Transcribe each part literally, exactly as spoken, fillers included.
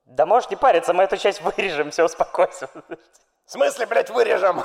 Да можешь не париться, мы эту часть вырежем, все, успокойся. В смысле, блядь, вырежем?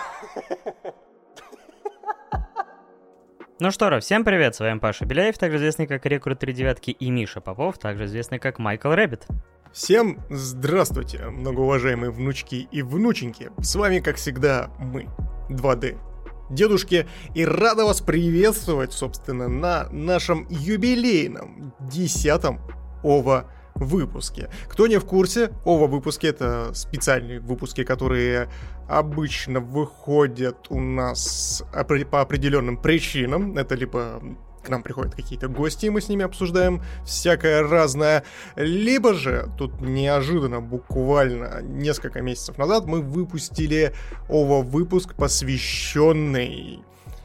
Ну что ж, всем привет, с вами Паша Беляев, также известный как Рекрут три девятки, и Миша Попов, также известный как Майкл Рэббит. Всем здравствуйте, многоуважаемые внучки и внученьки. С вами, как всегда, мы, два дэ дедушки, и рада вас приветствовать, собственно, на нашем юбилейном десятом ОВА выпуске. Кто не в курсе, ОВА выпуски — это специальные выпуски, которые обычно выходят у нас по определенным причинам. Это либо к нам приходят какие-то гости, и мы с ними обсуждаем всякое разное, либо же тут неожиданно, буквально несколько месяцев назад, мы выпустили ОВА-выпуск, посвященный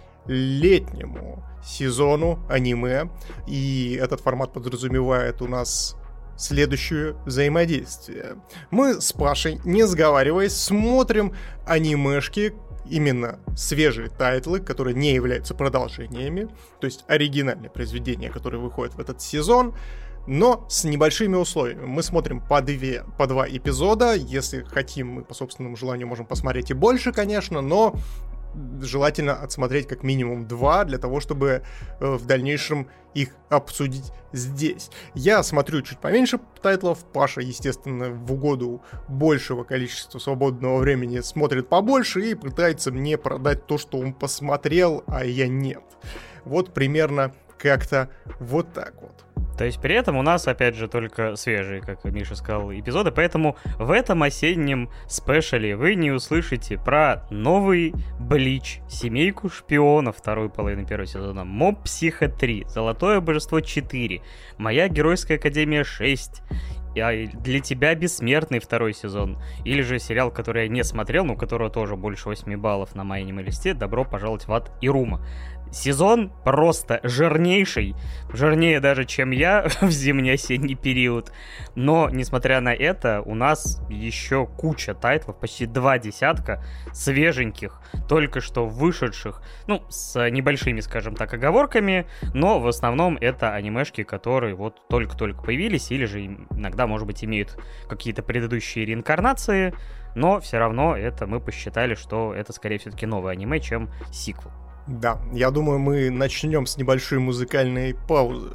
летнему сезону аниме, и этот формат подразумевает у нас следующее взаимодействие. Мы с Пашей, не сговариваясь, смотрим анимешки, именно свежие тайтлы, которые не являются продолжениями, то есть оригинальные произведения, которые выходят в этот сезон, но с небольшими условиями. Мы смотрим по, две, по два эпизода, если хотим, мы по собственному желанию можем посмотреть и больше, конечно, но желательно отсмотреть как минимум два, для того, чтобы э, в дальнейшем их обсудить здесь. Я смотрю чуть поменьше тайтлов, Паша, естественно, в угоду большего количества свободного времени смотрит побольше и пытается мне продать то, что он посмотрел, а я нет. Вот примерно как-то вот так вот. То есть при этом у нас, опять же, только свежие, как Миша сказал, эпизоды, поэтому в этом осеннем спешале вы не услышите про новый Блич, Семейку шпионов вторую половину первого сезона, Моб Психо три, Золотое божество четыре, Моя геройская академия шесть, Для тебя бессмертный второй сезон, или же сериал, который я не смотрел, но у которого тоже больше восемь баллов на MyAnimeList, Добро пожаловать в ад Ирума. Сезон просто жирнейший, жирнее даже, чем я в зимне-осенний период. Но, несмотря на это, у нас еще куча тайтлов, почти два десятка свеженьких, только что вышедших, ну, с небольшими, скажем так, оговорками, но в основном это анимешки, которые вот только-только появились, или же иногда, может быть, имеют какие-то предыдущие реинкарнации, но все равно это мы посчитали, что это скорее все-таки новое аниме, чем сиквел. Да, я думаю, мы начнем с небольшой музыкальной паузы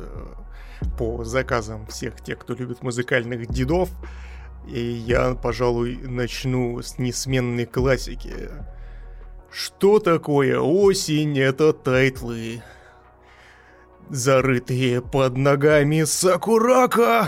по заказам всех тех, кто любит музыкальных дедов. И я, пожалуй, начну с несменной классики. Что такое осень? Это тайтлы, зарытые под ногами Сакурако.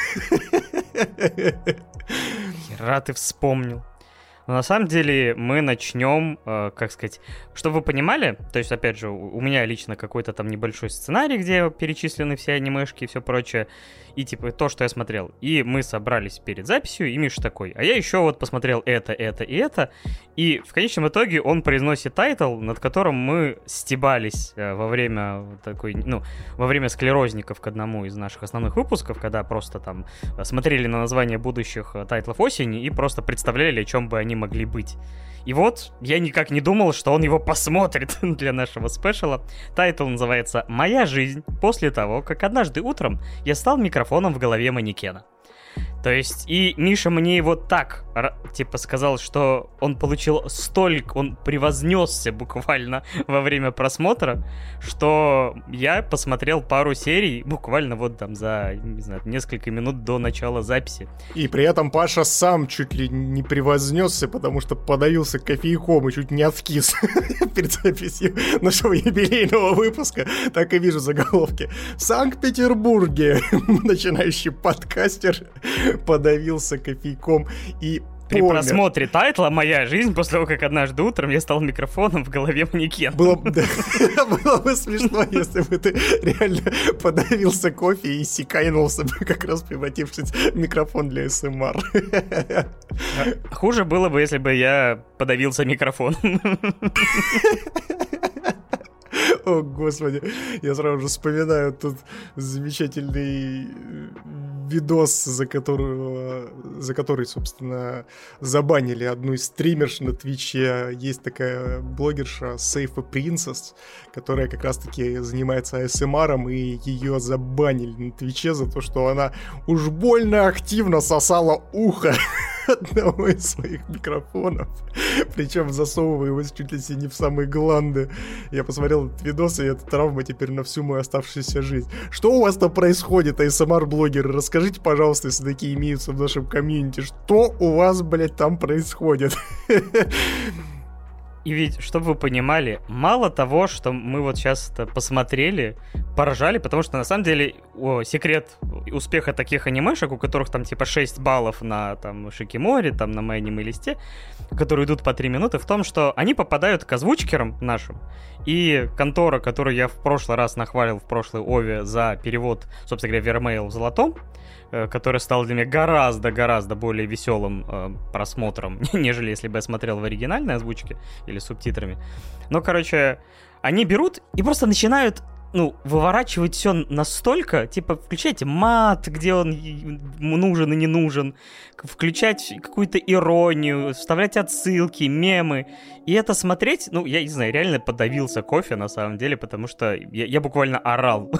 Хера ты вспомнил. Но на самом деле мы начнем, э, как сказать, чтобы вы понимали, то есть, опять же, у меня лично какой-то там небольшой сценарий, где перечислены все анимешки и все прочее, и типа то, что я смотрел. И мы собрались перед записью, и Миша такой, а я еще вот посмотрел это, это и это, и в конечном итоге он произносит тайтл, над которым мы стебались э, во время такой, ну, во время склерозников к одному из наших основных выпусков, когда просто там смотрели на название будущих тайтлов осени и просто представляли, о чем бы они могли быть. И вот, я никак не думал, что он его посмотрит для нашего спешала. Тайтл называется «Моя жизнь после того, как однажды утром я стал микрофоном в голове манекена». То есть, и Миша мне его так, типа, сказал, что он получил столько, он превознесся буквально во время просмотра, что я посмотрел пару серий буквально вот там за, не знаю, несколько минут до начала записи. И при этом Паша сам чуть ли не превознесся, потому что подавился кофейком и чуть не откис перед записью нашего юбилейного выпуска. Так и вижу заголовки. В Санкт-Петербурге начинающий подкастер подавился кофейком и При помер. просмотре тайтла «Моя жизнь» после того, как однажды утром я стал микрофоном в голове манекена. Было, да, было бы смешно, если бы ты реально подавился кофе и секайнулся бы, как раз превратившись в микрофон для эс эм ар. Хуже было бы, если бы я подавился микрофоном. О, господи, я сразу же вспоминаю тут замечательный видос, за которую, за который, собственно, забанили одну из стримерш на Твиче. Есть такая блогерша Safe Princess, которая как раз-таки занимается эй эс эм ар-ом, и ее забанили на Твиче за то, что она уж больно активно сосала ухо одного из своих микрофонов, причем засовывая его чуть ли не в самые гланды. Я посмотрел этот видос, и это травма теперь на всю мою оставшуюся жизнь. Что у вас там происходит, эй эс эм ар-блогеры? Расскажите, пожалуйста, если такие имеются в нашем комьюнити, что у вас, блядь, там происходит? И ведь, чтобы вы понимали, мало того, что мы вот сейчас это посмотрели, поржали, потому что на самом деле о, секрет успеха таких анимешек, у которых там типа шесть баллов на там Шикиморе, там на моем листе, которые идут по три минуты, в том, что они попадают к озвучкерам нашим, и контора, которую я в прошлый раз нахвалил в прошлой Ове за перевод, собственно говоря, Вермейл в золотом, который стал для меня гораздо-гораздо более веселым э, просмотром, нежели если бы я смотрел в оригинальной озвучке или субтитрами. Но, короче, они берут и просто начинают, ну, выворачивать все настолько, типа, включайте мат, где он нужен и не нужен, включать какую-то иронию, вставлять отсылки, мемы. И это смотреть, ну, я не знаю, реально подавился кофе, на самом деле, потому что я, я буквально орал.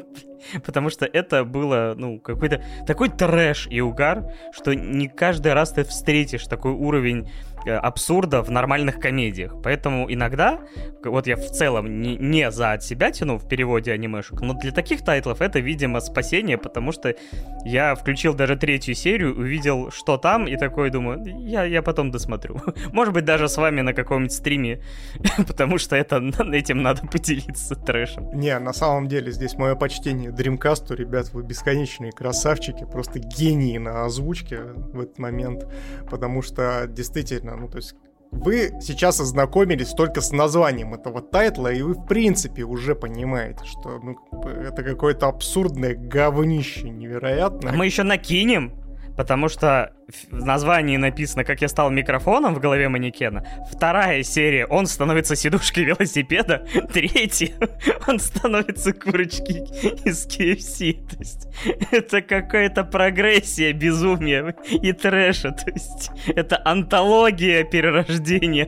Потому что это было, ну, какой-то такой трэш и угар, что не каждый раз ты встретишь такой уровень э, абсурда в нормальных комедиях. Поэтому иногда, вот я в целом не, не за от себя тяну в переводе анимешек, но для таких тайтлов это, видимо, спасение, потому что я включил даже третью серию, увидел, что там, и такой думаю, я, я потом досмотрю. Может быть, даже с вами на каком-нибудь стриме, потому что это, этим надо поделиться трэшем. Не, на самом деле, здесь мое почтение Dreamcast, ребят, вы бесконечные красавчики, просто гении на озвучке в этот момент, потому что действительно, ну то есть вы сейчас ознакомились только с названием этого тайтла, и вы в принципе уже понимаете, что ну, это какое-то абсурдное говнище невероятное. А мы еще накинем, потому что в названии написано «Как я стал микрофоном» в голове манекена. Вторая серия — он становится сидушкой велосипеда. Третья — он становится курочкой из кей эф си. То есть это какая-то прогрессия безумия и трэша. То есть это антология перерождения.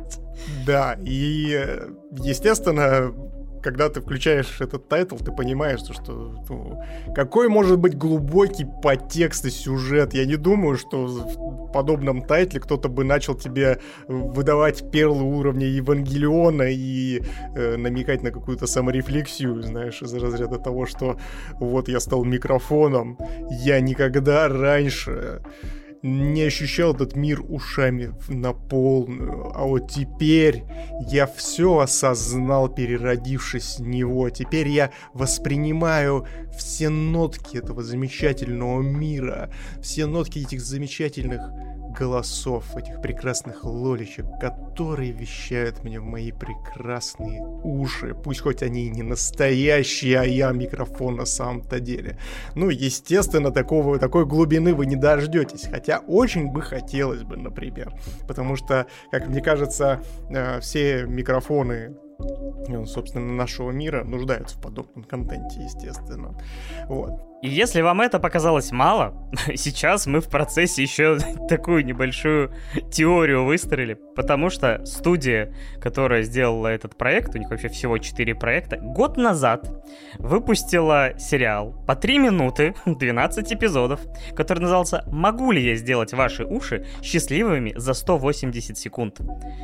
Да, и естественно, когда ты включаешь этот тайтл, ты понимаешь, что ну, какой может быть глубокий подтекст и сюжет. Я не думаю, что в подобном тайтле кто-то бы начал тебе выдавать перлы уровня Евангелиона и э, намекать на какую-то саморефлексию, знаешь, из разряда того, что вот я стал микрофоном, я никогда раньше не ощущал этот мир ушами на полную, а вот теперь я все осознал, переродившись в него. Теперь я воспринимаю все нотки этого замечательного мира, все нотки этих замечательных голосов, этих прекрасных лоличек, которые вещают мне в мои прекрасные уши. Пусть хоть они и не настоящие, а я микрофон на самом-то деле. Ну, естественно, такого, такой глубины вы не дождетесь. Хотя очень бы хотелось бы, например. Потому что, как мне кажется, все микрофоны, собственно, нашего мира нуждаются в подобном контенте, естественно. Вот. И если вам это показалось мало, сейчас мы в процессе еще такую небольшую теорию выстроили, потому что студия, которая сделала этот проект, у них вообще всего четыре проекта, год назад выпустила сериал по три минуты, двенадцать эпизодов, который назывался «Могу ли я сделать ваши уши счастливыми за сто восемьдесят секунд?»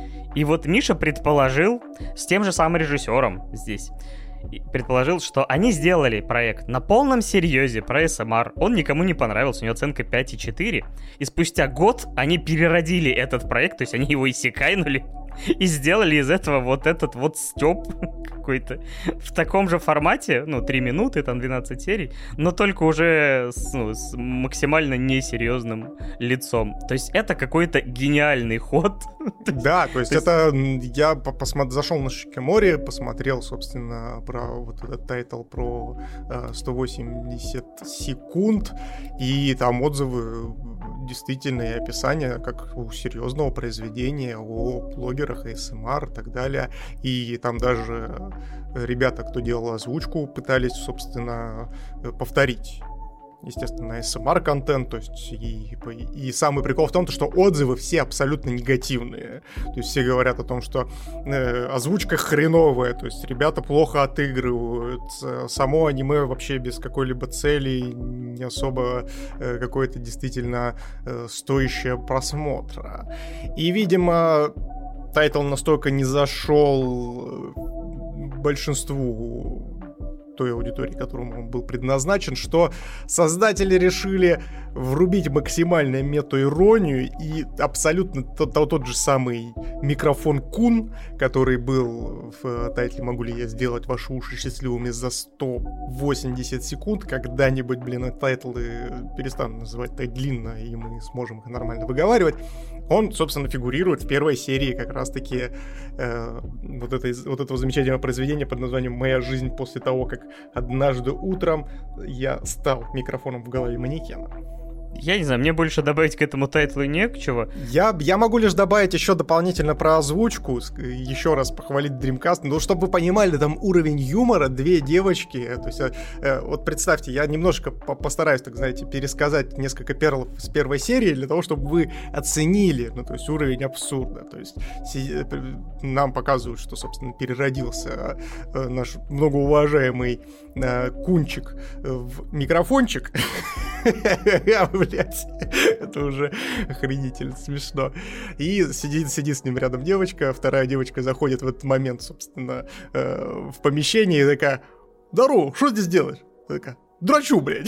И вот Миша предположил, с тем же самым режиссером здесь, предположил, что они сделали проект на полном серьезе про эс эм ар. Он никому не понравился, у него оценка пять и четыре. И спустя год они переродили этот проект, то есть они его иссякайнули и сделали из этого вот этот вот стёб какой-то в таком же формате, ну, три минуты, там двенадцать серий, но только уже с, ну, с максимально несерьезным лицом. То есть это какой-то гениальный ход. Да, то есть это я посмотр... зашел на Шикиморе, посмотрел, собственно, про вот этот тайтл про э, сто восемьдесят секунд, и там отзывы действительно и описание как у серьезного произведения о блогерах, эй эс эм ар и так далее. И там даже ребята, кто делал озвучку, пытались, собственно, повторить естественно, эс эм ар-контент, то есть и, и самый прикол в том, что отзывы все абсолютно негативные. То есть все говорят о том, что э, озвучка хреновая, то есть ребята плохо отыгрывают, само аниме вообще без какой-либо цели, не особо э, какое-то действительно э, стоящее просмотра. И, видимо, тайтл настолько не зашел большинству той аудитории, которому он был предназначен, что создатели решили врубить максимальную метаиронию и абсолютно тот, тот же самый микрофон Кун, который был в тайтле «Могу ли я сделать ваши уши счастливыми за сто восемьдесят секунд», когда-нибудь, блин, тайтлы перестанут называть так длинно, и мы сможем их нормально выговаривать. Он, собственно, фигурирует в первой серии как раз-таки э, вот, этой, вот этого замечательного произведения под названием «Моя жизнь после того, как однажды утром я стал микрофоном в голове манекена». Я не знаю, мне больше добавить к этому тайтлу не к чего. Я, я могу лишь добавить еще дополнительно про озвучку, еще раз похвалить Dreamcast. Ну, чтобы вы понимали, там уровень юмора, две девочки. То есть, э, вот представьте, я немножко постараюсь, так знаете, пересказать несколько перлов с первой серии для того, чтобы вы оценили, ну, то есть, уровень абсурда. То есть, си- нам показывают, что, собственно, переродился э, наш многоуважаемый э, Кунчик в микрофончик. Блять, это уже охренительно смешно. И сидит, сидит с ним рядом девочка, вторая девочка заходит в этот момент, собственно, э, в помещение и такая: «Здорово, что здесь делаешь?» Такая: «Драчу, блядь».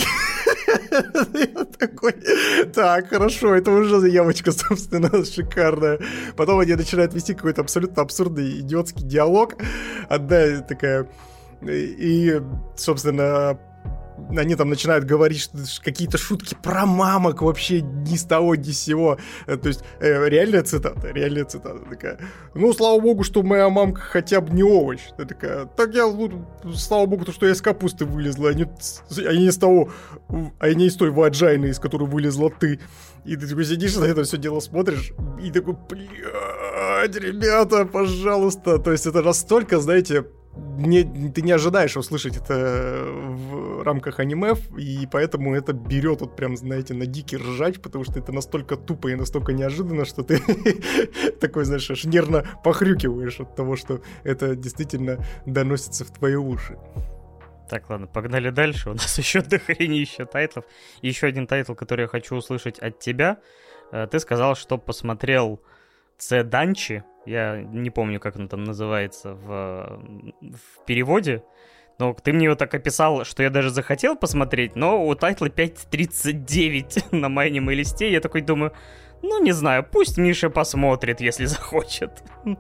Я такой: так, хорошо, это уже заявочка, собственно, шикарная. Потом они начинают вести какой-то абсолютно абсурдный идиотский диалог. Одна такая... И, собственно... Они там начинают говорить какие-то шутки про мамок вообще ни с того, ни с сего. То есть э, реальная цитата, реальная цитата такая: «Ну, слава богу, что моя мамка хотя бы не овощ». Ты такая: «Так я, слава богу, то, что я из капусты вылезла, а не, а не из того, а не из той ваджайны, из которой вылезла ты». И ты такой сидишь на это все дело смотришь и такой: блядь, ребята, пожалуйста. То есть это настолько, знаете... Не, ты не ожидаешь услышать это в рамках аниме, и поэтому это берет вот прям, знаете, на дикий ржач, потому что это настолько тупо и настолько неожиданно, что ты такой, знаешь, аж нервно похрюкиваешь от того, что это действительно доносится в твои уши. Так, ладно, погнали дальше. У нас еще дохренища тайтлов. И еще один тайтл, который я хочу услышать от тебя. Ты сказал, что посмотрел Цеданчи. Я не помню, как он там называется в, в переводе. Но ты мне его так описал, что я даже захотел посмотреть, но у тайтла пять тридцать девять на моем листе. Я такой думаю, ну не знаю, пусть Миша посмотрит, если захочет.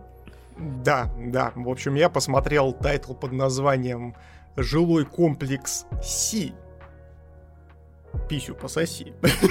Да, да. В общем, я посмотрел тайтл под названием «Жилой комплекс Си». Писю пососи.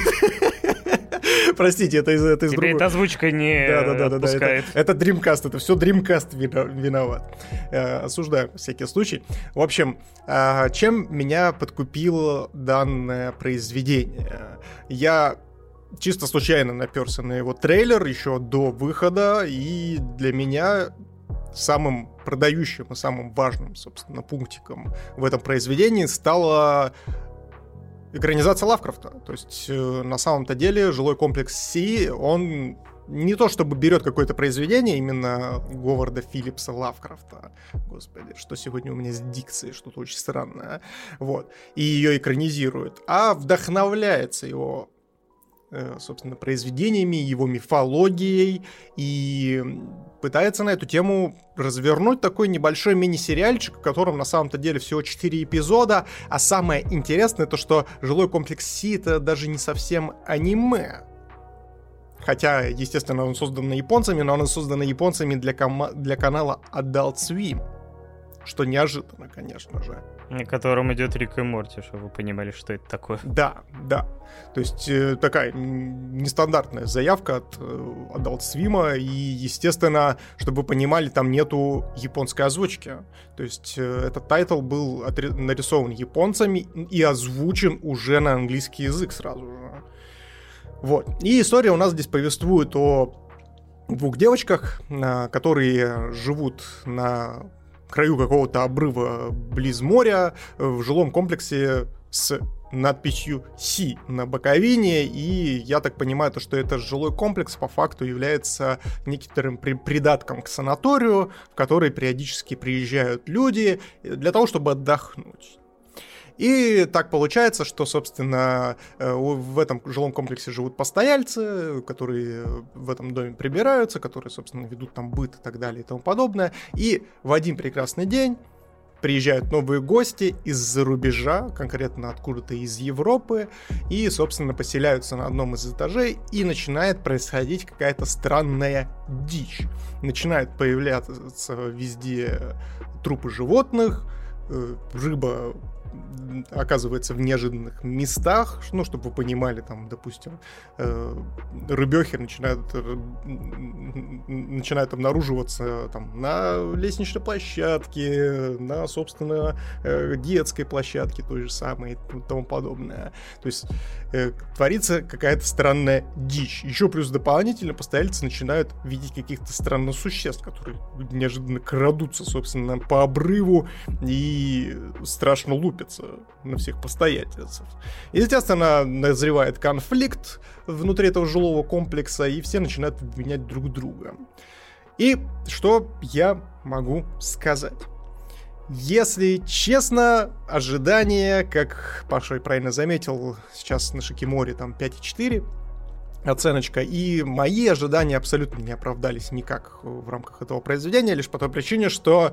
Простите, это из, это из Тебе другой... эта озвучка не да, да, да, да, отпускает. Да, это, это Dreamcast, это все Dreamcast виноват. Э, осуждаю на всякий случай. В общем, э, чем меня подкупило данное произведение? Я чисто случайно наперся на его трейлер еще до выхода, и для меня самым продающим и самым важным, собственно, пунктиком в этом произведении стало... экранизация Лавкрафта. То есть, э, на самом-то деле, жилой комплекс Си, он не то чтобы берет какое-то произведение именно Говарда Филлипса Лавкрафта. Господи, что сегодня у меня с дикцией, что-то очень странное. Вот. И ее экранизирует. А вдохновляется его, э, собственно, произведениями, его мифологией и пытается на эту тему развернуть такой небольшой мини-сериальчик, в котором на самом-то деле всего четыре эпизода, а самое интересное то, что жилой комплекс Си — это даже не совсем аниме. Хотя, естественно, он создан японцами, но он создан японцами для, ком- для канала Adult Swim, что неожиданно, конечно же. На котором идет Рик и Морти, чтобы вы понимали, что это такое. Да, да. То есть э, такая нестандартная заявка от э, Adult Swim, и, естественно, чтобы вы понимали, там нету японской озвучки. То есть э, этот тайтл был отри- нарисован японцами и озвучен уже на английский язык сразу же. Вот. И история у нас здесь повествует о двух девочках, э, которые живут на краю какого-то обрыва близ моря в жилом комплексе с надписью «Си» на боковине, и я так понимаю, то, что это жилой комплекс по факту является некоторым при- придатком к санаторию, в который периодически приезжают люди для того, чтобы отдохнуть. И так получается, что, собственно, в этом жилом комплексе живут постояльцы, которые в этом доме прибираются, которые, собственно, ведут там быт и так далее и тому подобное. И в один прекрасный день приезжают новые гости из-за рубежа, конкретно откуда-то из Европы, и, собственно, поселяются на одном из этажей, и начинает происходить какая-то странная дичь. Начинают появляться везде трупы животных, рыба оказывается в неожиданных местах, ну, чтобы вы понимали, там, допустим, э, рыбехи начинают, э, начинают обнаруживаться там, на лестничной площадке, на, собственно, э, детской площадке той же самой и тому подобное. То есть э, творится какая-то странная дичь. Еще плюс дополнительно постояльцы начинают видеть каких-то странных существ, которые неожиданно крадутся, собственно, по обрыву и страшно лупят на всех постояльцев. Естественно, назревает конфликт внутри этого жилого комплекса, и все начинают обвинять друг друга. И что я могу сказать? Если честно, ожидания, как Паша правильно заметил, сейчас на Шикиморе там пять и четыре оценочка, и мои ожидания абсолютно не оправдались никак в рамках этого произведения, лишь по той причине, что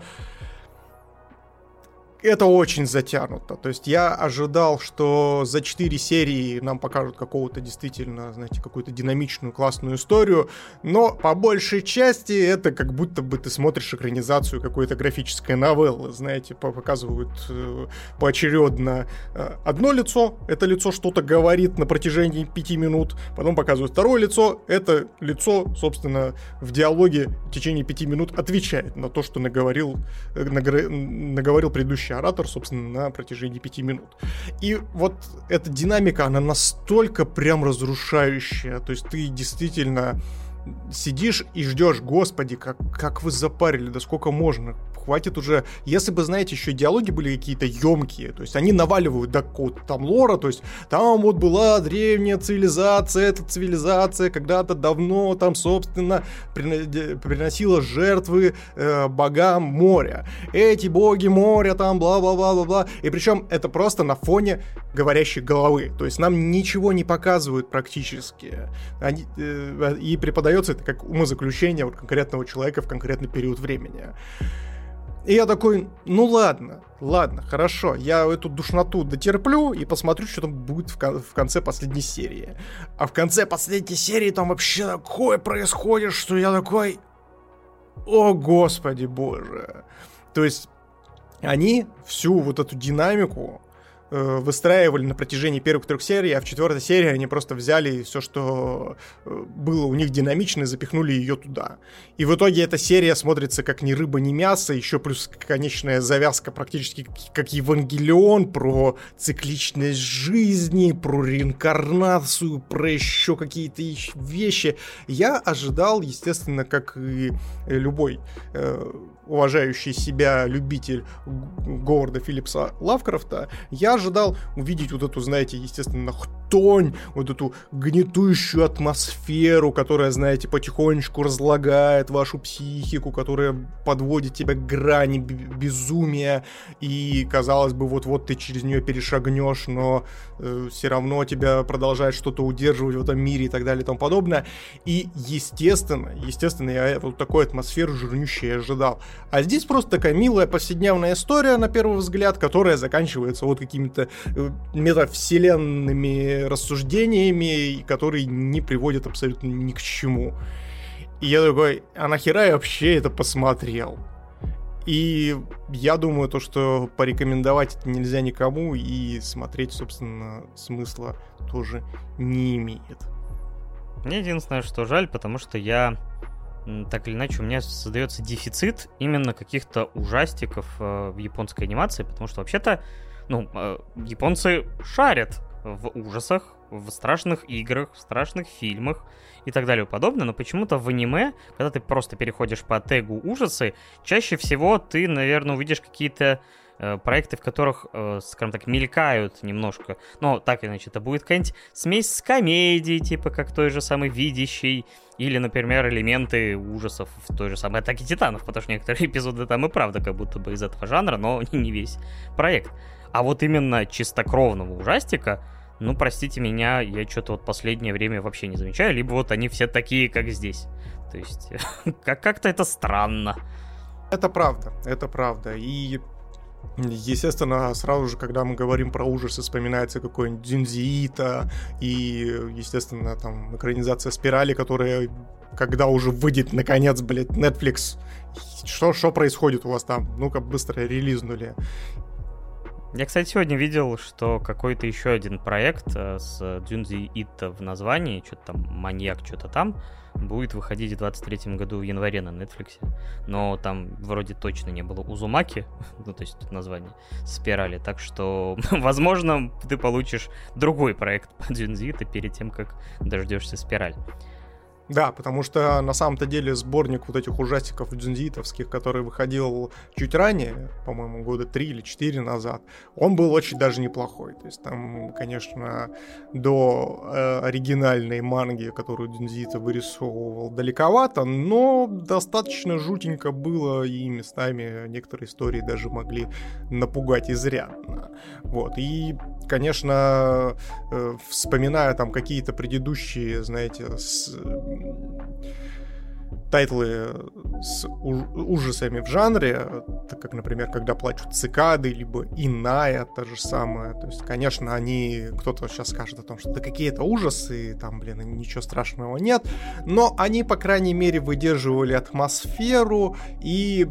это очень затянуто. То есть я ожидал, что за четыре серии нам покажут какого-то действительно, знаете, какую-то динамичную, классную историю, но по большей части это как будто бы ты смотришь экранизацию какой-то графической новеллы, знаете, показывают э, поочередно э, одно лицо, это лицо что-то говорит на протяжении пяти минут, потом показывают второе лицо, это лицо, собственно, в диалоге в течение пяти минут отвечает на то, что наговорил, э, нагр... наговорил предыдущий оратор, собственно, на протяжении пяти минут. И вот эта динамика, она настолько прям разрушающая, то есть ты действительно сидишь и ждешь, господи, как, как вы запарили, да сколько можно, хватит уже, если бы, знаете, еще диалоги были какие-то емкие, то есть они наваливают до какого-то там лора, то есть там вот была древняя цивилизация, эта цивилизация когда-то давно там, собственно, приносила жертвы э, богам моря, эти боги моря там бла-бла-бла-бла-бла, и причем это просто на фоне говорящей головы, то есть нам ничего не показывают практически, они, э, и преподается это как умозаключение вот конкретного человека в конкретный период времени. И я такой, ну ладно, ладно, хорошо, я эту душноту дотерплю и посмотрю, что там будет в, кон- в конце последней серии. А в конце последней серии там вообще такое происходит, что я такой, о господи боже. То есть они всю вот эту динамику э, выстраивали на протяжении первых трех серий, а в четвертой серии они просто взяли все, что было у них динамично, и запихнули ее туда. И в итоге эта серия смотрится как ни рыба, ни мясо, еще плюс конечная завязка практически как Евангелион, про цикличность жизни, про реинкарнацию, про еще какие-то вещи. Я ожидал, естественно, как и любой э, уважающий себя любитель Говарда Филлипса Лавкрафта, я ожидал увидеть вот эту, знаете, естественно, хтонь, вот эту гнетущую атмосферу, которая, знаете, потихонечку разлагает вашу психику, которая подводит тебя к грани безумия, и, казалось бы, вот-вот ты через нее перешагнешь, но э, все равно тебя продолжает что-то удерживать в этом мире и так далее и тому подобное. И, естественно, естественно, я вот такую атмосферу жирнющую ожидал. А здесь просто такая милая повседневная история, на первый взгляд, которая заканчивается вот какими-то э, метавселенными рассуждениями, которые не приводят абсолютно ни к чему. И я такой, а нахера я вообще это посмотрел? И я думаю, то, что порекомендовать это нельзя никому, и смотреть, собственно, смысла тоже не имеет. Мне единственное, что жаль, потому что я, так или иначе, у меня создается дефицит именно каких-то ужастиков э, в японской анимации, потому что вообще-то, ну, э, японцы шарят в ужасах, в страшных играх, в страшных фильмах и так далее и подобное, но почему-то в аниме, когда ты просто переходишь по тегу ужасы, чаще всего ты, наверное, увидишь какие-то э, проекты, в которых, э, скажем так, мелькают немножко, но так или иначе, это будет какая-нибудь смесь с комедией, типа как той же самой «Видящей», или, например, элементы ужасов в той же самой «Атаке Титанов», потому что некоторые эпизоды там и правда как будто бы из этого жанра, но не весь проект. А вот именно чистокровного ужастика, ну, простите меня, я что-то вот последнее время вообще не замечаю, либо вот они все такие, как здесь. То есть, как-то это странно. Это правда, это правда. И, естественно, сразу же, когда мы говорим про ужасы, вспоминается какой-нибудь Дзюнзи Ито и, естественно, там, экранизация «Спирали», которая, когда уже выйдет, наконец, блядь, Netflix, что, что происходит у вас там? Ну-ка, быстро релизнули. Я, кстати, сегодня видел, что какой-то еще один проект э, с Дзюнзи Ито в названии, что-то там «Маньяк», что-то там, будет выходить в двадцать третьем году в январе на Netflix. Но там вроде точно не было Узумаки, ну, то есть тут название «Спирали», так что, возможно, ты получишь другой проект по Дзюнзи Ито перед тем, как дождешься «Спираль». Да, потому что на самом-то деле сборник вот этих ужастиков дзюнзиитовских, который выходил чуть ранее, по-моему, года три или четыре назад, он был очень даже неплохой. То есть там, конечно, до э, оригинальной манги, которую Дзюнзиито вырисовывал, далековато, но достаточно жутенько было, и местами некоторые истории даже могли напугать изрядно. Вот, и, конечно, э, вспоминая там какие-то предыдущие, знаете, с... тайтлы с ужасами в жанре, так как, например, «Когда плачут цикады», либо «Иная», та же самая. То есть, конечно, они... Кто-то сейчас скажет о том, что да какие это ужасы, там, блин, ничего страшного нет. Но они, по крайней мере, выдерживали атмосферу и...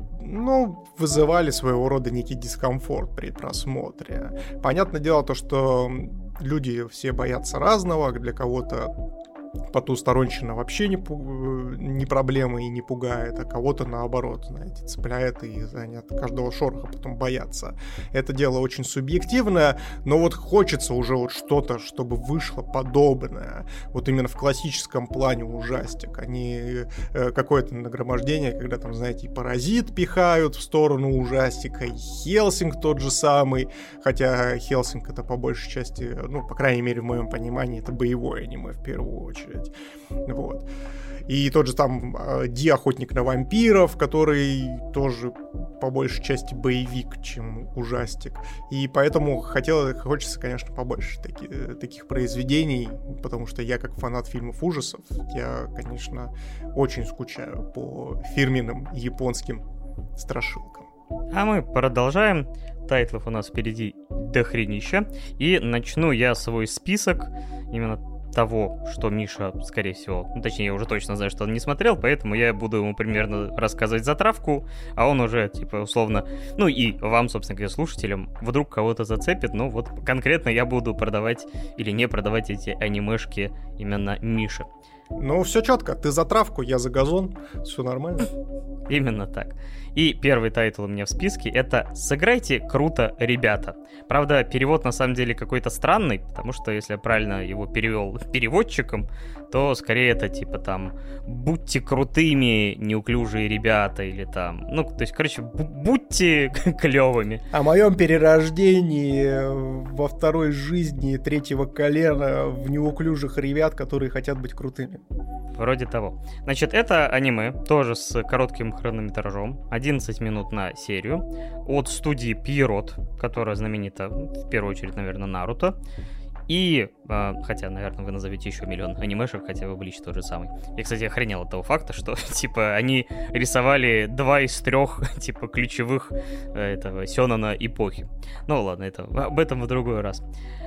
ну, вызывали своего рода некий дискомфорт при просмотре. Понятное дело то, что люди все боятся разного, для кого-то потусторонщина вообще не, пу- не проблема и не пугает, а кого-то наоборот, знаете, цепляет и они от каждого шороха потом боятся. Это дело очень субъективное, но вот хочется уже вот что-то, чтобы вышло подобное. Вот именно в классическом плане ужастик, а не э, какое-то нагромождение, когда там, знаете, и «Паразит» пихают в сторону ужастика, и «Хелсинг» тот же самый, хотя «Хелсинг» это по большей части, ну, по крайней мере, в моем понимании, это боевое аниме в первую очередь. Вот. И тот же там Ди, охотник на вампиров, который тоже по большей части боевик, чем ужастик. И поэтому хотел, хочется, конечно, побольше таки, таких произведений, потому что я, как фанат фильмов ужасов, я, конечно, очень скучаю по фирменным японским страшилкам. А мы продолжаем. Тайтлов у нас впереди дохренища. И начну я свой список именно того, что Миша, скорее всего, ну, точнее, я уже точно знаю, что он не смотрел, поэтому я буду ему примерно рассказывать затравку, а он уже, типа, условно, ну и вам, собственно говоря, слушателям, вдруг кого-то зацепит, ну вот конкретно я буду продавать или не продавать эти анимешки именно Мише. Ну, все четко, ты за травку, я за газон, все нормально. Именно так. И первый тайтл у меня в списке — это «Сыграйте круто, ребята». Правда, перевод на самом деле какой-то странный, потому что если я правильно его перевел переводчиком, то скорее это типа там «Будьте крутыми, неуклюжие ребята» или там, ну, то есть, короче, будьте клевыми. О моем перерождении во второй жизни третьего колена в неуклюжих ребят, которые хотят быть крутыми. Вроде того. Значит, это аниме, тоже с коротким хронометражом, одиннадцать минут на серию, от студии Pierrot, которая знаменита, в первую очередь, наверное, Наруто. И, э, хотя, наверное, вы назовете еще миллион анимешек, хотя вы Блич тот же самый. Я, кстати, охренел от того факта, что, типа, они рисовали два из трех, типа, ключевых э, этого сёнэна эпохи. Ну, ладно, это, об этом в другой раз.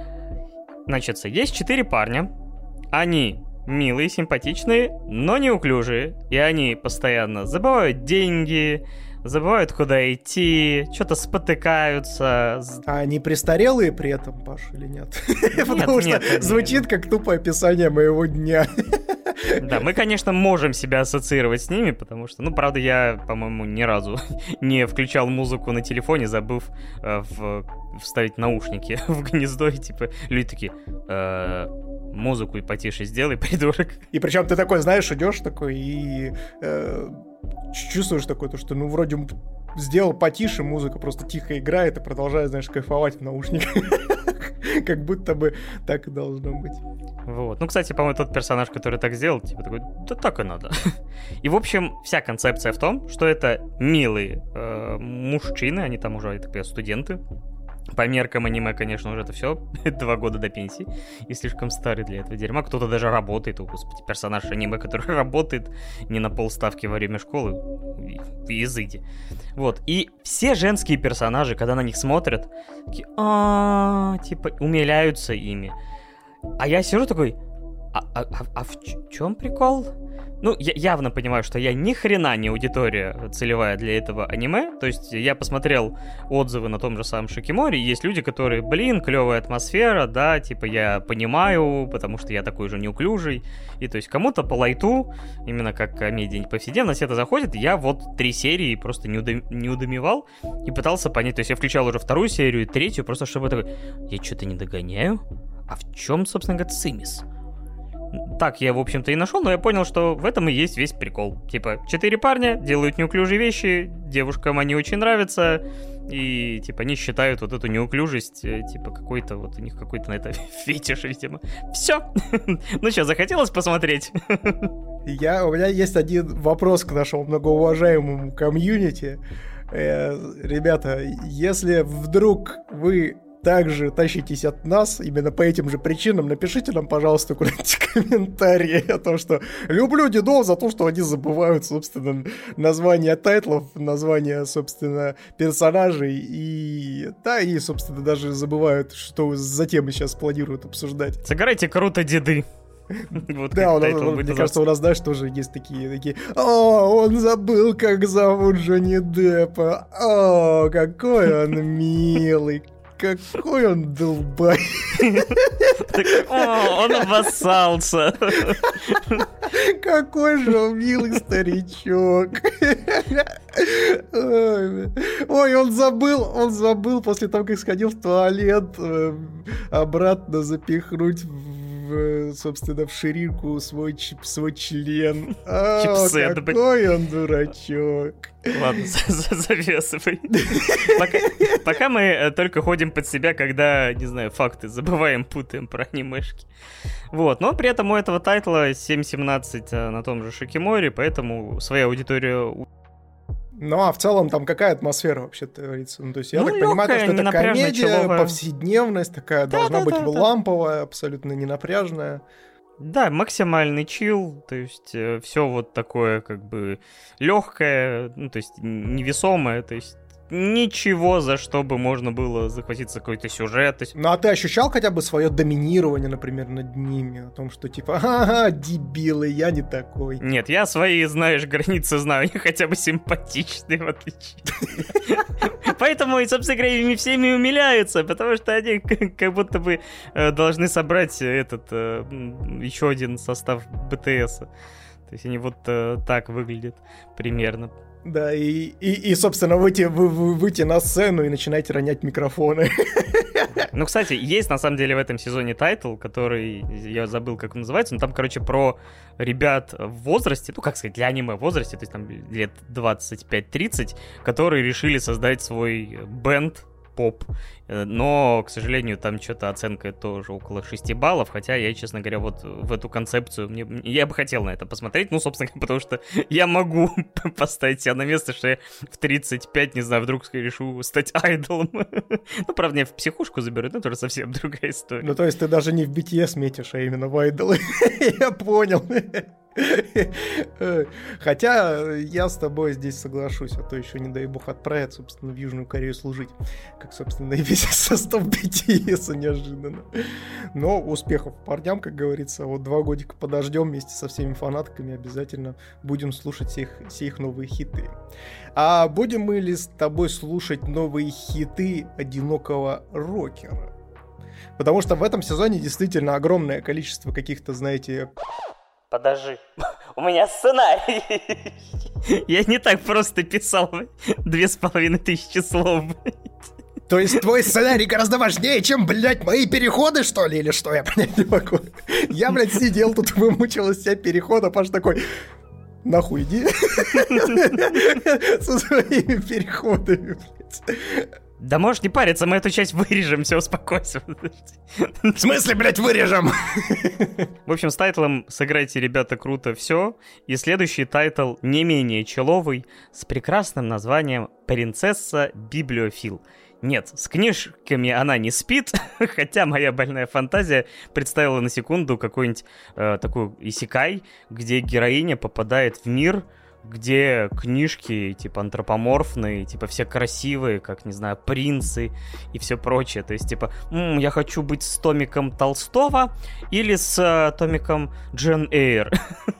Значит, есть четыре парня, они... милые, симпатичные, но неуклюжие. И они постоянно забывают деньги, забывают, куда идти, что-то спотыкаются. А они престарелые при этом, Паш, или нет? Потому что звучит как тупое описание моего дня. Да, мы, конечно, можем себя ассоциировать с ними, потому что, ну, правда, я, по-моему, ни разу не включал музыку на телефоне, забыв э, в, вставить наушники в гнездо, и, типа, люди такие... Э, музыку и потише сделай, придурок. И причем ты такой, знаешь, идешь такой и... Э, чувствуешь такое, то, что, ну, вроде сделал потише, музыка просто тихо играет и продолжает, знаешь, кайфовать в наушниках. Как будто бы так и должно быть. Вот. Ну, кстати, по-моему, тот персонаж, который так сделал, типа такой, да так и надо. И, в общем, вся концепция в том, что это милые э, мужчины, они там уже, я так понимаю, студенты. По меркам аниме, конечно, уже это все два года до пенсии и слишком старый для этого дерьма. Кто-то даже работает, о, господи, персонаж аниме, который работает не на полставки во время школы, в изыде. Вот, и все женские персонажи, когда на них смотрят, такие, а типа, умиляются ими. А я сижу такой, а, а, а, а в ч- чем прикол? Ну, я явно понимаю, что я ни хрена не аудитория целевая для этого аниме. То есть я посмотрел отзывы на том же самом Шикимори, и есть люди, которые, блин, клевая атмосфера, да, типа я понимаю, потому что я такой же неуклюжий. И то есть кому-то по лайту, именно как комедия повседневность, это заходит. Я вот три серии просто не, удом... не удомевал и пытался понять. То есть я включал уже вторую серию и третью, просто чтобы такой, я что-то не догоняю? А в чем, собственно говоря, цимис? Так я, в общем-то, и нашел, но я понял, что в этом и есть весь прикол. Типа, четыре парня делают неуклюжие вещи, девушкам они очень нравятся, и, типа, они считают вот эту неуклюжесть, типа, какой-то, вот у них какой-то на это фетиш, видимо. Все. Ну что, захотелось посмотреть? Я, у меня есть один вопрос к нашему многоуважаемому комьюнити. Э, ребята, если вдруг вы также тащитесь от нас, именно по этим же причинам, напишите нам, пожалуйста, куда-нибудь комментарии о том, что люблю дедов за то, что они забывают, собственно, названия тайтлов, названия, собственно, персонажей, и, да, и, собственно, даже забывают, что затем сейчас планируют обсуждать. Сыграйте круто, деды. Вот да, у нас, мне кажется, у нас, знаешь, тоже есть такие, такие, о, он забыл, как зовут Джонни Деппа, о, какой он милый, какой он долбай. О, он обоссался. Какой же он милый старичок. Ой, он забыл, он забыл после того, как сходил в туалет, обратно запихнуть в, собственно, в ширинку свой, свой член. О, какой он дурачок. Ладно, завесывай. Пока, пока мы только ходим под себя, когда, не знаю, факты забываем, путаем про анимешки. Вот, но при этом у этого тайтла семь семнадцать на том же Шикимори, поэтому своя аудитория... Ну, а в целом там какая атмосфера вообще-то говорится? Ну, то есть я ну, так легкая, понимаю, что это комедия, человая. Повседневность такая, да, должна да, быть да, ламповая, да. Абсолютно ненапряжная. Да, максимальный чил, то есть э, все вот такое как бы легкое, ну, то есть невесомое, то есть ничего, за что бы можно было захватиться какой-то сюжет. То есть... Ну, а ты ощущал хотя бы свое доминирование, например, над ними? О том, что типа, ага, дебилы, я не такой. Нет, я свои, знаешь, границы знаю, они хотя бы симпатичные, в отличие. Поэтому, и, собственно говоря, ими всеми умиляются, потому что они как будто бы должны собрать этот еще один состав бэ тэ эса. То есть они вот так выглядят примерно. Да, и, и, и собственно, выйти, вы, вы, выйти на сцену и начинаете ронять микрофоны. Ну, кстати, есть, на самом деле, в этом сезоне тайтл, который, я забыл, как он называется, но там, короче, про ребят в возрасте, ну, как сказать, для аниме в возрасте, то есть там лет двадцать пять тридцать, которые решили создать свой бэнд, поп, но, к сожалению, там что-то оценка тоже около шести баллов, хотя я, честно говоря, вот в эту концепцию, мне, я бы хотел на это посмотреть, ну, собственно, потому что я могу поставить себя на место, что я в тридцать пять, не знаю, вдруг решу стать айдолом. Ну, правда, меня в психушку заберут, но тоже совсем другая история. Ну, то есть ты даже не в би ти эс метишь, а именно в айдолы. Я понял. Хотя я с тобой здесь соглашусь, а то еще, не дай бог, отправят, собственно, в Южную Корею служить. Как, собственно, и весь состав би ти эс неожиданно. Но успехов парням, как говорится. Вот два годика подождем вместе со всеми фанатками. Обязательно будем слушать все их, все их новые хиты. А будем мы ли с тобой слушать новые хиты одинокого рокера? Потому что в этом сезоне действительно огромное количество каких-то, знаете... Подожди, у меня сценарий. Я не так просто писал две с половиной тысячи слов. То есть твой сценарий гораздо важнее, чем, блядь, мои переходы, что ли, или что? Я понять не могу. Я, блядь, сидел тут, вымучил из себя переход, а Паш такой... нахуй иди. Со своими переходами, блядь. Да можешь не париться, мы эту часть вырежем, все, успокойся. В смысле, блядь, вырежем? В общем, с тайтлом «Сыграйте, ребята, круто, все». И следующий тайтл не менее человый, с прекрасным названием «Принцесса Библиофил». Нет, с книжками она не спит, хотя моя больная фантазия представила на секунду какой-нибудь э, такой исекай, где героиня попадает в мир, где книжки, типа, антропоморфные, типа, все красивые, как, не знаю, принцы и все прочее. То есть, типа, м-м, я хочу быть с томиком Толстого или с э, томиком Джен Эйр.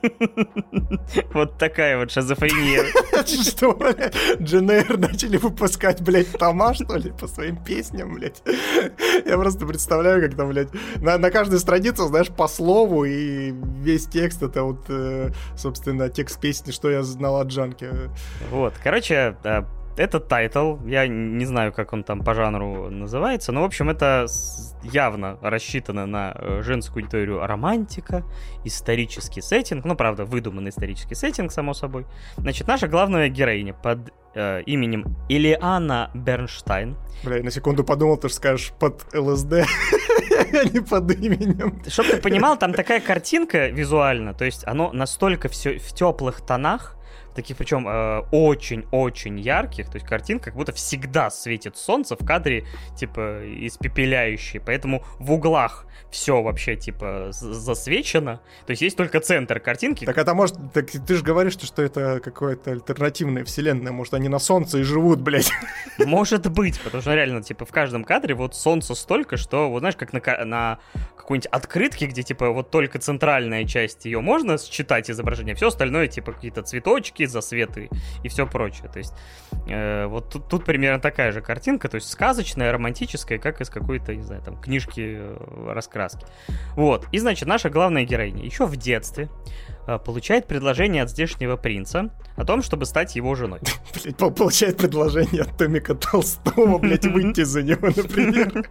Вот такая вот шизофрения. Что, блядь, Джен Эйр начали выпускать, блядь, тома, что ли, по своим песням, блядь? Я просто представляю, как там, блядь, на, на каждой странице, знаешь, по слову, и весь текст, это вот, э, собственно, текст песни, что я знал о Джанке. Вот, короче, этот тайтл, я не знаю, как он там по жанру называется, но, в общем, это явно рассчитано на женскую аудиторию. Романтика, исторический сеттинг, ну, правда, выдуманный исторический сеттинг, само собой. Значит, наша главная героиня под э, именем Иллиана Бернштайн. Бля, я на секунду подумал, ты же скажешь под ЛСД, а не под именем. Чтоб ты понимал, там такая картинка визуально, то есть оно настолько все в теплых тонах, таких причем э, очень-очень ярких, то есть картинка как будто всегда светит солнце в кадре, типа, испепеляющий, поэтому в углах все вообще, типа, засвечено, то есть есть только центр картинки. Так это может, так ты же говоришь, что это какая-то альтернативная вселенная, может они на солнце и живут, блядь. Может быть, потому что реально, типа, в каждом кадре вот солнца столько, что, вот знаешь, как на, на какой-нибудь открытке, где, типа, вот только центральная часть ее можно считать изображение, все остальное, типа, какие-то цветочки, засветы и все прочее. То есть э, вот тут, тут примерно такая же картинка, то есть сказочная, романтическая, как из какой-то, не знаю, там, книжки э, раскраски. Вот. И, значит, наша главная героиня еще в детстве э, получает предложение от здешнего принца о том, чтобы стать его женой. Блять, получает предложение от Томика Толстого, блять, выйти за него, например.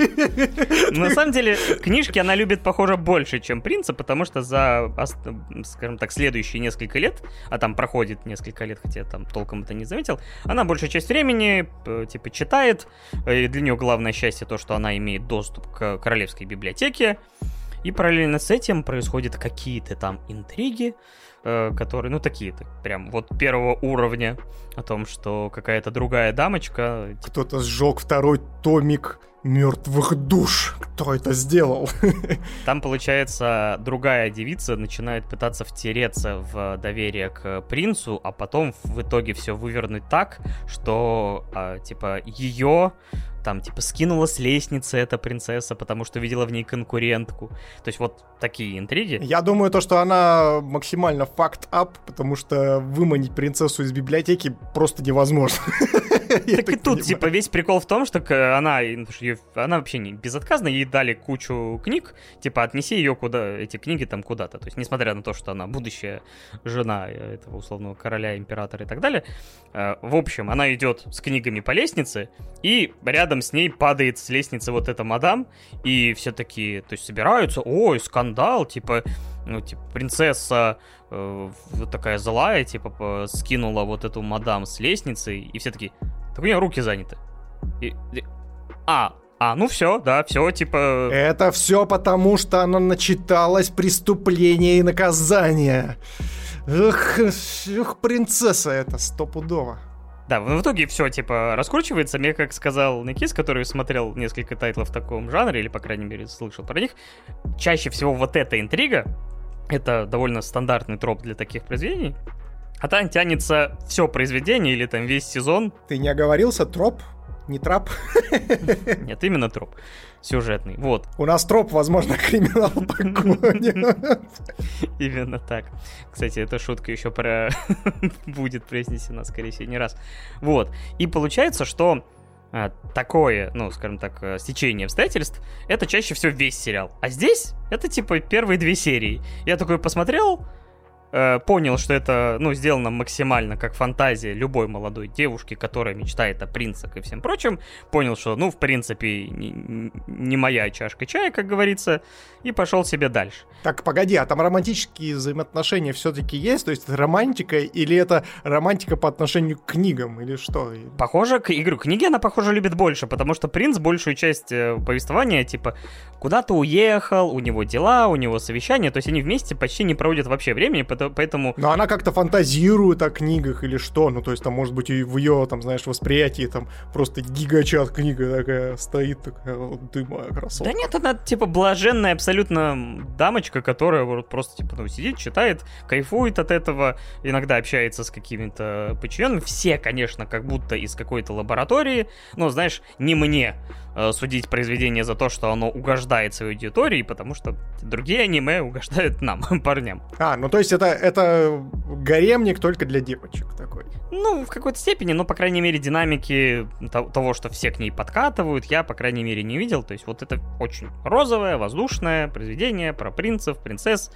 На самом деле, книжки она любит, похоже, больше, чем принца, потому что за, скажем так, следующие несколько лет, а там проходит несколько лет, хотя я там толком это не заметил, она большую часть времени, типа, читает, и для нее главное счастье то, что она имеет доступ к королевской библиотеке, и параллельно с этим происходят какие-то там интриги, которые, ну, такие-то, прям вот первого уровня, о том, что какая-то другая дамочка... Кто-то сжег второй томик мертвых душ. Кто это сделал? Там, получается, другая девица начинает пытаться втереться в доверие к принцу, а потом в итоге все вывернуть так, что, а, типа, ее... там, типа, скинула с лестницы эта принцесса, потому что видела в ней конкурентку. То есть вот такие интриги. Я думаю, то, что она максимально fucked up, потому что выманить принцессу из библиотеки просто невозможно. Так и тут, типа, весь прикол в том, что она, она вообще не безотказна, ей дали кучу книг, типа, отнеси ее куда, эти книги там куда-то. То есть, несмотря на то, что она будущая жена этого условного короля, императора и так далее, в общем, она идет с книгами по лестнице, и рядом с ней падает с лестницы вот эта мадам, и все такие, то есть, собираются, ой, скандал, типа, ну, типа, принцесса э, вот такая злая, типа, скинула вот эту мадам с лестницы, и все такие, так у нее руки заняты. И, и, а, а, ну все, да, все, типа... Это все потому, что она начиталась преступления и наказания. Эх, эх, принцесса это стопудово. Да, в итоге все, типа, раскручивается. Мне, как сказал Никис, который смотрел несколько тайтлов в таком жанре, или, по крайней мере, слышал про них, чаще всего вот эта интрига, это довольно стандартный троп для таких произведений, а там тянется все произведение или там весь сезон. Ты не оговорился? Троп? Не трап? Нет, именно троп. Сюжетный, вот. У нас троп, возможно, криминал погоня. Именно так. Кстати, эта шутка еще про... будет произнесена, скорее всего, не раз. Вот. И получается, что а, такое, ну, скажем так, стечение обстоятельств, это чаще всего весь сериал. А здесь это, типа, первые две серии. Я такой посмотрел... э, понял, что это, ну, сделано максимально как фантазия любой молодой девушки, которая мечтает о принцах и всем прочем. Понял, что, ну, в принципе, не, не моя чашка чая, как говорится, и пошел себе дальше. Так, погоди, а там романтические взаимоотношения все-таки есть? То есть это романтика или это романтика по отношению к книгам, или что? Похоже, к игру книги она, похоже, любит больше, потому что принц большую часть э, повествования, типа, куда-то уехал, у него дела, у него совещания, то есть они вместе почти не проводят вообще времени, поэтому... Но она как-то фантазирует о книгах или что? Ну, то есть там, может быть, и в ее, там, знаешь, восприятии там просто гигачат книга такая стоит, такая, вот ты моя красотка. Да нет, она, типа, блаженная абсолютно дамочка, которая вот просто, типа, ну, сидит, читает, кайфует от этого, иногда общается с какими-то подчиненными. Все, конечно, как будто из какой-то лаборатории, но, знаешь, не мне э, судить произведение за то, что оно угождает своей аудитории, потому что другие аниме угождают нам, парням. А, ну то есть это, это гаремник только для девочек такой? Ну, в какой-то степени, но, по крайней мере, динамики того, что все к ней подкатывают, я, по крайней мере, не видел. То есть вот это очень розовое, воздушное произведение про принцев, принцесс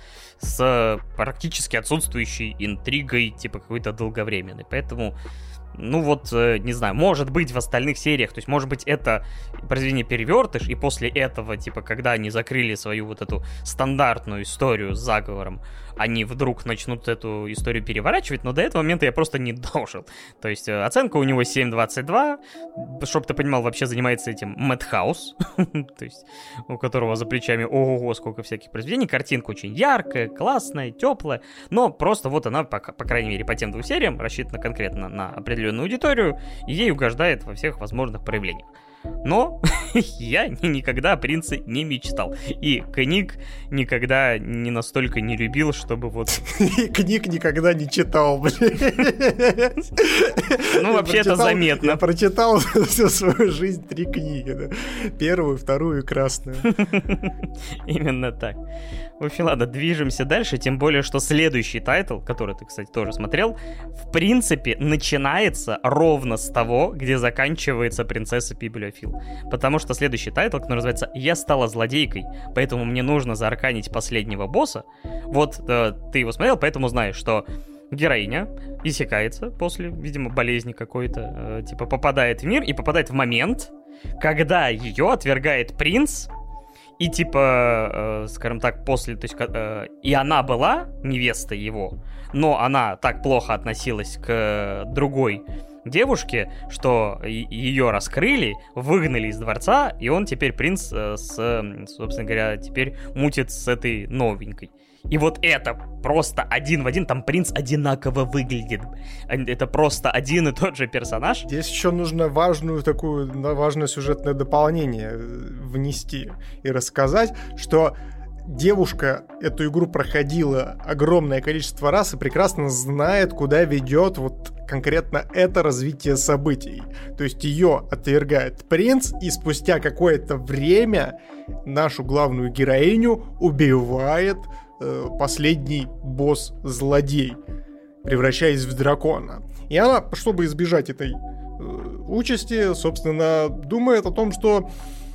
с практически отсутствующей интригой, типа какой-то долговременной. Поэтому... Ну вот, не знаю, может быть в остальных сериях, то есть может быть это произведение перевертыш, и после этого, типа, когда они закрыли свою вот эту стандартную историю с заговором, они вдруг начнут эту историю переворачивать, но до этого момента я просто не дожил. То есть оценка у него семь двадцать два, чтоб ты понимал, вообще занимается этим Madhouse, то есть у которого за плечами ого-го сколько всяких произведений, картинка очень яркая, классная, теплая, но просто вот она, по, по крайней мере, по тем двум сериям рассчитана конкретно на определенную аудиторию, и ей угождает во всех возможных проявлениях. Но я никогда о принце не мечтал. И книг никогда не настолько не любил, чтобы вот... И книг никогда не читал, блин. Ну, вообще это заметно. Я прочитал всю свою жизнь три книги. Первую, вторую и красную. Именно так. В общем, ладно, движемся дальше, тем более, что следующий тайтл, который ты, кстати, тоже смотрел, в принципе, начинается ровно с того, где заканчивается принцесса Библиофил. Потому что следующий тайтл, который называется «Я стала злодейкой, поэтому мне нужно заарканить последнего босса». Вот э, ты его смотрел, поэтому знаешь, что героиня иссякается после, видимо, болезни какой-то, э, типа попадает в мир и попадает в момент, когда ее отвергает принц. И типа, э, скажем так, после, то есть, э, и она была невестой его, но она так плохо относилась к другой девушке, что ее раскрыли, выгнали из дворца, и он теперь принц э, с, собственно говоря, теперь мутит с этой новенькой. И вот это просто один в один, там принц одинаково выглядит. Это просто один и тот же персонаж. Здесь еще нужно важную такую, важное сюжетное дополнение внести и рассказать, что девушка эту игру проходила огромное количество раз и прекрасно знает, куда ведет вот конкретно это развитие событий. То есть ее отвергает принц, и спустя какое-то время нашу главную героиню убивает э, последний босс-злодей, превращаясь в дракона. И она, чтобы избежать этой э, участи, собственно, думает о том, что,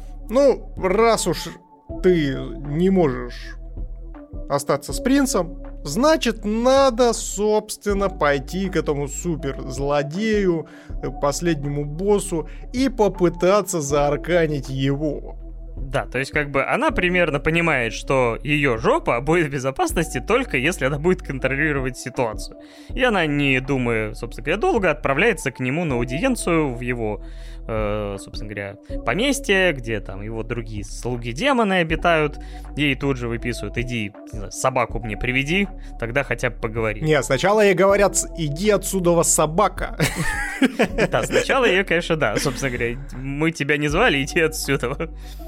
ну, раз уж ты не можешь остаться с принцем, значит, надо, собственно, пойти к этому суперзлодею, последнему боссу, и попытаться заарканить его. Да, то есть как бы она примерно понимает, что ее жопа будет в безопасности только если она будет контролировать ситуацию. И она, не думая, собственно говоря, долго, отправляется к нему на аудиенцию в его, э, собственно говоря, поместье, где там его другие слуги-демоны обитают. Ей тут же выписывают: иди, не знаю, собаку мне приведи, тогда хотя бы поговорим. Нет, сначала ей говорят: иди отсюда, собака. Да, сначала ей, конечно, да, собственно говоря, мы тебя не звали, иди отсюда.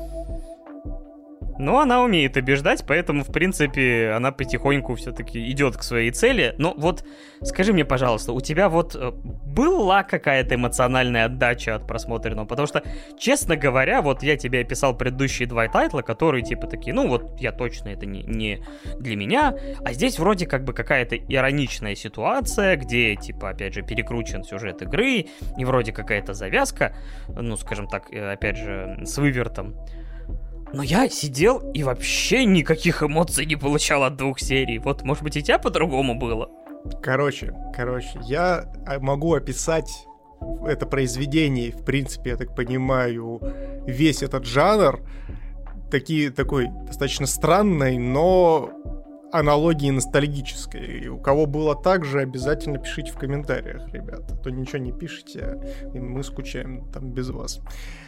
Но она умеет убеждать, поэтому, в принципе, она потихоньку все-таки идет к своей цели. Но вот скажи мне, пожалуйста, у тебя вот была какая-то эмоциональная отдача от просмотренного? Потому что, честно говоря, вот я тебе описал предыдущие два тайтла, которые типа такие, ну вот я точно, это не, не для меня. А здесь вроде как бы какая-то ироничная ситуация, где типа, опять же, перекручен сюжет игры, и вроде какая-то завязка, ну, скажем так, опять же, с вывертом. Но я сидел и вообще никаких эмоций не получал от двух серий. Вот, может быть, и тебя по-другому было? Короче, короче, я могу описать это произведение, в принципе, я так понимаю, весь этот жанр, такие, такой достаточно странной, но аналогии ностальгической. И у кого было так же, обязательно пишите в комментариях, ребята. А то ничего не пишите, и мы скучаем там без вас.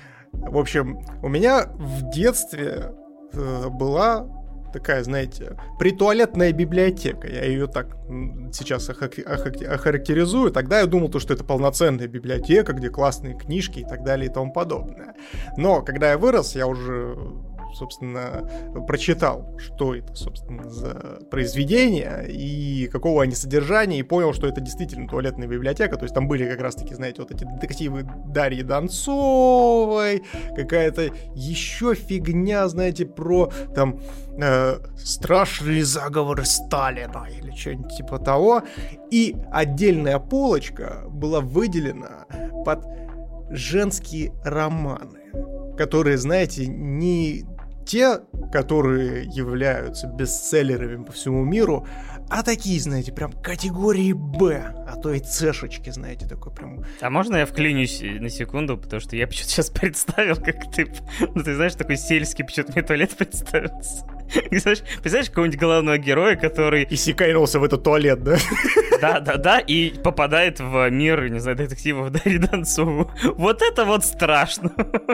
В общем, у меня в детстве э, была такая, знаете, притуалетная библиотека. Я ее так сейчас охар- охар- охарактеризую. Тогда я думал, что это полноценная библиотека, где классные книжки и так далее и тому подобное. Но когда я вырос, я уже, собственно, прочитал, что это, собственно, за произведение и какого они содержания, и понял, что это действительно туалетная библиотека. То есть там были как раз-таки, знаете, вот эти детективы Дарьи Донцовой, какая-то еще фигня, знаете, про там э, страшные заговоры Сталина или что-нибудь типа того. И отдельная полочка была выделена под женские романы, которые, знаете, не те, которые являются бестселлерами по всему миру, а такие, знаете, прям категории Б, а то и Цшечки, знаете, такой прям... А можно я вклинюсь на секунду, потому что я почему-то сейчас представил, как ты... Ну, ты знаешь, такой сельский, почему-то мне туалет представился. Знаешь, представляешь какого-нибудь главного героя, который... И сикайнулся в этот туалет, да? Да-да-да, и попадает в мир, не знаю, детективов Дарьи Донцову. Вот это вот страшно.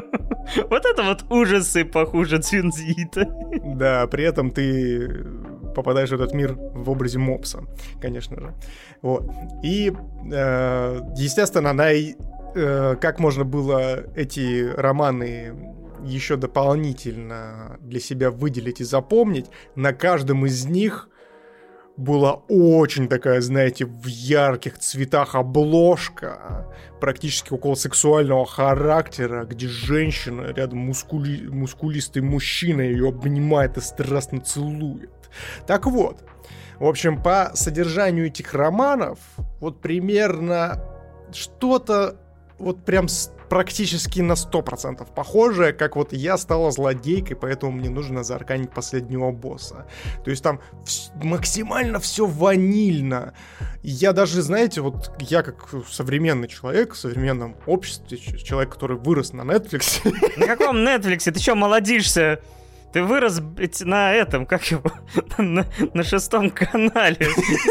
Вот это вот ужасы похуже Цюнзита. Да, при этом ты попадаешь в этот мир в образе мопса, конечно же. Вот. И, э, естественно, она и, э, как можно было эти романы еще дополнительно для себя выделить и запомнить, на каждом из них была очень такая, знаете, в ярких цветах обложка, практически около сексуального характера, где женщина, рядом мускули... мускулистый мужчина ее обнимает и страстно целует. Так вот, в общем, по содержанию этих романов, вот примерно что-то вот прям практически на сто процентов похожее, как вот я стала злодейкой, поэтому мне нужно заарканить последнего босса. То есть там вс- максимально все ванильно. Я даже, знаете, вот я как современный человек в современном обществе, человек, который вырос на Netflix. На каком Netflix? Ты что, молодишься? Ты вырос, блядь, на этом, как его, на, на шестом канале.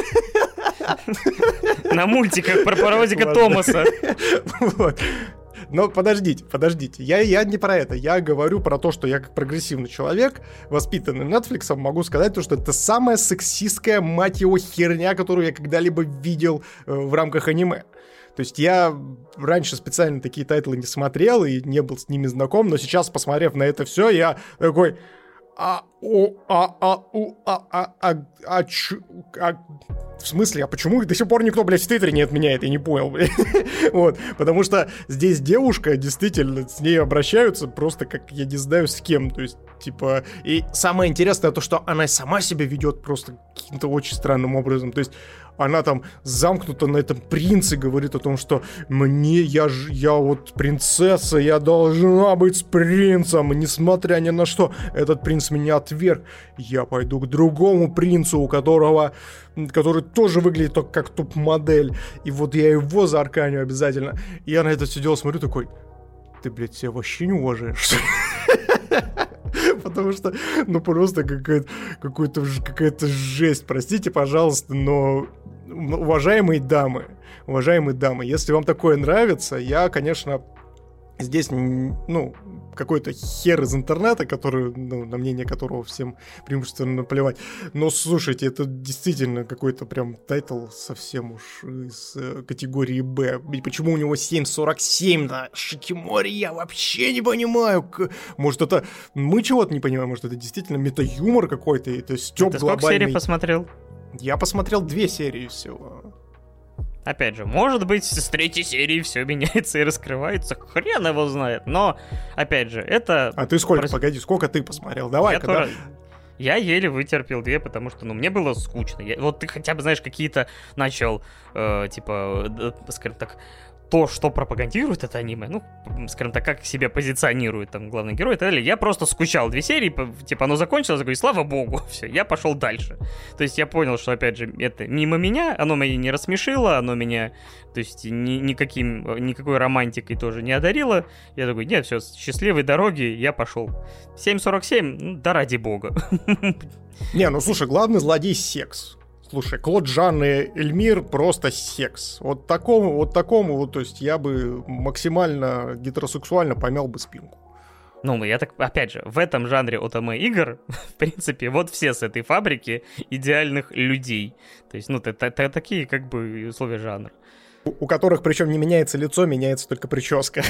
На мультиках про паровозика Томаса. Вот. Но подождите, подождите, я, я не про это, я говорю про то, что я как прогрессивный человек, воспитанный Netflix, могу сказать, то, что это самая сексистская, мать его, херня, которую я когда-либо видел э, в рамках аниме. То есть я раньше специально такие тайтлы не смотрел и не был с ними знаком, но сейчас, посмотрев на это все, я такой... А, о, а, а, у, а, а, а, а, ч, а, в смысле, а почему их до сих пор никто, блядь, в Твиттере не отменяет? Я не понял, блядь. Вот, потому что здесь девушка, действительно, с ней обращаются просто как, я не знаю, с кем, то есть, типа, и самое интересное то, что она сама себя ведет просто каким-то очень странным образом, то есть, она там замкнута на этом принце, говорит о том, что мне, я ж, я вот принцесса, я должна быть с принцем, несмотря ни на что, этот принц меня отверг, я пойду к другому принцу, у которого, который тоже выглядит только как топ-модель, и вот я его заарканю обязательно. И я на это все дело смотрю такой, ты, блядь, себя вообще не уважаешь, что ли? Потому что, ну, просто какая-то, какая-то, какая-то жесть, простите, пожалуйста, но, уважаемые дамы, уважаемые дамы, если вам такое нравится, я, конечно, здесь, ну, какой-то хер из интернета, который, ну, на мнение которого всем преимущественно наплевать. Но, слушайте, это действительно какой-то прям тайтл совсем уж из э, категории Б. И почему у него семь сорок семь на Шикимори, я вообще не понимаю. Может, это... Мы чего-то не понимаем, может, это действительно мета-юмор какой-то, это стёб глобальный. Ты сколько серий посмотрел? Я посмотрел две серии всего. Опять же, может быть, с третьей серии все меняется и раскрывается, хрен его знает, но, опять же, это... А ты сколько, Прос... погоди, сколько ты посмотрел? Давай, я когда... тоже... Я еле вытерпел две, потому что, ну, мне было скучно. Я... Вот ты хотя бы, знаешь, какие-то начал, э, типа, э, скажем так, то, что пропагандирует это аниме, ну, скажем так, как себя позиционирует там главный герой и так далее, я просто скучал две серии, типа, оно закончилось, такой, слава богу, все, я пошел дальше. То есть я понял, что, опять же, это мимо меня, оно меня не рассмешило, оно меня, то есть, ни, никаким, никакой романтикой тоже не одарило. Я такой, нет, все, счастливой дороги, я пошел. семь сорок семь, ну, да ради бога. Не, ну, слушай, главный злодей — секс. Слушай, Клод, Жан и Эльмир просто секс. Вот такому, вот такому, вот, то есть я бы максимально гетеросексуально помял бы спинку. Ну, я так, опять же, в этом жанре отаме игр, в принципе, вот все с этой фабрики идеальных людей. То есть, ну, это такие, как бы, условия жанра. У, у которых, причем, не меняется лицо, меняется только прическа.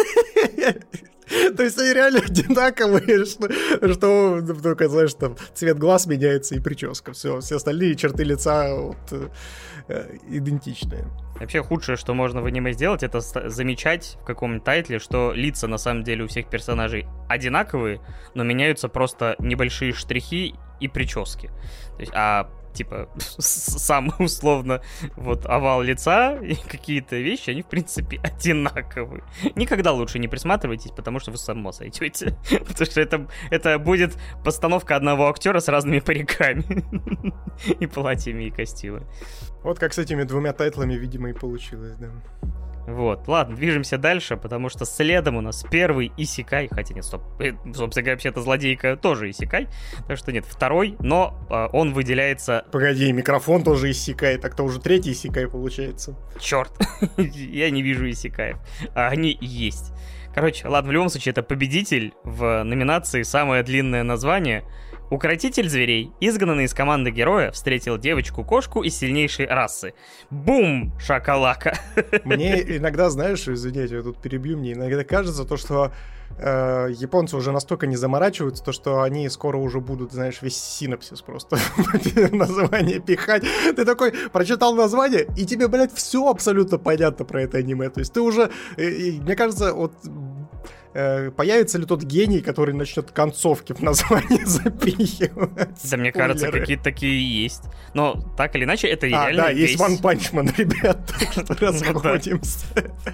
То есть они реально одинаковые, что, что только, знаешь, там цвет глаз меняется и прическа. Все, все остальные черты лица вот, э, идентичные. Вообще худшее, что можно в аниме сделать, это замечать в каком-нибудь тайтле, что лица на самом деле у всех персонажей одинаковые, но меняются просто небольшие штрихи и прически. То есть, а типа, сам условно, вот, овал лица и какие-то вещи, они, в принципе, одинаковые. Никогда лучше не присматривайтесь, потому что вы с ума сойдете. Потому что это, это будет постановка одного актера с разными париками. И платьями, и костюмами. Вот как с этими двумя тайтлами, видимо, и получилось, да. Вот, ладно, движемся дальше, потому что следом у нас первый исекай, хотя нет, стоп, собственно говоря, вообще-то злодейка тоже исекай, так что нет, второй, но э, он выделяется... Погоди, микрофон тоже исекай, так-то уже третий исекай получается. Черт, я не вижу исекаев, а они есть. Короче, ладно, в любом случае, это победитель в номинации «Самое длинное название». Укротитель зверей, изгнанный из команды героя, встретил девочку-кошку из сильнейшей расы. Бум! Шакалака! Мне иногда, знаешь, извините, я тут перебью, мне иногда кажется то, что э, японцы уже настолько не заморачиваются, то, что они скоро уже будут, знаешь, весь синапсис просто название пихать. Ты такой прочитал название, и тебе, блядь, все абсолютно понятно про это аниме. То есть ты уже, и, мне кажется, вот... появится ли тот гений, который начнет концовки в название запихивать? Да, мне кажется, какие-то такие есть. Но так или иначе, это реально. А, да, весь... есть One Punch Man, ребят, так что расходимся.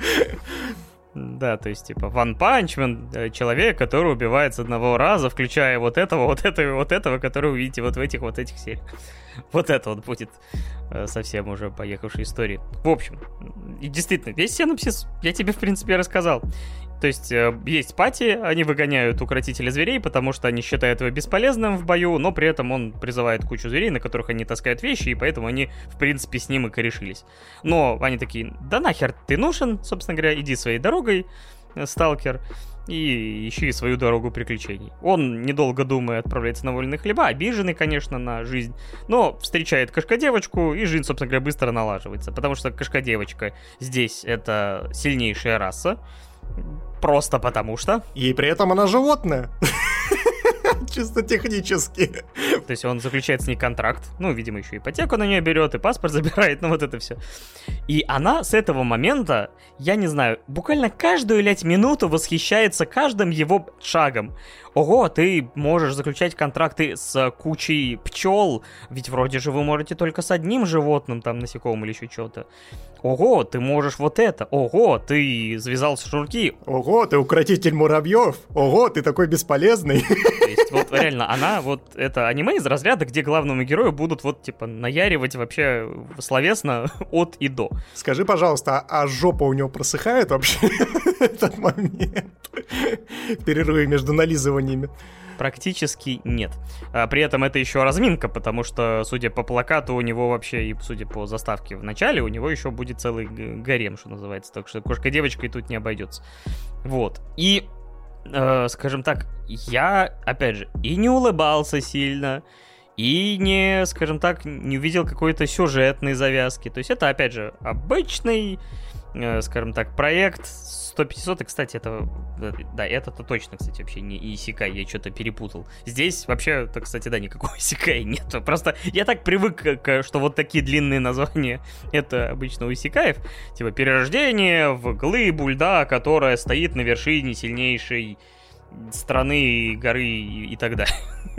Да, то есть, типа, One Punch Man, человек, который убивает с одного раза, включая вот этого, вот этого и вот этого, который вы видите вот в этих вот этих сериях. Вот это вот будет э, совсем уже поехавшей истории. В общем, и действительно, весь синопсис я тебе, в принципе, рассказал. То есть, э, есть пати, они выгоняют укротителя зверей, потому что они считают его бесполезным в бою, но при этом он призывает кучу зверей, на которых они таскают вещи, и поэтому они, в принципе, с ним и корешились. Но они такие, да нахер ты нужен, собственно говоря, иди своей дорогой, сталкер, и ищи свою дорогу приключений. Он, недолго думая, отправляется на вольные хлеба, обиженный, конечно, на жизнь, но встречает кошка-девочку, и жизнь, собственно говоря, быстро налаживается, потому что кошка-девочка здесь это сильнейшая раса, просто потому что. И при этом она животное. Чисто технически. То есть он заключает с ней контракт, ну, видимо, еще ипотеку на нее берет, и паспорт забирает, ну, вот это все. И она с этого момента, я не знаю, буквально каждую, блядь, минуту восхищается каждым его шагом. Ого, ты можешь заключать контракты с кучей пчел, ведь вроде же вы можете только с одним животным, там, насекомым или еще что-то. Ого, ты можешь вот это. Ого, ты завязал шнурки. Ого, ты укротитель муравьев. Ого, ты такой бесполезный. То есть вот реально, она вот, это аниме из разряда, где главному герою будут вот типа наяривать вообще словесно от и до. Скажи, пожалуйста, а жопа у него просыхает вообще в этот момент? В перерыве между нализываниями. Практически нет. А при этом это еще разминка, потому что, судя по плакату, у него вообще, и судя по заставке в начале, у него еще будет целый гарем, что называется. Так что кошка-девочка и тут не обойдется. Вот. И, э, скажем так, я, опять же, и не улыбался сильно, и не, скажем так, не увидел какой-то сюжетной завязки. То есть это, опять же, обычный, э, скажем так, проект сто пятьсот, и, кстати, это, да, это-то точно, кстати, вообще не исекай, я что-то перепутал. Здесь вообще, то, кстати, да, никакого исекая нет. Просто я так привык, к, что вот такие длинные названия, это обычно у исекаев, типа перерождение в глыбу льда, которая стоит на вершине сильнейшей страны, горы и, и так далее.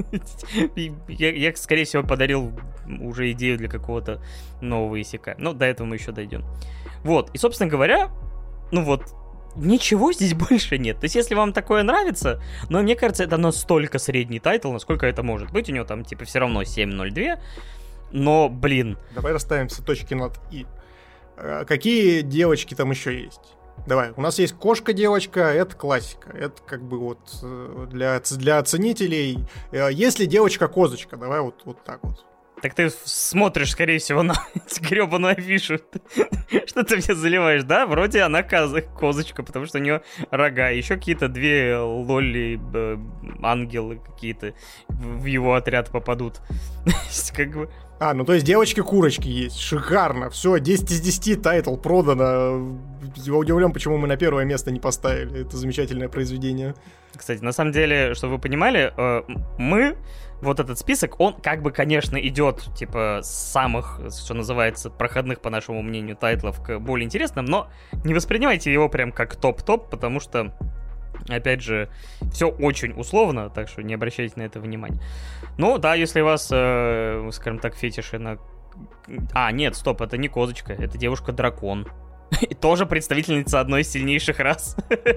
я, я, скорее всего, подарил уже идею для какого-то нового исекая. Но до этого мы еще дойдем. Вот, и, собственно говоря, ну вот, ничего здесь больше нет. То есть, если вам такое нравится, но мне кажется, это настолько средний тайтл, насколько это может быть. У него там, типа, все равно семь ноль два. Но, блин. Давай расставим все точки над «и». А какие девочки там еще есть? Давай, у нас есть кошка-девочка, это классика. Это как бы вот для, для оценителей. Если девочка-козочка, давай вот, вот так вот. Так ты смотришь, скорее всего, на гребаную афишу. Что ты мне заливаешь, да? Вроде она козочка, потому что у нее рога. Еще какие-то две лолли, ангелы какие-то в его отряд попадут. Как бы... А, ну то есть девочки-курочки есть. Шикарно. Все, десять из десяти, тайтл продано. Я удивлен, почему мы на первое место не поставили. Это замечательное произведение. Кстати, на самом деле, чтобы вы понимали, мы... Вот этот список, он как бы, конечно, идет, типа, с самых, что называется, проходных, по нашему мнению, тайтлов к более интересным, но не воспринимайте его прям как топ-топ, потому что, опять же, все очень условно, так что не обращайте на это внимания. Ну, да, если у вас, э, скажем так, фетиши на... А, нет, стоп, это не козочка, это девушка-дракон. И тоже представительница одной из сильнейших рас.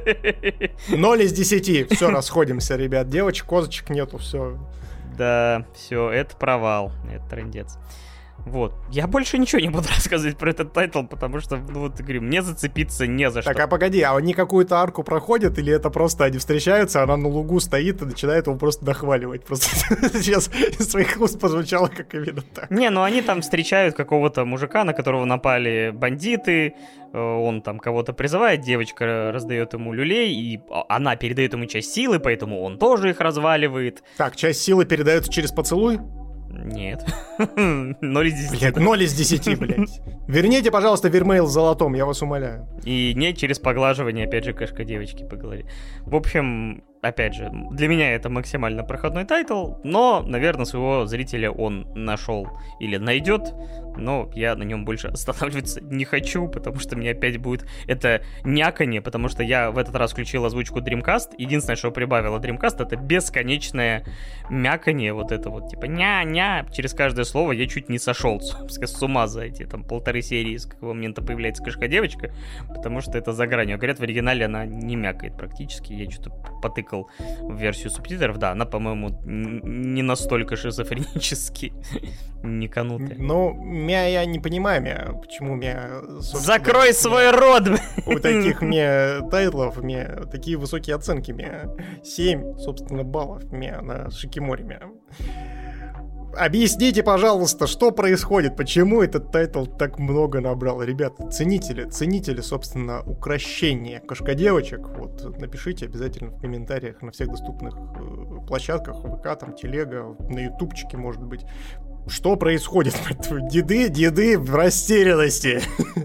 Ноль из десяти. Все, расходимся, ребят. Девочек, козочек нету, все. Да, все, это провал, это трындец. Вот. Я больше ничего не буду рассказывать про этот тайтл, потому что, ну вот, говорю, мне зацепиться не за что. Так, а погоди, а они какую-то арку проходят, или это просто они встречаются, она на лугу стоит и начинает его просто дохваливать? Просто сейчас из своих уст позвучало как именно так. Не, ну они там встречают какого-то мужика, на которого напали бандиты, он там кого-то призывает, девочка раздает ему люлей, и она передает ему часть силы, поэтому он тоже их разваливает. Так, часть силы передается через поцелуй? Нет. ноль из десяти. Блядь, ноль из десяти, блядь. Верните, пожалуйста, вермейл в золотом, я вас умоляю. И не через поглаживание, опять же, кошка девочки по голове. В общем, опять же, для меня это максимально проходной тайтл, но, наверное, своего зрителя он нашел или найдет, но я на нем больше останавливаться не хочу, потому что мне опять будет это няканье, потому что я в этот раз включил озвучку Dreamcast. Единственное, что прибавила Dreamcast, это бесконечное мяканье, вот это вот, типа ня-ня, через каждое слово я чуть не сошел с ума за эти там полторы серии, с какого момента появляется кошка-девочка, потому что это за гранью. Говорят, в оригинале она не мякает практически, я что-то потыкал в версию субтитров, да, она, по-моему, не настолько шизофренически никанутая. Ну, мя, я не понимаю, мя, почему мя... Закрой мя, свой рот! У таких мя тайтлов мя такие высокие оценки, мя. семь, собственно, баллов мя на Шикиморе, мя. Объясните, пожалуйста, что происходит, почему этот тайтл так много набрал. Ребята, ценители, ценители, собственно, укрощения кошкодевочек, вот, напишите обязательно в комментариях на всех доступных э, площадках, ВК, там, Телега, на ютубчике, может быть. Что происходит? Деды, деды в растерянности.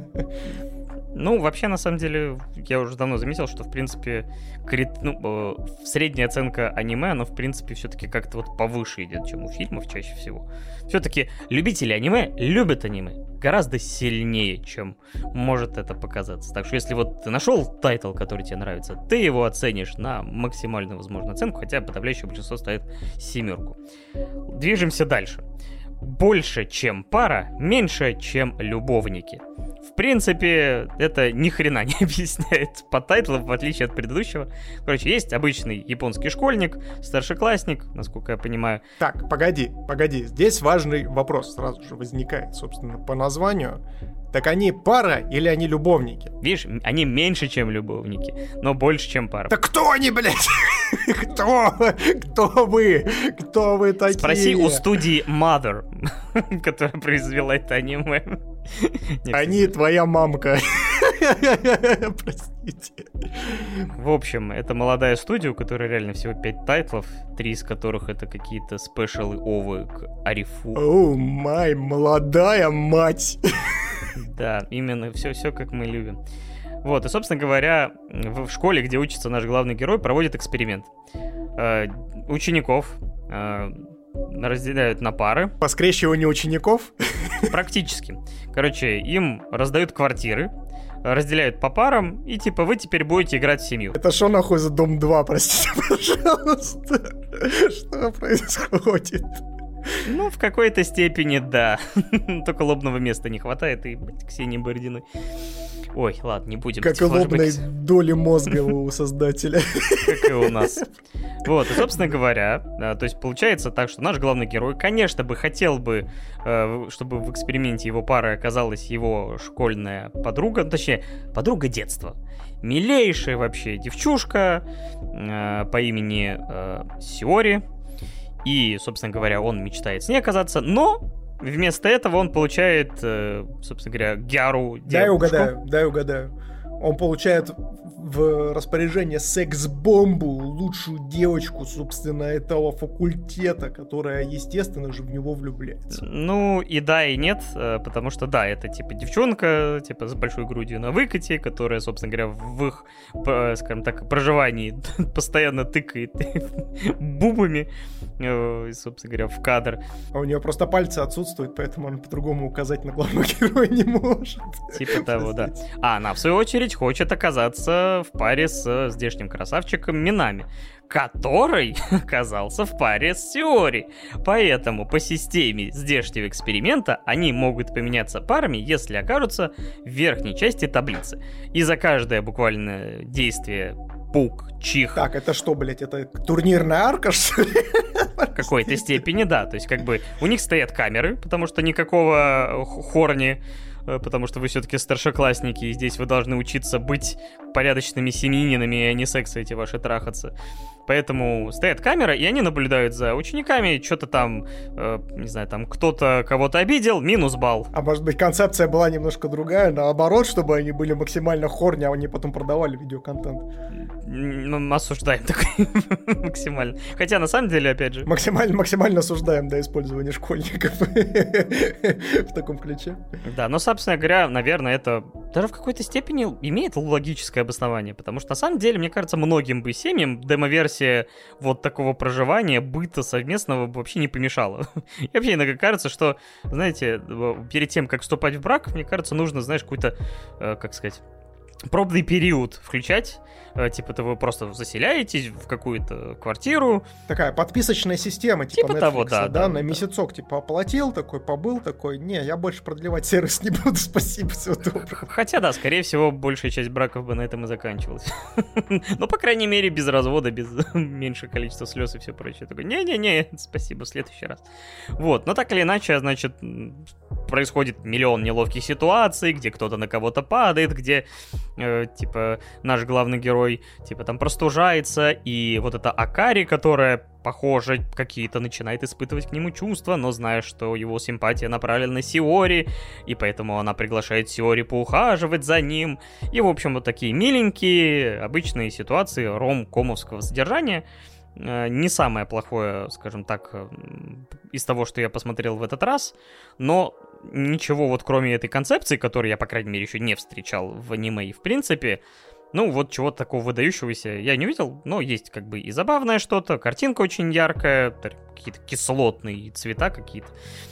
Ну, вообще, на самом деле, я уже давно заметил, что, в принципе, крит... ну, э, средняя оценка аниме, она, в принципе, все-таки как-то вот повыше идет, чем у фильмов чаще всего. Все-таки любители аниме любят аниме гораздо сильнее, чем может это показаться. Так что, если вот ты нашел тайтл, который тебе нравится, ты его оценишь на максимальную возможную оценку, хотя подавляющее большинство ставит семерку. Движемся дальше. Больше, чем пара, меньше, чем любовники. В принципе, это ни хрена не объясняет по тайтлам, в отличие от предыдущего. Короче, есть обычный японский школьник, старшеклассник, насколько я понимаю. Так, погоди, погоди. Здесь важный вопрос сразу же возникает, собственно, по названию. Так они пара или они любовники? Видишь, они меньше, чем любовники, но больше, чем пара. Так кто они, блядь? Кто? Кто вы? Кто вы такие? Спроси у студии Mother, которая произвела это аниме. Они твоя мамка. Простите. В общем, это молодая студия, у которой реально всего пять тайтлов, три из которых это какие-то спешалы овы к Арифу. О май, молодая мать. Да, именно, все-все как мы любим. Вот, и, собственно говоря, в школе, где учится наш главный герой, проводит эксперимент. Э, учеников э, разделяют на пары. По скрещиванию учеников? Практически. Короче, им раздают квартиры, разделяют по парам, и типа вы теперь будете играть в семью. Это что нахуй за Дом два, простите, пожалуйста? Что происходит? Ну, в какой-то степени, да. Только лобного места не хватает, и, блядь, Ксении Бородиной. Ой, ладно, не будем. Как и лобной доли мозга у создателя. Как и у нас. Вот, и, собственно говоря, то есть получается так, что наш главный герой, конечно, бы хотел бы, чтобы в эксперименте его парой оказалась его школьная подруга, точнее, подруга детства. Милейшая вообще девчушка по имени Сиори. И, собственно говоря, он мечтает с ней оказаться, но вместо этого он получает, собственно говоря, Гяру девушку. Дай угадаю, дай угадаю. Он получает в распоряжение секс-бомбу, лучшую девочку, собственно, этого факультета, которая, естественно же, в него влюбляется. Ну, и да, и нет, потому что, да, это, типа, девчонка, типа, с большой грудью на выкате, которая, собственно говоря, в их, скажем так, проживании постоянно тыкает бубами, собственно говоря, в кадр. А у нее просто пальцы отсутствуют, поэтому он по-другому указать на главного героя не может. Типа того, да. А она, в свою очередь, хочет оказаться в паре с здешним красавчиком Минами, который оказался в паре с Сиори. Поэтому по системе здешнего эксперимента они могут поменяться парами, если окажутся в верхней части таблицы. И за каждое буквально действие пук, чих. Так, это что, блядь, это турнирная арка, что ли? В какой-то степени, да. То есть, как бы, у них стоят камеры, потому что никакого хорни, потому что вы все-таки старшеклассники, и здесь вы должны учиться быть порядочными семьянинами, а не сексы эти ваши трахаться. Поэтому стоят камеры, и они наблюдают за учениками, что-то там, э, не знаю, там кто-то кого-то обидел, минус балл. А может быть, концепция была немножко другая, наоборот, чтобы они были максимально хорни, а они потом продавали видеоконтент? Ну, осуждаем такой максимально. Хотя, на самом деле, опять же... Максимально, максимально осуждаем, да, использование школьников в таком ключе. Да, но, собственно говоря, наверное, это даже в какой-то степени имеет логическое обоснование, потому что, на самом деле, мне кажется, многим бы семьям демо-версия вот такого проживания, быта совместного вообще не помешало. И вообще иногда кажется, что, знаете, перед тем, как вступать в брак, мне кажется, нужно, знаешь, какой-то, э, как сказать, пробный период включать. Типа, вы просто заселяетесь в какую-то квартиру. Такая подписочная система, типа, типа Netflix, того, да, да, да, на да. месяцок, типа, оплатил, такой, побыл, такой, не, я больше продлевать сервис не буду, спасибо, всего доброго. Хотя, да, скорее всего, большая часть браков бы на этом и заканчивалась. Но, по крайней мере, без развода, без меньшего количества слез и все прочее. Такой, не-не-не, спасибо, в следующий раз. Вот, но так или иначе, значит, происходит миллион неловких ситуаций, где кто-то на кого-то падает, где, э, типа, наш главный герой, типа, там простужается, и вот эта Акари, которая, похоже, какие-то начинает испытывать к нему чувства, но зная, что его симпатия направлена на Сиори, и поэтому она приглашает Сиори поухаживать за ним. И, в общем, вот такие миленькие, обычные ситуации ром-комовского содержания. Не самое плохое, скажем так, из того, что я посмотрел в этот раз, но ничего вот кроме этой концепции, которую я, по крайней мере, еще не встречал в аниме и в принципе, ну вот чего-то такого выдающегося я не увидел, но есть как бы и забавное что-то, картинка очень яркая, какие-то кислотные цвета какие-то,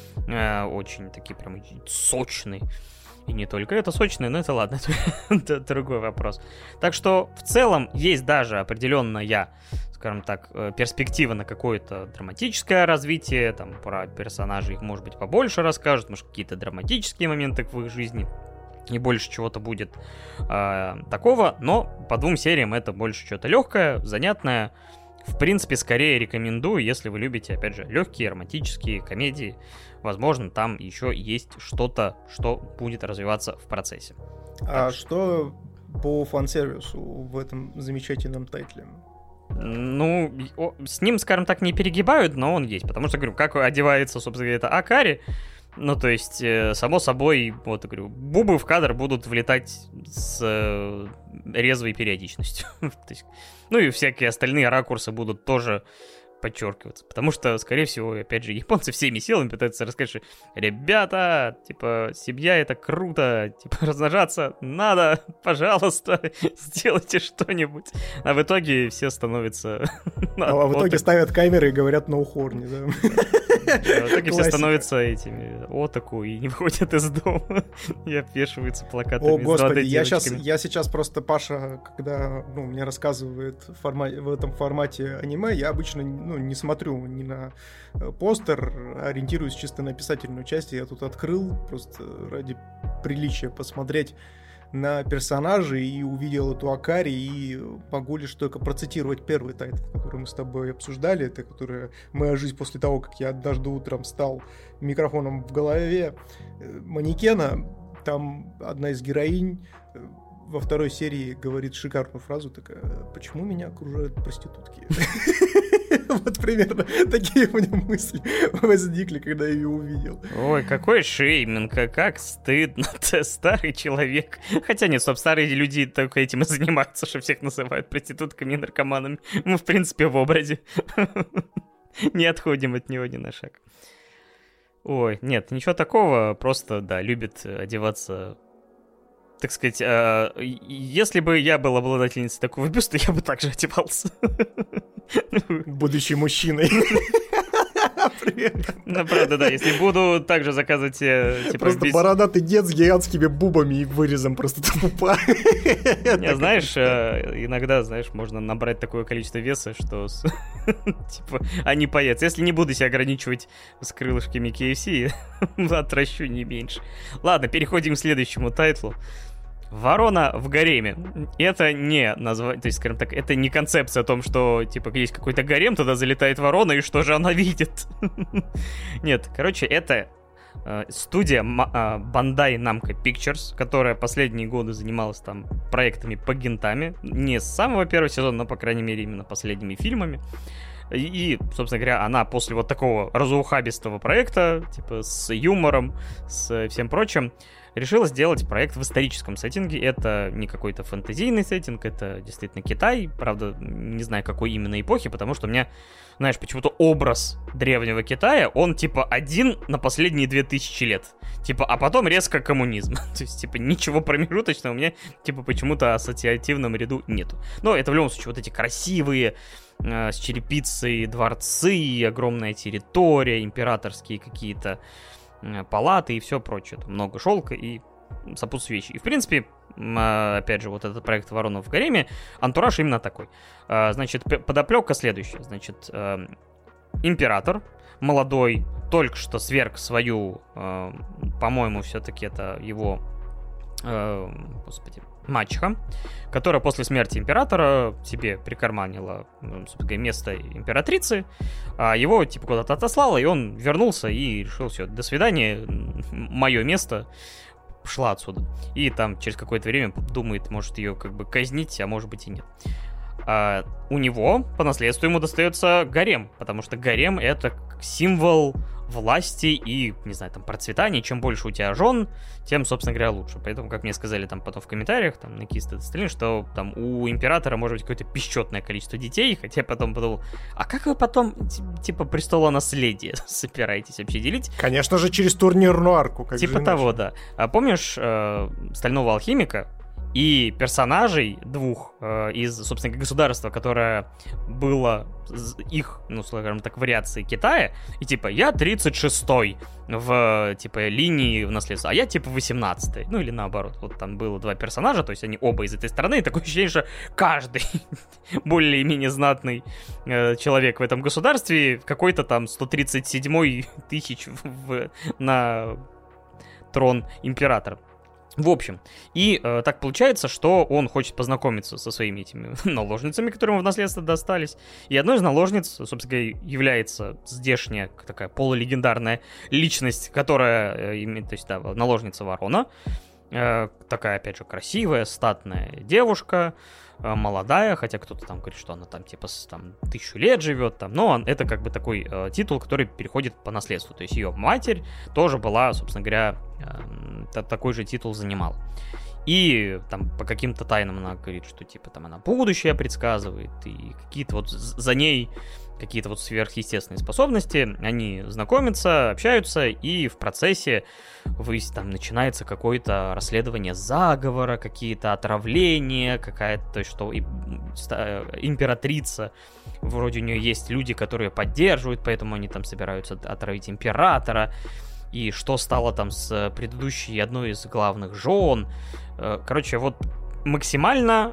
э, очень такие прям сочные. И не только это сочное, но это ладно, это другой вопрос. Так что в целом есть даже определенная, скажем так, перспектива на какое-то драматическое развитие, там про персонажей их, может быть, побольше расскажут, может, какие-то драматические моменты в их жизни, и больше чего-то будет э, такого, но по двум сериям это больше что-то легкое, занятное. В принципе, скорее рекомендую, если вы любите, опять же, легкие романтические комедии. Возможно, там еще есть что-то, что будет развиваться в процессе. А что по фан-сервису в этом замечательном тайтле? Ну, с ним, скажем так, не перегибают, но он есть. Потому что, говорю, как одевается, собственно говоря, это Акари. Ну, то есть, само собой, вот, я говорю, бубы в кадр будут влетать с э, резвой периодичностью. Ну, и всякие остальные ракурсы будут тоже подчеркиваться. Потому что, скорее всего, опять же, японцы всеми силами пытаются рассказать, что ребята, типа, семья — это круто, типа, размножаться надо, пожалуйста, сделайте что-нибудь. А в итоге все становятся... А в итоге ставят камеры и говорят «no horny», да? В итоге все становятся этими отаку и не выходят из дома. И обвешиваются плакатами. О, господи, я сейчас, я сейчас просто, Паша, когда ну, мне рассказывает в, формате, в этом формате аниме, я обычно ну, не смотрю ни на постер, ориентируюсь чисто на описательную часть. Я тут открыл просто ради приличия посмотреть на персонажей и увидел эту Акари, и могу лишь только процитировать первый тайтл, который мы с тобой обсуждали, это которая «Моя жизнь после того, как я однажды утром стал микрофоном в голове манекена». Там одна из героинь во второй серии говорит шикарную фразу, такая: «Почему меня окружают проститутки?» Вот примерно такие у меня мысли возникли, когда я ее увидел. Ой, какой шейминг, как стыдно, ты старый человек. Хотя нет, стоп, старые люди только этим и занимаются, что всех называют проститутками и наркоманами. Мы, в принципе, в образе. Не отходим от него ни на шаг. Ой, нет, ничего такого, просто, да, любит одеваться... Так сказать, э, если бы я был обладательницей такого бюста, я бы также одевался. Будучи мужчиной. Привет. Ну, правда, да, если буду также заказывать... Типа, просто без... бородатый дед с гигантскими бубами и вырезом просто тупа. Не, знаешь, иногда, знаешь, можно набрать такое количество веса, что типа они поедут. Если не буду себя ограничивать с крылышками кей эф си, отращу не меньше. Ладно, переходим к следующему тайтлу. Ворона в гареме. Это не название, то есть, скажем так, это не концепция о том, что, типа, есть какой-то гарем, туда залетает ворона, и что же она видит? Нет, короче, это э, студия э, Bandai Namco Pictures, которая последние годы занималась там проектами по гентами. Не с самого первого сезона, но, по крайней мере, именно последними фильмами. И, собственно говоря, она после вот такого разухабистого проекта, типа, с юмором, с всем прочим, решила сделать проект в историческом сеттинге. Это не какой-то фэнтезийный сеттинг, это действительно Китай. Правда, не знаю, какой именно эпохи, потому что у меня, знаешь, почему-то образ древнего Китая, он типа один на последние две тысячи лет. Типа, а потом резко коммунизм. То есть, типа, ничего промежуточного у меня, типа, почему-то ассоциативном ряду нету. Но это в любом случае вот эти красивые, э, с черепицей дворцы, огромная территория, императорские какие-то палаты и все прочее. Там много шелка и сопутствующие. И, в принципе, опять же, вот этот проект «Ворона в гареме», антураж именно такой. Значит, подоплека следующая. Значит, император молодой только что сверг свою, по-моему, все-таки это его, господи, мачеха, которая после смерти императора себе прикарманила, собственно, место императрицы, а его, типа, куда-то отослала, и он вернулся и решил: все, до свидания, мое место, шла отсюда. И там через какое-то время думает, может ее как бы казнить, а может быть и нет. А у него по наследству ему достается гарем, потому что гарем — это символ власти и, не знаю, там, процветания. Чем больше у тебя жен, тем, собственно говоря, лучше. Поэтому, как мне сказали там потом в комментариях, там, на Кисты остальные, что там у императора может быть какое-то бесчетное количество детей, хотя я потом подумал, а как вы потом, типа, престолонаследие собираетесь вообще делить? Конечно же, через турнирную арку. Как типа того, да. А помнишь э, Стального алхимика? И персонажей двух э, из, собственно, государства, которое было их, ну, скажем так, вариацией Китая, и типа я тридцать шестой в, типа, линии в наследство, а я, типа, восемнадцатый. Ну, или наоборот. Вот там было два персонажа, то есть они оба из этой страны, и такое ощущение, что каждый более-менее знатный э, человек в этом государстве какой-то там сто тридцать седьмой тысяч в, на трон императора. В общем, и э, так получается, что он хочет познакомиться со своими этими наложницами, которые ему в наследство достались. И одной из наложниц, собственно говоря, является здешняя такая полулегендарная личность, которая э, имеет, то есть, да, наложница Ворона. Э, такая, опять же, красивая, статная девушка, э, молодая, хотя кто-то там говорит, что она там типа с, там, тысячу лет живет, там, но он, это как бы такой э, титул, который переходит по наследству. То есть ее матерь тоже была, собственно говоря, э, такой же титул занимала. И там по каким-то тайнам она говорит, что типа там она будущее предсказывает, и какие-то вот за ней какие-то вот сверхъестественные способности. Они знакомятся, общаются, и в процессе вы, там начинается какое-то расследование заговора, какие-то отравления, какая-то, то есть что и, императрица, вроде у нее есть люди, которые поддерживают, поэтому они там собираются отравить императора. И что стало там с предыдущей одной из главных жен. Короче, вот максимально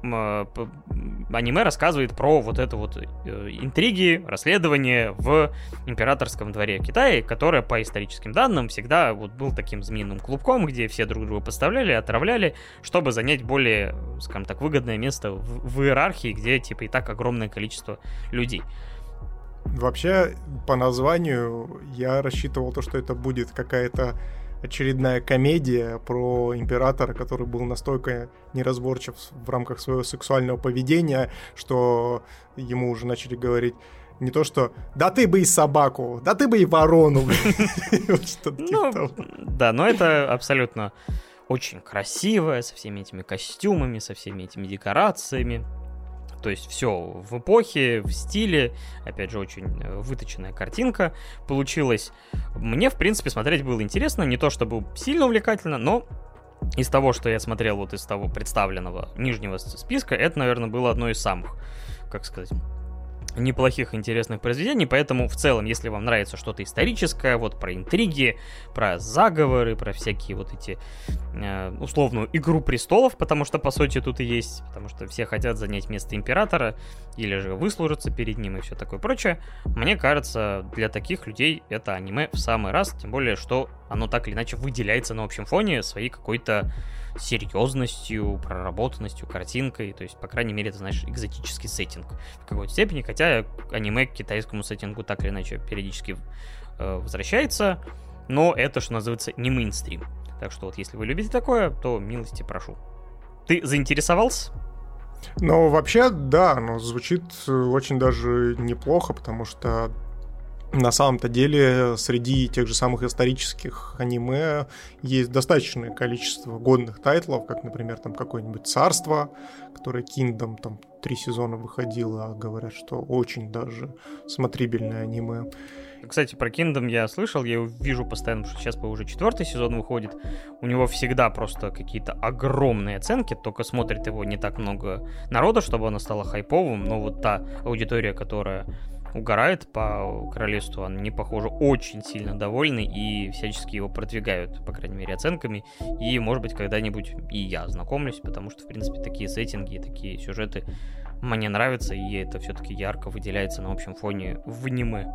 аниме рассказывает про вот это вот интриги, расследования в императорском дворе Китая, которое по историческим данным всегда вот был таким змеиным клубком, где все друг друга подставляли, отравляли, чтобы занять более, скажем так, выгодное место в, в иерархии, где типа и так огромное количество людей. Вообще, по названию я рассчитывал то, что это будет какая-то очередная комедия про императора, который был настолько неразборчив в рамках своего сексуального поведения, что ему уже начали говорить не то, что «да ты бы и собаку, да ты бы и ворону». Ну, да, но это абсолютно очень красивое, со всеми этими костюмами, со всеми этими декорациями. То есть все в эпохе, в стиле, опять же, очень выточенная картинка получилась. Мне, в принципе, смотреть было интересно, не то чтобы сильно увлекательно, но из того, что я смотрел, вот из того представленного нижнего списка, это, наверное, было одно из самых, как сказать, неплохих, интересных произведений, поэтому в целом, если вам нравится что-то историческое, вот про интриги, про заговоры, про всякие вот эти э, условную «Игру престолов», потому что, по сути, тут и есть, потому что все хотят занять место императора или же выслужиться перед ним и все такое прочее, мне кажется, для таких людей это аниме в самый раз, тем более, что оно так или иначе выделяется на общем фоне своей какой-то серьезностью, проработанностью, картинкой, то есть, по крайней мере, это, знаешь, экзотический сеттинг в какой-то степени, хотя аниме к китайскому сеттингу так или иначе периодически э, возвращается, но это, что называется, не мейнстрим. Так что вот, если вы любите такое, то милости прошу. Ты заинтересовался? Ну, вообще, да, но звучит очень даже неплохо, потому что на самом-то деле среди тех же самых исторических аниме есть достаточное количество годных тайтлов, как, например, там какое-нибудь «Царство», которое Kingdom, там три сезона выходило, а говорят, что очень даже смотрибельное аниме. Кстати, про Kingdom я слышал, я его вижу постоянно, потому что сейчас уже четвертый сезон выходит. У него всегда просто какие-то огромные оценки, только смотрит его не так много народа, чтобы оно стало хайповым, но вот та аудитория, которая угорает по королевству, они, похоже, очень сильно довольны и всячески его продвигают, по крайней мере, оценками. И, может быть, когда-нибудь и я знакомлюсь, потому что, в принципе, такие сеттинги, такие сюжеты мне нравятся, и это все-таки ярко выделяется на общем фоне в аниме.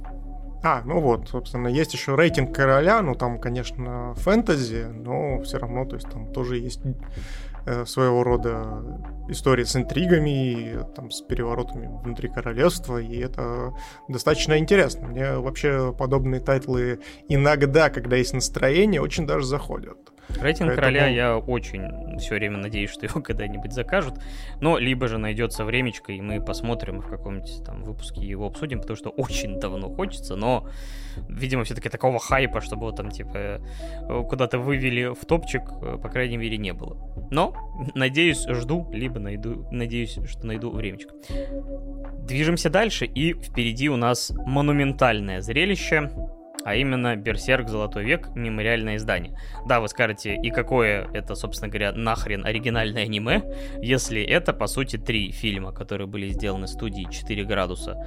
А, ну вот, собственно, есть еще «Рейтинг короля», ну там, конечно, фэнтези, но все равно, то есть там тоже есть э, своего рода истории с интригами, там, с переворотами внутри королевства, и это достаточно интересно. Мне вообще подобные тайтлы иногда, когда есть настроение, очень даже заходят. «Рейтинг Поэтому... короля» я очень все время надеюсь, что его когда-нибудь закажут, но либо же найдется времечко, и мы посмотрим в каком-нибудь там выпуске его обсудим, потому что очень давно хочется, но, видимо, все-таки такого хайпа, чтобы его там, типа, куда-то вывели в топчик, по крайней мере, не было. Но, надеюсь, жду, либо найду, надеюсь, что найду времечко. Движемся дальше, и впереди у нас монументальное зрелище, а именно «Берсерк. Золотой век. Мемориальное издание». Да, вы скажете, и какое это, собственно говоря, нахрен оригинальное аниме, если это, по сути, три фильма, которые были сделаны студией четыре градуса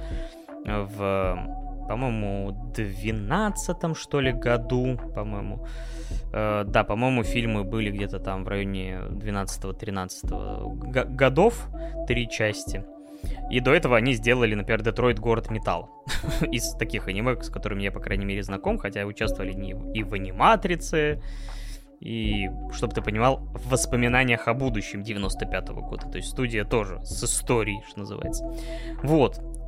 в, по-моему, двенадцатом, что ли, году, по-моему. Э, да, по-моему, фильмы были где-то там в районе двенадцатого-тринадцатого г- годов, три части. И до этого они сделали, например, «Детройт. Город металла». Из таких аниме, с которыми я, по крайней мере, знаком, хотя участвовали не и в «Аниматрице», и, чтобы ты понимал, в «Воспоминаниях о будущем» девяносто пятого года. То есть студия тоже с историей, что называется. Вот.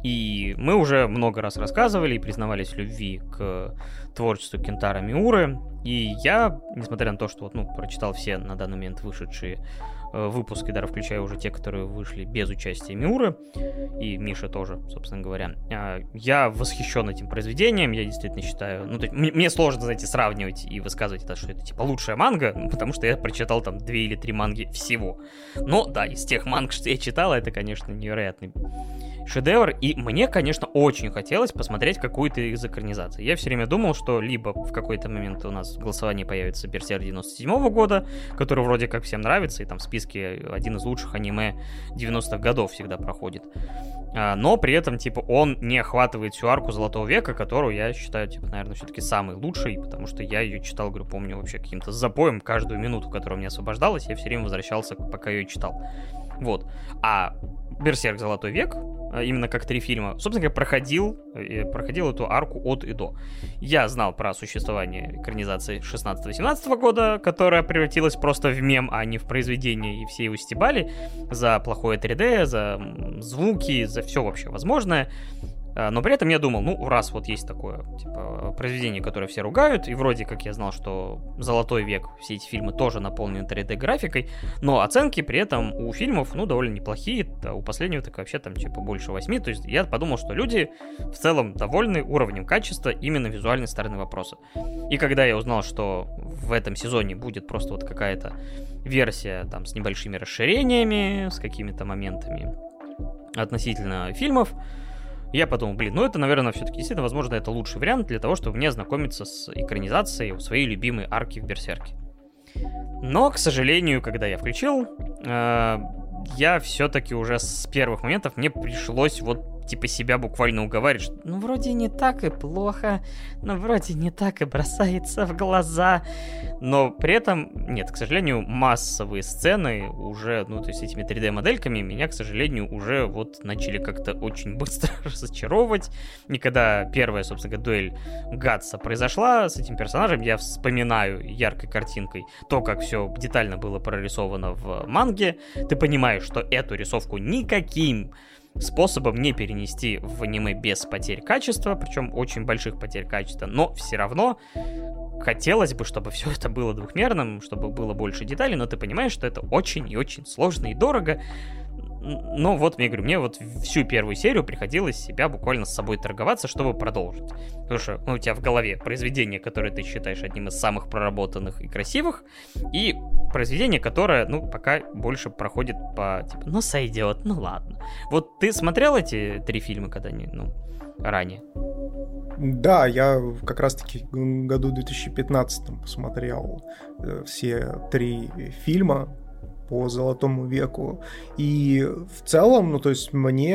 И мы уже много раз рассказывали и признавались в любви к творчеству Кентаро Миуры. И я, несмотря на то, что вот, ну, прочитал все на данный момент вышедшие э, выпуски, даже включая уже те, которые вышли без участия Миуры, и Миши тоже, собственно говоря, э, я восхищен этим произведением. Я действительно считаю... Ну, то есть, мне, мне сложно, знаете, сравнивать и высказывать это, что это, типа, лучшая манга, потому что я прочитал там две или три манги всего. Но, да, из тех манг, что я читал, это, конечно, невероятный шедевр, и мне, конечно, очень хотелось посмотреть какую-то из экранизаций. Я все время думал, что либо в какой-то момент у нас в голосовании появится Берсерк девяносто седьмого года, который вроде как всем нравится, и там в списке один из лучших аниме девяностых годов всегда проходит. А, но при этом, типа, он не охватывает всю арку Золотого века, которую я считаю, типа, наверное, все-таки самый лучший, потому что я ее читал, говорю, помню вообще каким-то запоем. Каждую минуту, которая мне освобождалась, я все время возвращался, пока ее читал. Вот. А Берсерк Золотой век, именно как три фильма, собственно говоря, проходил, проходил эту арку от и до. Я знал про существование экранизации шестнадцатого-семнадцатого года, которая превратилась просто в мем, а не в произведение, и все его стебали за плохое три дэ, за звуки, за все вообще возможное. Но при этом я думал, ну, раз вот есть такое, типа, произведение, которое все ругают, и вроде как я знал, что Золотой век, все эти фильмы тоже наполнены три дэ-графикой, но оценки при этом у фильмов, ну, довольно неплохие, да, у последнего так вообще там, типа, больше восьми, то есть я подумал, что люди в целом довольны уровнем качества именно визуальной стороны вопроса. И когда я узнал, что в этом сезоне будет просто вот какая-то версия, там, с небольшими расширениями, с какими-то моментами относительно фильмов, я подумал, блин, ну это, наверное, все-таки действительно, возможно, это лучший вариант для того, чтобы мне ознакомиться с экранизацией своей любимой арки в Берсерке. Но, к сожалению, когда я включил, э, я все-таки уже с первых моментов мне пришлось вот типа себя буквально уговаривать, что ну вроде не так и плохо, ну вроде не так и бросается в глаза, но при этом, нет, к сожалению, массовые сцены уже, ну то есть этими три дэ-модельками меня, к сожалению, уже вот начали как-то очень быстро разочаровывать, и когда первая, собственно говоря, дуэль Гатса произошла с этим персонажем, я вспоминаю яркой картинкой то, как все детально было прорисовано в манге, ты понимаешь, что эту рисовку никаким способом не перенести в аниме без потерь качества, причем очень больших потерь качества, но все равно хотелось бы, чтобы все это было двухмерным, чтобы было больше деталей, но ты понимаешь, что это очень и очень сложно и дорого. Но вот, я говорю, мне вот всю первую серию приходилось себя буквально с собой торговаться, чтобы продолжить. Потому что ну, у тебя в голове произведение, которое ты считаешь одним из самых проработанных и красивых, и произведение, которое, ну, пока больше проходит по, типа, ну, сойдет, ну, ладно. Вот ты смотрел эти три фильма когда-нибудь, ну, ранее? Да, я как раз-таки в году две тысячи пятнадцатом посмотрел все три фильма по Золотому веку. И в целом, ну, то есть мне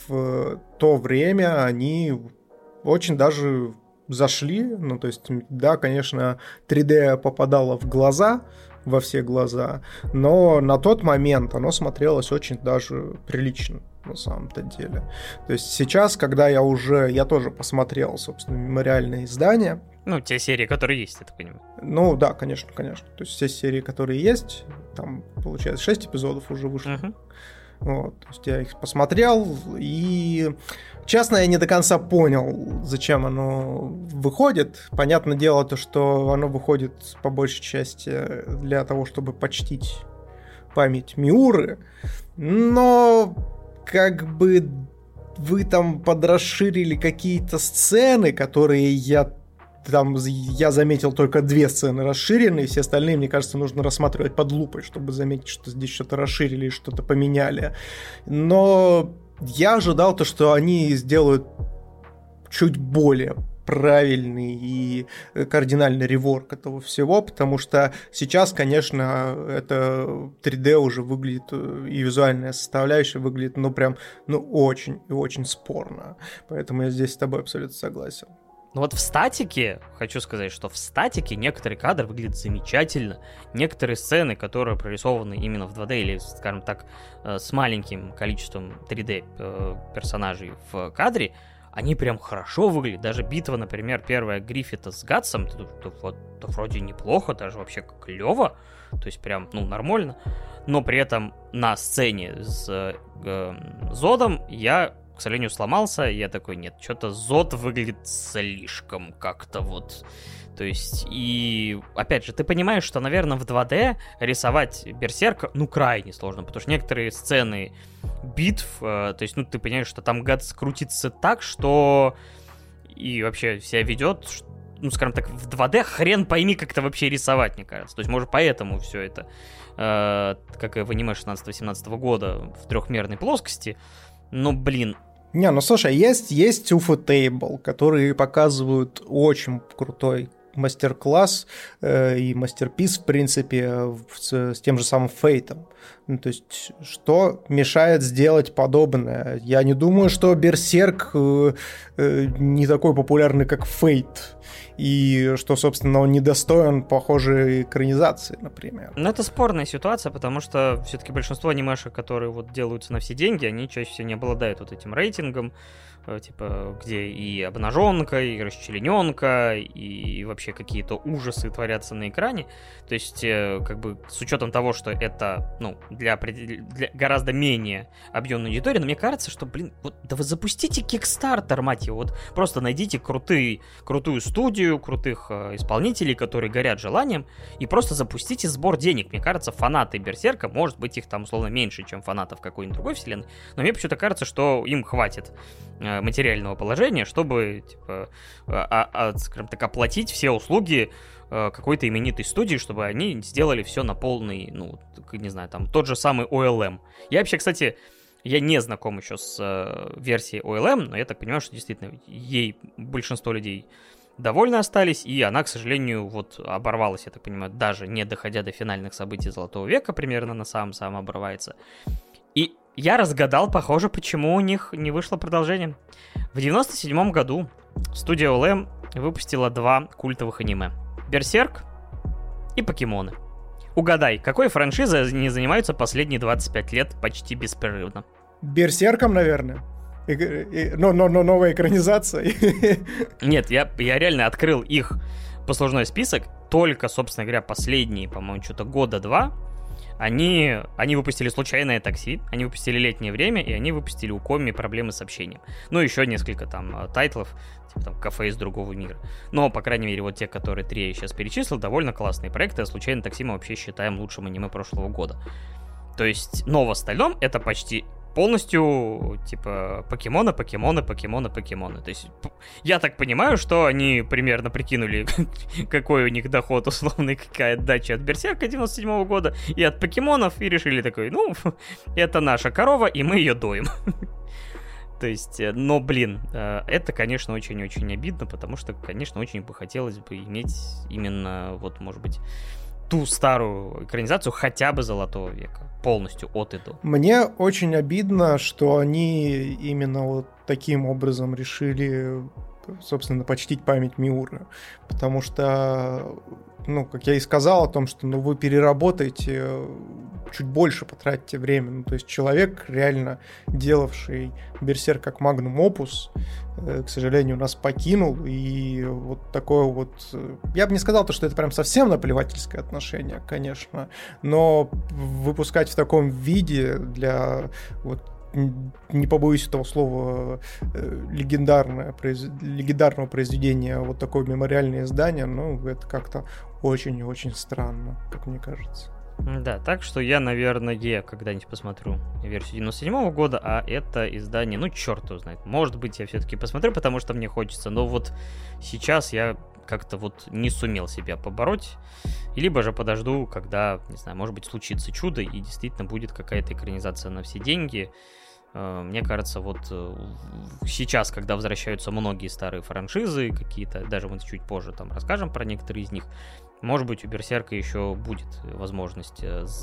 в то время они очень даже зашли. Ну, то есть, да, конечно, три дэ попадало в глаза, во все глаза, но на тот момент оно смотрелось очень даже прилично, на самом-то деле. То есть сейчас, когда я уже, я тоже посмотрел, собственно, мемориальные издания. Ну, те серии, которые есть, я так понимаю. Ну, да, конечно, конечно. То есть все серии, которые есть, там, получается, шесть эпизодов уже вышло. Uh-huh. Вот, то есть я их посмотрел, и, честно, я не до конца понял, зачем оно выходит. Понятное дело, то, что оно выходит по большей части для того, чтобы почтить память Миуры, но как бы вы там подрасширили какие-то сцены, которые я там я заметил только две сцены расширенные, все остальные, мне кажется, нужно рассматривать под лупой, чтобы заметить, что здесь что-то расширили и что-то поменяли. Но я ожидал то, что они сделают чуть более правильный и кардинальный реворк этого всего, потому что сейчас, конечно, это три дэ уже выглядит, и визуальная составляющая выглядит, ну, прям, ну, очень и очень спорно. Поэтому я здесь с тобой абсолютно согласен. Ну вот в статике, хочу сказать, что в статике некоторые кадры выглядят замечательно. Некоторые сцены, которые прорисованы именно в два дэ или, скажем так, с маленьким количеством три дэ персонажей в кадре, они прям хорошо выглядят. Даже битва, например, первая Гриффита с Гатсом, то, то, то, то вроде неплохо, даже вообще клево. То есть прям, ну, нормально. Но при этом на сцене с э, Зодом я к сожалению, сломался, и я такой, нет, что-то Зод выглядит слишком как-то вот... То есть, и, опять же, ты понимаешь, что, наверное, в два дэ рисовать Берсерка, ну, крайне сложно, потому что некоторые сцены битв, э, то есть, ну, ты понимаешь, что там гад крутится так, что и вообще себя ведет, ну, скажем так, в два дэ хрен пойми, как это вообще рисовать, мне кажется. То есть, может, поэтому все это, э, как и в аниме шестнадцатого-семнадцатого года, в трехмерной плоскости, но, блин. Не, ну, слушай, есть, есть Ufotable, которые показывают очень крутой мастер-класс э, и мастер-пис, в принципе, с, с тем же самым Фейтом. Ну, то есть, что мешает сделать подобное? Я не думаю, что Берсерк э, э, не такой популярный, как Фейт. И что, собственно, он недостоин похожей экранизации, например. Ну, это спорная ситуация, потому что все-таки большинство анимешек, которые вот делаются на все деньги, они чаще всего не обладают вот этим рейтингом, типа, где и обнаженка, и расчлененка, и вообще какие-то ужасы творятся на экране. То есть, как бы, с учетом того, что это, ну, для, для гораздо менее объемной аудитории, но мне кажется, что, блин, вот, да вы запустите Kickstarter, мать его, вот, просто найдите крутые, крутую студию, крутых э, исполнителей, которые горят желанием, и просто запустите сбор денег. Мне кажется, фанаты Берсерка, может быть, их там, условно, меньше, чем фанатов какой-нибудь другой вселенной, но мне почему-то кажется, что им хватит э, материального положения, чтобы, типа, а, а, скажем так, оплатить все услуги э, какой-то именитой студии, чтобы они сделали все на полный, ну, не знаю, там, тот же самый о эл эм. Я вообще, кстати, я не знаком еще с э, версией о эл эм, но я так понимаю, что действительно ей большинство людей довольны остались, и она, к сожалению, вот оборвалась, я так понимаю, даже не доходя до финальных событий Золотого века, примерно на самом-самом обрывается. И я разгадал, похоже, почему у них не вышло продолжение. В девяносто седьмом году студия о эл эм выпустила два культовых аниме. Берсерк и Покемоны. Угадай, какой франшизой они занимаются последние двадцать пять лет почти беспрерывно? Берсерком, наверное. И, и, но, но, но новая экранизация. Нет, я, я реально открыл их послужной список. Только, собственно говоря, последние, по-моему, что-то года два. Они, они выпустили «Случайное такси», они выпустили «Летнее время», и они выпустили у Коми «Проблемы с общением». Ну, еще несколько там тайтлов, типа там «Кафе из другого мира». Но, по крайней мере, вот те, которые три я сейчас перечислил, довольно классные проекты. «Случайное такси» мы вообще считаем лучшим аниме прошлого года. То есть, но в остальном это почти полностью, типа, покемоны, покемоны, покемоны, покемоны. То есть, я так понимаю, что они примерно прикинули, какой у них доход условный, какая отдача от Берсерка девяносто седьмого года и от покемонов, и решили такой, ну, это наша корова, и мы ее доим. То есть, но, блин, это, конечно, очень-очень обидно, потому что, конечно, очень бы хотелось бы иметь именно, вот, может быть, ту старую экранизацию хотя бы Золотого века, полностью от и до. Мне очень обидно, что они именно вот таким образом решили, собственно, почтить память Миуры, потому что, ну, как я и сказал о том, что, ну, вы переработаете, чуть больше потратите время, ну, то есть человек, реально делавший Берсерк как магнум опус, к сожалению, нас покинул, и вот такое вот... Я бы не сказал, что это прям совсем наплевательское отношение, конечно, но выпускать в таком виде для, вот, не побоюсь этого слова, легендарное, произ... легендарного произведения, вот такое мемориальное издание, ну, это как-то очень и очень странно, как мне кажется. Да, так что я, наверное, когда-нибудь посмотрю версию девяносто седьмого года, а это издание, ну, черт его знает. Может быть, я все-таки посмотрю, потому что мне хочется, но вот сейчас я как-то вот не сумел себя побороть. И либо же подожду, когда, не знаю, может быть, случится чудо, и действительно будет какая-то экранизация на все деньги. Мне кажется, вот сейчас, когда возвращаются многие старые франшизы, какие-то, даже мы чуть позже там расскажем про некоторые из них, может быть, у Берсерка еще будет возможность,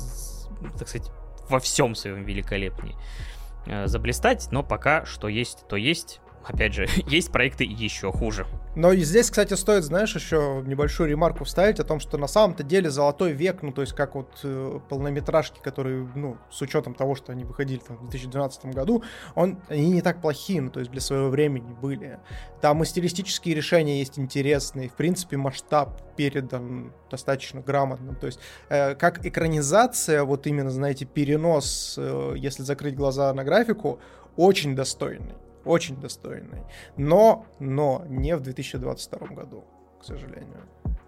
так сказать, во всем своем великолепии заблистать, но пока что есть, то есть. Опять же, есть проекты еще хуже. Но и здесь, кстати, стоит, знаешь, еще небольшую ремарку вставить о том, что на самом-то деле «Золотой век», ну, то есть как вот э, полнометражки, которые, ну, с учетом того, что они выходили там, в две тысячи двенадцатом году, он, они не так плохие, ну, то есть для своего времени были. Там и стилистические решения есть интересные, в принципе, масштаб передан достаточно грамотно. То есть э, как экранизация, вот именно, знаете, перенос, э, если закрыть глаза на графику, очень достойный. очень достойной. Но, но не в две тысячи двадцать втором году, к сожалению.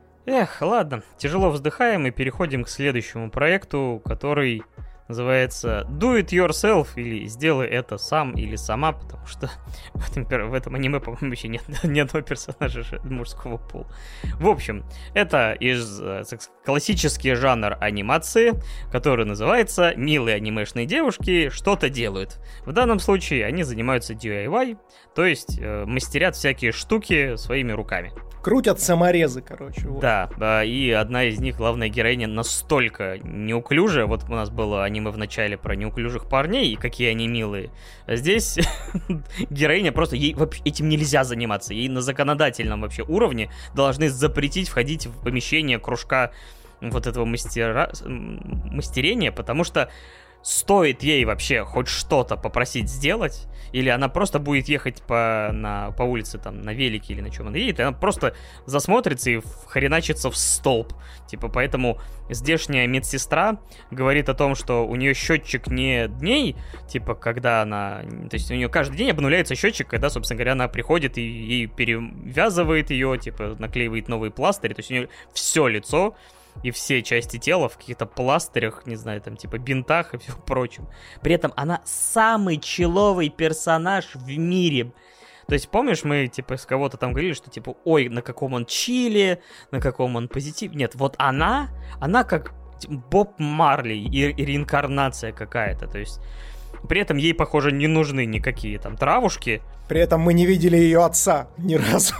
Эх, ладно, тяжело вздыхаем и переходим к следующему проекту, который называется Do It Yourself, или Сделай это сам или сама, потому что в этом, в этом аниме, по-моему, еще нет ни одного персонажа мужского пола. В общем, это из классический жанр анимации, который называется «Милые анимешные девушки что-то делают». В данном случае они занимаются ди ай вай, то есть э, мастерят всякие штуки своими руками. Крутят саморезы, короче. Вот. Да, да, и одна из них, главная героиня, настолько неуклюжая. Вот у нас было аниме в начале про неуклюжих парней, и какие они милые. А здесь героиня просто, ей этим нельзя заниматься. Ей на законодательном вообще уровне должны запретить входить в помещение кружка вот этого мастера... мастерения, потому что стоит ей вообще хоть что-то попросить сделать, или она просто будет ехать по, на, по улице там на велике или на чем она едет, и она просто засмотрится и хреначится в столб. Типа, поэтому здешняя медсестра говорит о том, что у нее счетчик не дней, типа, когда она... То есть у нее каждый день обнуляется счетчик, когда, собственно говоря, она приходит и, и перевязывает ее, типа, наклеивает новые пластыри. То есть у нее все лицо и все части тела в каких-то пластырях, не знаю, там, типа, бинтах и всем прочем. При этом она самый человый персонаж в мире. То есть, помнишь, мы, типа, с кого-то там говорили, что, типа, ой, на каком он чиле, на каком он позитив. Нет, вот она, она как Боб Марли и, и реинкарнация какая-то. То есть, при этом ей, похоже, не нужны никакие там травушки. При этом мы не видели ее отца ни разу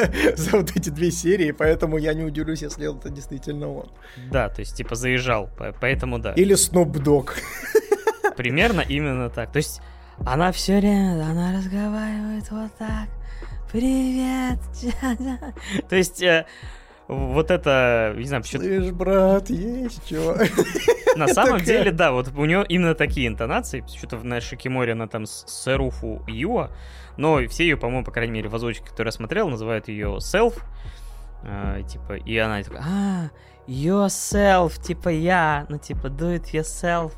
за вот эти две серии, поэтому я не удивлюсь, если это действительно он. Да, то есть, типа, заезжал, поэтому да. Или Snoop Dogg. Примерно именно так. То есть, она все время, она разговаривает вот так. Привет. То есть, э, вот это, не знаю, почему... Слышь, брат, есть чего? На самом деле, да, вот у нее именно такие интонации. Что-то в нашей Шикиморе она там с Сэруфу Юа, но все ее, по-моему, по крайней мере, в озвучке, которую я смотрел, называют ее Self. Э, типа, и она такая, а, yourself, типа я, ну, типа, do it yourself.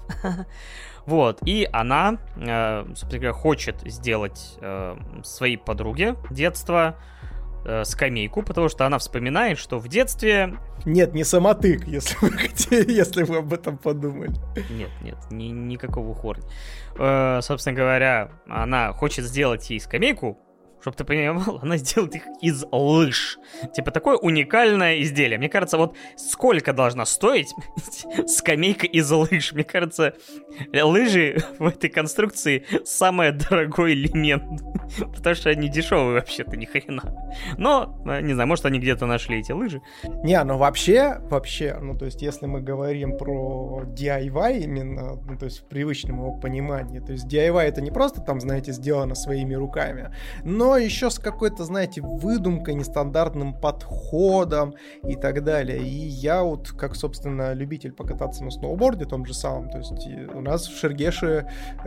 Вот, и она, э, собственно говоря, хочет сделать э, своей подруге детства э, скамейку, потому что она вспоминает, что в детстве... Нет, не самотык, если вы хотели, если вы об этом подумали. Нет, нет, ни, никакого хорни. Э, собственно говоря, она хочет сделать ей скамейку, чтобы ты понимал, она сделает их из лыж. Типа такое уникальное изделие. Мне кажется, вот сколько должна стоить скамейка из лыж? Мне кажется, лыжи в этой конструкции самый дорогой элемент. Потому что они дешевые вообще-то, ни хрена. Но, не знаю, может, они где-то нашли эти лыжи. Не, ну вообще, вообще, ну то есть, если мы говорим про ди ай вай именно, ну то есть в привычном его понимании, то есть ди ай вай это не просто там, знаете, сделано своими руками, но еще с какой-то, знаете, выдумкой, нестандартным подходом и так далее. И я вот, как, собственно, любитель покататься на сноуборде, том же самом, то есть у нас в Шергеше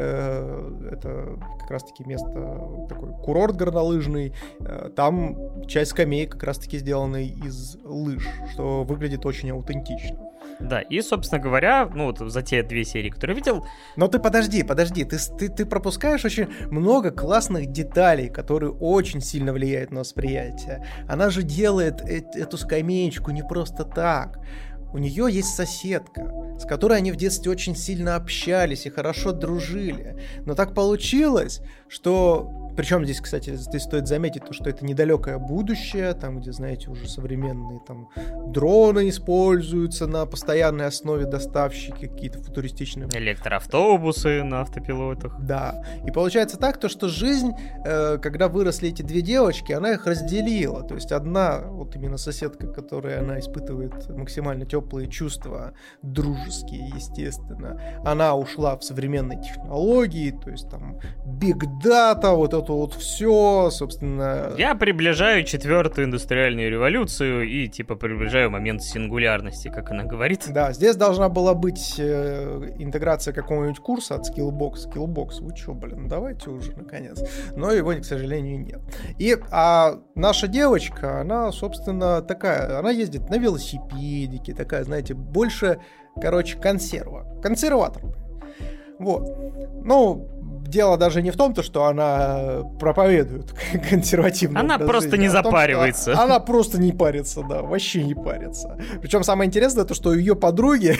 э, это как раз-таки место, такой курорт горнолыжный, э, там часть скамей как раз-таки сделаны из лыж, что выглядит очень аутентично. Да, и, собственно говоря, ну вот за те две серии, которые видел... Но ты подожди, подожди, ты, ты, ты пропускаешь очень много классных деталей, которые очень сильно влияют на восприятие. Она же делает э- эту скамеечку не просто так. У нее есть соседка, с которой они в детстве очень сильно общались и хорошо дружили. Но так получилось, что... Причем здесь, кстати, здесь стоит заметить, то, что это недалекое будущее, там, где, знаете, уже современные там дроны используются на постоянной основе, доставщики какие-то футуристичные. Электроавтобусы на автопилотах. Да. И получается так, то, что жизнь, э, когда выросли эти две девочки, она их разделила. То есть одна, вот именно соседка, которой она испытывает максимально теплые чувства, дружеские, естественно, она ушла в современные технологии, то есть там big data, вот это вот все, собственно... Я приближаю четвертую индустриальную революцию и, типа, приближаю момент сингулярности, как она говорит. Да, здесь должна была быть э, интеграция какого-нибудь курса от Skillbox. Skillbox, вы чё, блин, давайте уже, наконец. Но его, к сожалению, нет. И а наша девочка, она, собственно, такая, она ездит на велосипедике, такая, знаете, больше, короче, консерва. Консерватор. Вот. Ну, дело даже не в том, то, что она проповедует консервативно. Она просто жизни, не а запаривается. Том, она просто не парится, да, вообще не парится. Причем самое интересное, то, что ее подруги...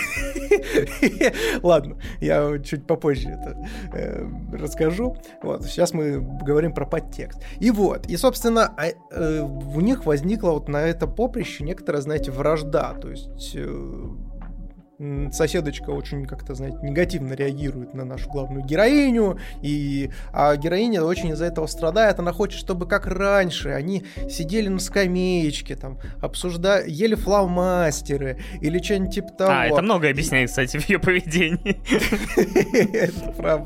Ладно, я чуть попозже это э, расскажу. Вот, сейчас мы говорим про подтекст. И вот, и, собственно, э, у них возникла вот на это поприще некоторая, знаете, вражда. То есть... Э, соседочка очень как-то, знаете, негативно реагирует на нашу главную героиню, и, а героиня очень из-за этого страдает, она хочет, чтобы как раньше они сидели на скамеечке, там, обсуждали, ели фломастеры, или что-нибудь типа того. А, это многое объясняет, кстати, в ее поведении. Это правда.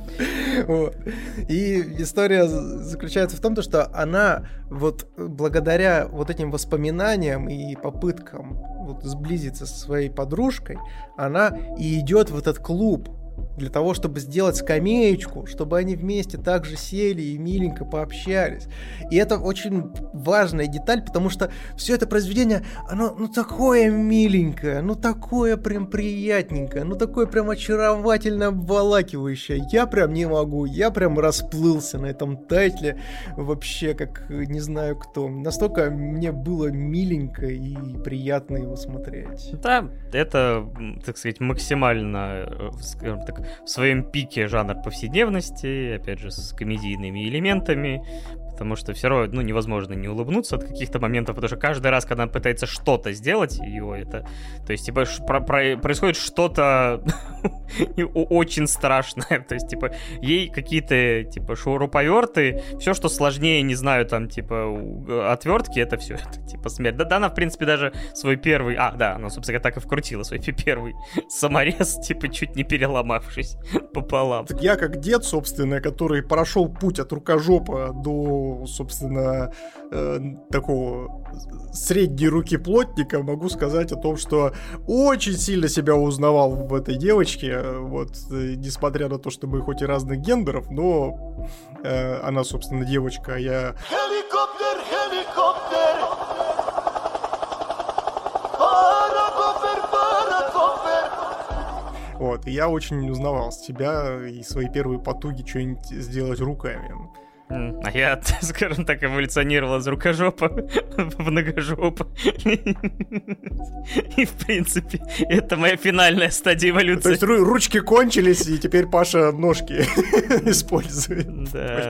И история заключается в том, что она вот благодаря вот этим воспоминаниям и попыткам вот сблизиться со своей подружкой, она и идет в этот клуб для того, чтобы сделать скамеечку, чтобы они вместе также сели и миленько пообщались. И это очень важная деталь, потому что все это произведение, оно ну такое миленькое, ну такое прям приятненькое, ну такое прям очаровательно обволакивающее. Я прям не могу, я прям расплылся на этом тайтле вообще, как не знаю кто. Настолько мне было миленько и приятно его смотреть. Да, это, так сказать, максимально, скажем так, в своем пике жанр повседневности, опять же, с комедийными элементами, потому что все равно, ну, невозможно не улыбнуться от каких-то моментов, потому что каждый раз, когда она пытается что-то сделать, ее это, то есть, типа, про- про- происходит что-то очень страшное, то есть, типа, ей какие-то, типа, шуруповерты, все, что сложнее, не знаю, там, типа, отвертки, это все, это, типа, смерть. Да, она, в принципе, даже свой первый, а, да, она, собственно, так и вкрутила свой первый саморез, типа, чуть не переломавшись пополам. Так я, как дед, собственно, который прошел путь от рукожопа до, собственно, э, такого средней руки плотника, могу сказать о том, что очень сильно себя узнавал в этой девочке, вот, э, несмотря на то, что мы хоть и разных гендеров, но э, она, собственно, девочка, а я... Хеликоптер, хеликоптер! Паракофер, паракофер! Вот, и я очень узнавал себя и свои первые потуги что-нибудь сделать руками. А я, скажем так, эволюционировал из рукожопа в многожопа. И, в принципе, это моя финальная стадия эволюции. То есть ру- ручки кончились, и теперь Паша ножки использует. Да.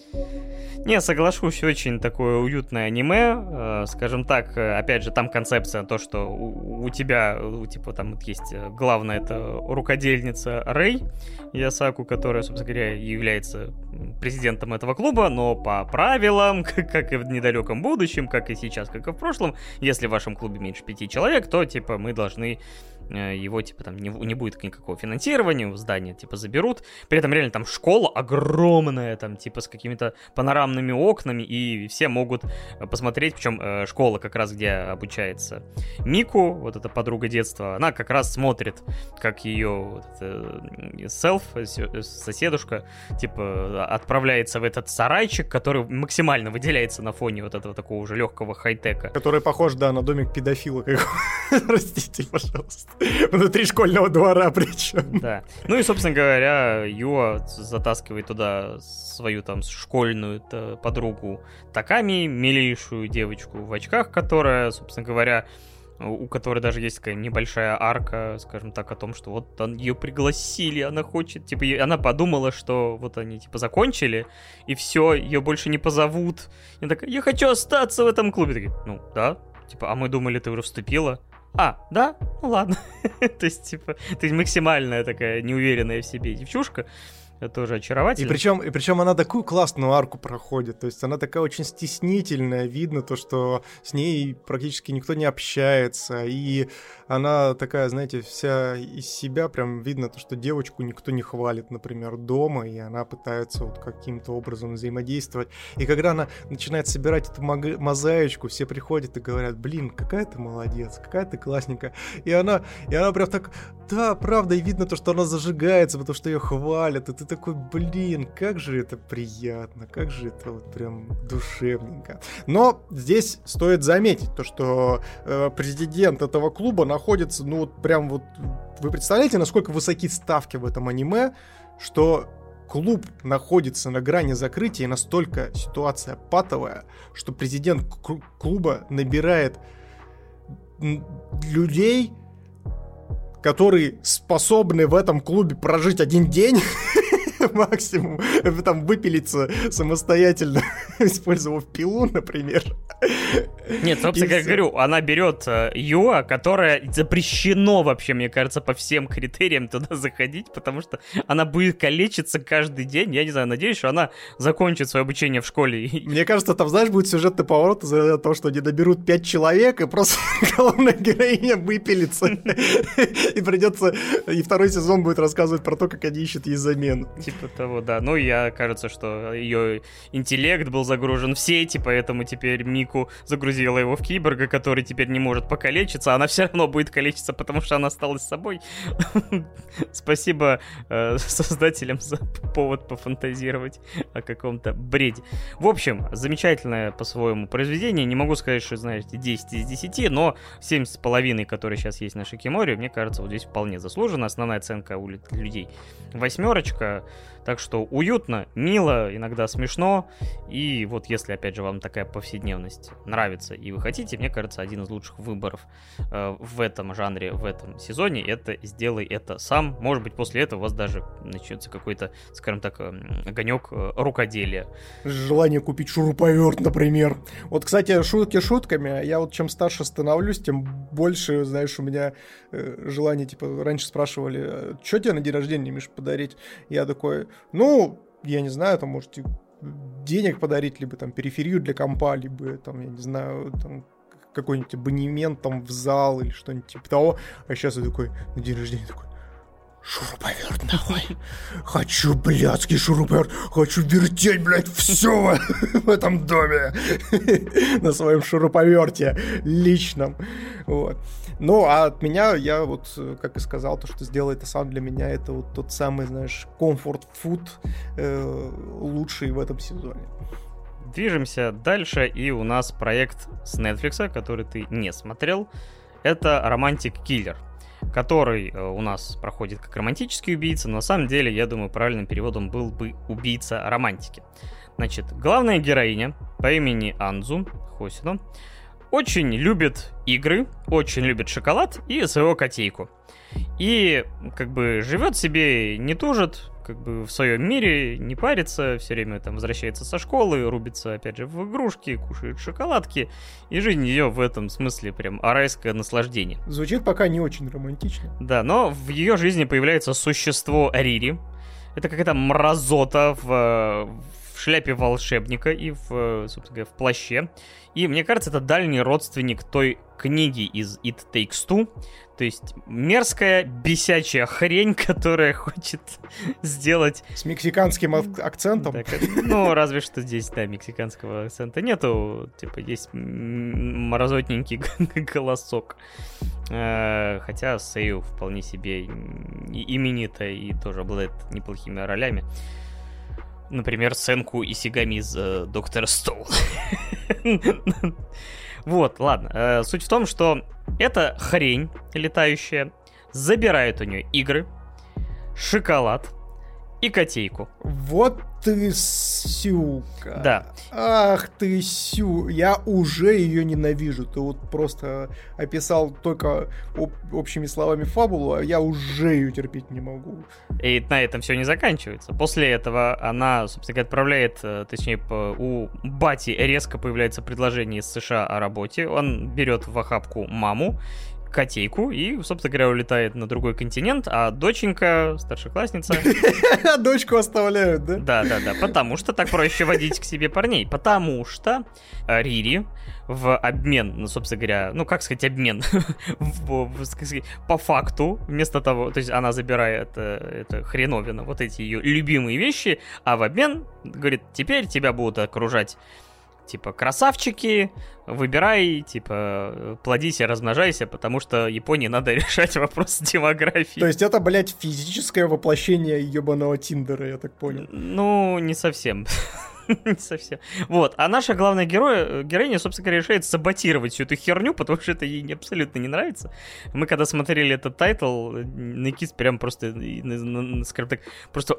Не, соглашусь, очень такое уютное аниме, э, скажем так, опять же, там концепция, то, что у, у тебя, у, типа, там вот есть главная, это рукодельница Рэй Ясаку, которая, собственно говоря, является президентом этого клуба, но по правилам, как, как и в недалеком будущем, как и сейчас, как и в прошлом, если в вашем клубе меньше пяти человек, то, типа, мы должны его, типа, там не, не будет никакого финансирования, здание, типа, заберут. При этом реально там школа огромная, там, типа, с какими-то панорамными окнами, и все могут посмотреть, причем э, школа как раз, где обучается Мику, вот эта подруга детства, она как раз смотрит, как ее вот, э, селф, соседушка, типа, отправляется в этот сарайчик, который максимально выделяется на фоне вот этого такого уже легкого хай-тека. Который похож, да, на домик педофила. Простите, пожалуйста. Внутри школьного двора причем. Да. Ну и, собственно говоря, Юа затаскивает туда свою там школьную подругу Таками, милейшую девочку в очках, которая, собственно говоря, у которой даже есть такая небольшая арка, скажем так, о том, что вот ее пригласили, она хочет, типа, она подумала, что вот они, типа, закончили, и все, ее больше не позовут. И она такая, я хочу остаться в этом клубе. Такие, ну, да, типа, а мы думали, ты уже вступила. А, да? Ну ладно. То есть, типа, ты максимальная такая неуверенная в себе девчушка. Это тоже очаровательно. И причем, и причем она такую классную арку проходит. То есть она такая очень стеснительная. Видно то, что с ней практически никто не общается. И она такая, знаете, вся из себя. Прям видно то, что девочку никто не хвалит, например, дома. И она пытается вот каким-то образом взаимодействовать. И когда она начинает собирать эту мозаичку, все приходят и говорят, блин, какая ты молодец, какая ты классненькая. И она, и она прям так, да, правда, и видно то, что она зажигается, потому что ее хвалят. И ты такой, блин, как же это приятно, как же это вот прям душевненько. Но здесь стоит заметить то, что э, президент этого клуба находится, ну вот прям вот, вы представляете, насколько высоки ставки в этом аниме, что клуб находится на грани закрытия, и настолько ситуация патовая, что президент к- клуба набирает людей, которые способны в этом клубе прожить один день максимум, там выпилиться самостоятельно, использовав пилу, например. Нет, собственно, как я говорю, она берет э, Юа, которая запрещено вообще, мне кажется, по всем критериям туда заходить, потому что она будет калечиться каждый день. Я не знаю, надеюсь, что она закончит свое обучение в школе. Мне кажется, там, знаешь, будет сюжетный поворот из-за того, что они наберут пять человек, и просто главная героиня выпилится. И придется... И второй сезон будет рассказывать про то, как они ищут ей замену. Типа того, да. Ну, я, кажется, что ее интеллект был загружен в сети, поэтому теперь Мику загрузила его в киборга, который теперь не может покалечиться. Она все равно будет калечиться, потому что она осталась с собой. Спасибо э, создателям за повод пофантазировать о каком-то бреде. В общем, замечательное по-своему произведение. Не могу сказать, что, знаете, десять из десяти, но семь с половиной, которые сейчас есть на Шикиморе, мне кажется, вот здесь вполне заслуженно. Основная оценка у людей восьмерочка. Так что уютно, мило, иногда смешно. И вот если, опять же, вам такая повседневность нравится и вы хотите, мне кажется, один из лучших выборов э, в этом жанре, в этом сезоне, это «Сделай это сам». Может быть, после этого у вас даже начнется какой-то, скажем так, огонек э, рукоделия. Желание купить шуруповерт, например. Вот, кстати, шутки шутками. Я вот чем старше становлюсь, тем больше, знаешь, у меня э, желание, типа, раньше спрашивали, что тебе на день рождения, Миш, подарить? Я такой... Ну, я не знаю, там, можете денег подарить, либо там периферию для компа, либо там, я не знаю, там какой-нибудь абонемент там в зал или что-нибудь типа того. А сейчас я такой, на день рождения такой, шуруповерт нахуй. Хочу блядский шуруповерт. Хочу вертеть, блядь, все в этом доме. На своем шуруповерте личном. Вот. Ну, а от меня, я вот, как и сказал, то, что сделай это сам, для меня это вот тот самый, знаешь, комфорт-фуд э, лучший в этом сезоне. Движемся дальше, и у нас проект с Netflix, который ты не смотрел. Это «Романтик Киллер», который у нас проходит как романтический убийца, но на самом деле, я думаю, правильным переводом был бы «убийца романтики». Значит, главная героиня по имени Анзу Хосино очень любит игры, очень любит шоколад и своего котейку. И как бы живет себе, не тужит, как бы в своем мире, не парится, все время там возвращается со школы, рубится опять же в игрушки, кушает шоколадки, и жизнь ее в этом смысле прям райское наслаждение. Звучит пока не очень романтично. Да, но в ее жизни появляется существо Рири. Это какая-то мразота в, в шляпе волшебника и в, собственно говоря, в плаще. И мне кажется, это дальний родственник той книги из It Takes Two. То есть мерзкая, бесячая хрень, которая хочет сделать... С мексиканским акцентом? Так, ну, разве что здесь, да, мексиканского акцента нету. Типа, есть мразотненький голосок. Хотя Сэйю вполне себе именитая и тоже обладает неплохими ролями. Например, Сенку Исигами из э, Доктора Стоул. Вот, ладно. Суть в том, что эта хрень летающая забирает у нее игры, шоколад и котейку. Вот ты сюка. Да. Ах ты сю. Я уже ее ненавижу. Ты вот просто описал только об- общими словами фабулу, а я уже ее терпеть не могу. И на этом все не заканчивается. После этого она, собственно говоря, отправляет, точнее, у бати резко появляется предложение из США о работе. Он берет в охапку маму, котейку и, собственно говоря, улетает на другой континент, а доченька, старшеклассница... Дочку оставляют, да? Да-да-да, потому что так проще водить к себе парней. Потому что Рири в обмен, ну, собственно говоря, ну, как сказать, обмен, по факту, вместо того, то есть она забирает это хреновина, вот эти ее любимые вещи, а в обмен, говорит, теперь тебя будут окружать типа, красавчики, выбирай, типа, плодись и размножайся, потому что Японии надо решать вопрос демографии. То есть это, блядь, физическое воплощение ебаного Тиндера, я так понял? Ну, не совсем. Не совсем. Вот. А наша главная героя, героиня, собственно говоря, решает саботировать всю эту херню, потому что это ей абсолютно не нравится. Мы когда смотрели этот тайтл, Никис прям просто, скажем так, просто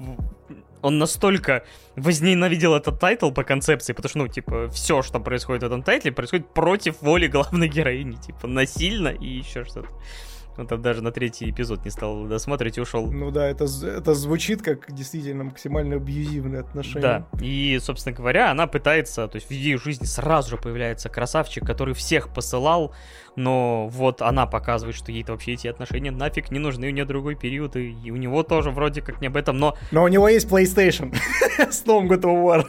он настолько возненавидел этот тайтл по концепции, потому что, ну, типа, все, что происходит в этом тайтле, происходит против воли главной героини. Типа, насильно и еще что-то. Он там даже на третий эпизод не стал досматривать и ушел. Ну да, это, это звучит как действительно максимально абьюзивные отношения. Да, и, собственно говоря, она пытается, то есть в ее жизни сразу же появляется красавчик, который всех посылал, но вот она показывает, что ей-то вообще эти отношения нафиг не нужны, у нее другой период, и, и у него тоже вроде как не об этом, но... Но у него есть PlayStation с новым God of War.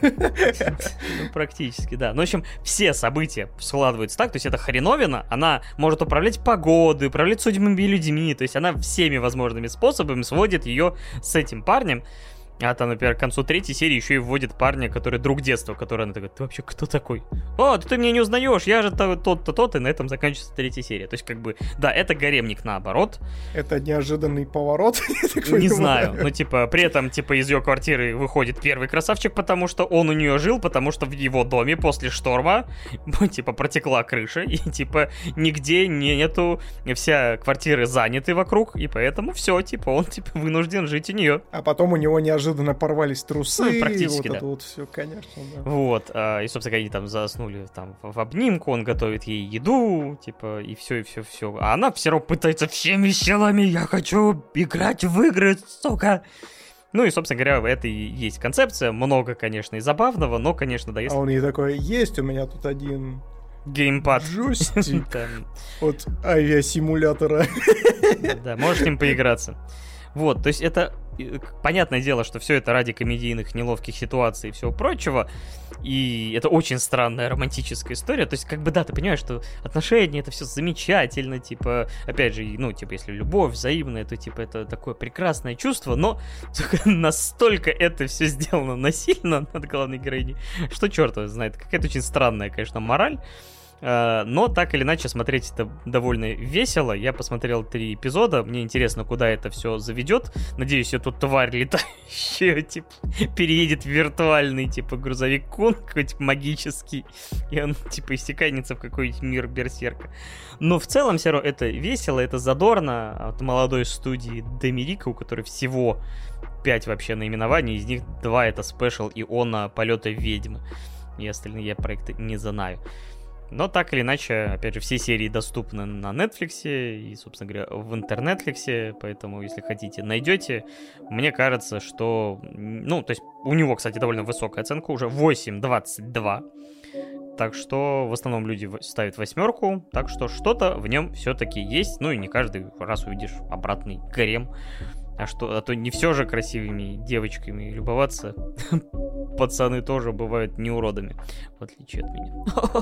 Ну, практически, да. Ну, в общем, все события складываются так, то есть эта хреновина, она может управлять погодой, управлять судьбами людьми, то есть она всеми возможными способами сводит ее с этим парнем. А там, например, к концу третьей серии еще и вводит парня, который друг детства, который она такая: ты вообще кто такой? О, ты меня не узнаешь, я же тот-то, тот, и на этом заканчивается третья серия. То есть, как бы, да, это гаремник наоборот. Это неожиданный поворот. Не знаю, но, типа, при этом, типа, из ее квартиры выходит первый красавчик, потому что он у нее жил, потому что в его доме после шторма, типа, протекла крыша, и, типа, нигде нету, вся квартиры заняты вокруг, и поэтому все, типа, он, типа, вынужден жить у нее. А потом у него неожиданно Неожиданно порвались трусы, ну, практически, вот да. это вот все, конечно, да. Вот, а, и, собственно, они там заснули там в обнимку, он готовит ей еду, типа, и все, и все, все. А она все равно пытается всеми силами: я хочу играть в игры, сука. Ну и, собственно говоря, это и есть концепция. Много, конечно, и забавного, но, конечно, да, если... А он ей такой: есть у меня тут один... геймпад. Джойстик от авиасимулятора. Да, можешь с ним поиграться. Вот, то есть это, понятное дело, что все это ради комедийных неловких ситуаций и всего прочего, и это очень странная романтическая история, то есть как бы да, ты понимаешь, что отношения, это все замечательно, типа, опять же, ну, типа, если любовь взаимная, то, типа, это такое прекрасное чувство, но настолько это все сделано насильно над главной героиней, что черт его знает, какая-то очень странная, конечно, мораль. Но так или иначе смотреть это довольно весело. Я посмотрел три эпизода. Мне интересно, куда это все заведет. Надеюсь, эту тварь летающая, типа, переедет в виртуальный, типа, грузовик Кун, какой-то магический, и он, типа, истекается в какой-нибудь мир берсерка. Но в целом все равно это весело, это задорно. От молодой студии Демирика, у которой всего пять вообще наименований, из них два это спешл и Она полета ведьмы. И остальные я проекты не знаю. Но так или иначе, опять же, все серии доступны на Netflix и, собственно говоря, в интернетликсе, поэтому, если хотите, найдете. Мне кажется, что... Ну, то есть, у него, кстати, довольно высокая оценка, уже восемь двадцать два. Так что, в основном, люди ставят восьмерку, так что что-то в нем все-таки есть. Ну, и не каждый раз увидишь обратный гарем. А, что, а то не все же красивыми девочками любоваться. Пацаны тоже бывают не уродами, в отличие от меня.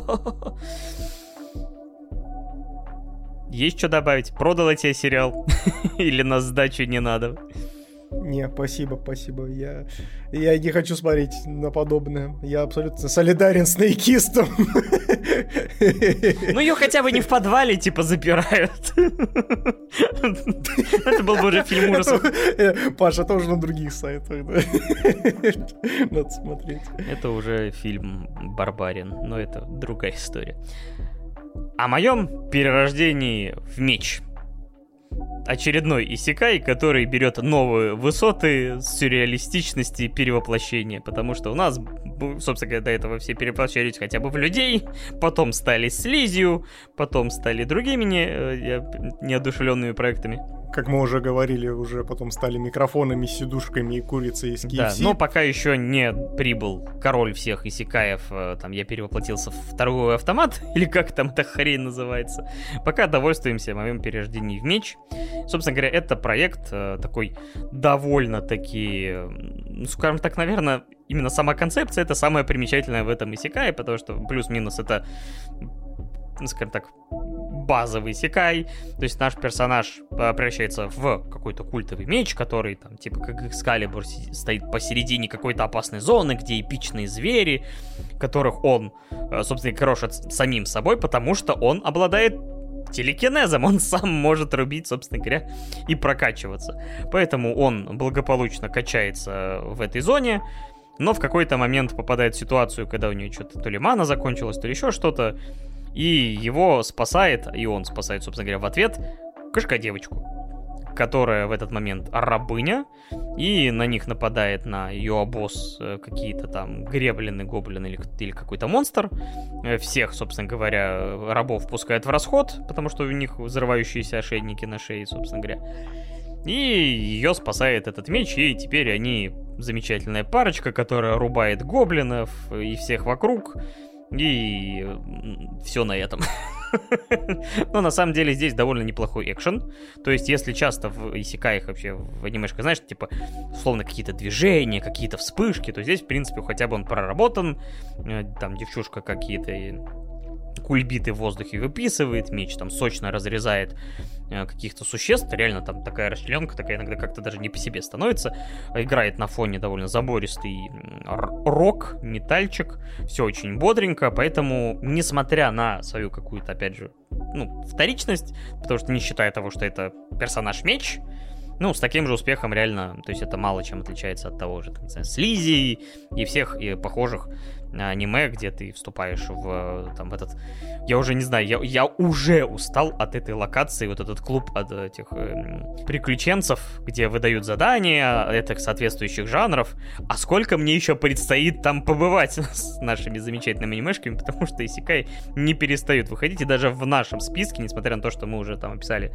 Есть что добавить? Продал я тебе сериал? Или на сдачу не надо? Не, спасибо, спасибо. Я, я не хочу смотреть на подобное. Я абсолютно солидарен с наикистом. Ну, ее хотя бы не в подвале, типа, запирают. Это был бы уже фильм ужасов. Паша, тоже на других сайтах, да? Надо смотреть. Это уже фильм «Барбарин», но это другая история. О моем перерождении в меч. Очередной исекай, который берет новые высоты сюрреалистичности перевоплощения, потому что у нас, собственно говоря, до этого все перевоплощались хотя бы в людей, потом стали слизью, потом стали другими не, неодушевленными проектами. Как мы уже говорили, уже потом стали микрофонами, сидушками и курицей из кей эф си. Да, но пока еще не прибыл король всех исекаев, там я перевоплотился в торговый автомат, или как там эта хрень называется. Пока довольствуемся моим перерождением в меч. Собственно говоря, это проект э, такой довольно-таки, ну, скажем так, наверное, именно сама концепция — это самое примечательное в этом исекае, потому что плюс-минус это, скажем так, базовый исекай, то есть наш персонаж превращается в какой-то культовый меч, который там типа как Экскалибур стоит посередине какой-то опасной зоны, где эпичные звери, которых он, собственно, крошит самим собой, потому что он обладает телекинезом, он сам может рубить, собственно говоря, и прокачиваться. Поэтому он благополучно качается в этой зоне, но в какой-то момент попадает в ситуацию, когда у нее что-то то ли мана закончилась, то ли еще что-то, и его спасает, и он спасает, собственно говоря, в ответ кошка-девочку, которая в этот момент рабыня, и на них нападает, на ее обоз, какие-то там греблины, гоблины или, или какой-то монстр. Всех, собственно говоря, рабов пускает в расход, потому что у них взрывающиеся ошейники на шее, собственно говоря. И ее спасает этот меч, и теперь они замечательная парочка, которая рубает гоблинов и всех вокруг, и все на этом. Но на самом деле здесь довольно неплохой экшен. То есть если часто в исекаях вообще в анимешках, знаешь, типа, условно, какие-то движения, какие-то вспышки, то здесь, в принципе, хотя бы он проработан. Там девчушка какие-то кульбиты в воздухе выписывает, меч там сочно разрезает э, каких-то существ, реально там такая расчленка, такая иногда как-то даже не по себе становится, играет на фоне довольно забористый рок, метальчик, все очень бодренько, поэтому, несмотря на свою какую-то, опять же, ну, вторичность, потому что не считая того, что это персонаж-меч, ну, с таким же успехом реально, то есть это мало чем отличается от того же, так сказать, Слизи и всех и похожих аниме, где ты вступаешь в, там, в этот... Я уже не знаю, я, я уже устал от этой локации, вот этот клуб от этих э, приключенцев, где выдают задания, этих соответствующих жанров. А сколько мне еще предстоит там побывать с нашими замечательными анимешками, потому что исекай не перестают выходить, и даже в нашем списке, несмотря на то, что мы уже там описали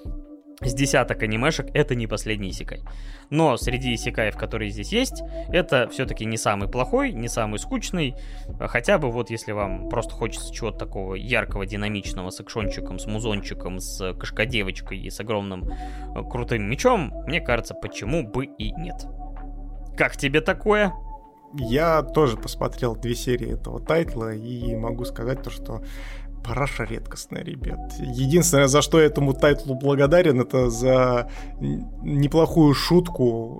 с десяток анимешек, это не последний исекай. Но среди исекаев, которые здесь есть, это все-таки не самый плохой, не самый скучный. Хотя бы вот если вам просто хочется чего-то такого яркого, динамичного, с экшончиком, с музончиком, с кошкодевочкой и с огромным крутым мечом, мне кажется, почему бы и нет. Как тебе такое? Я тоже посмотрел две серии этого тайтла и могу сказать то, что параша редкостная, ребят. Единственное, за что я этому тайтлу благодарен, это за неплохую шутку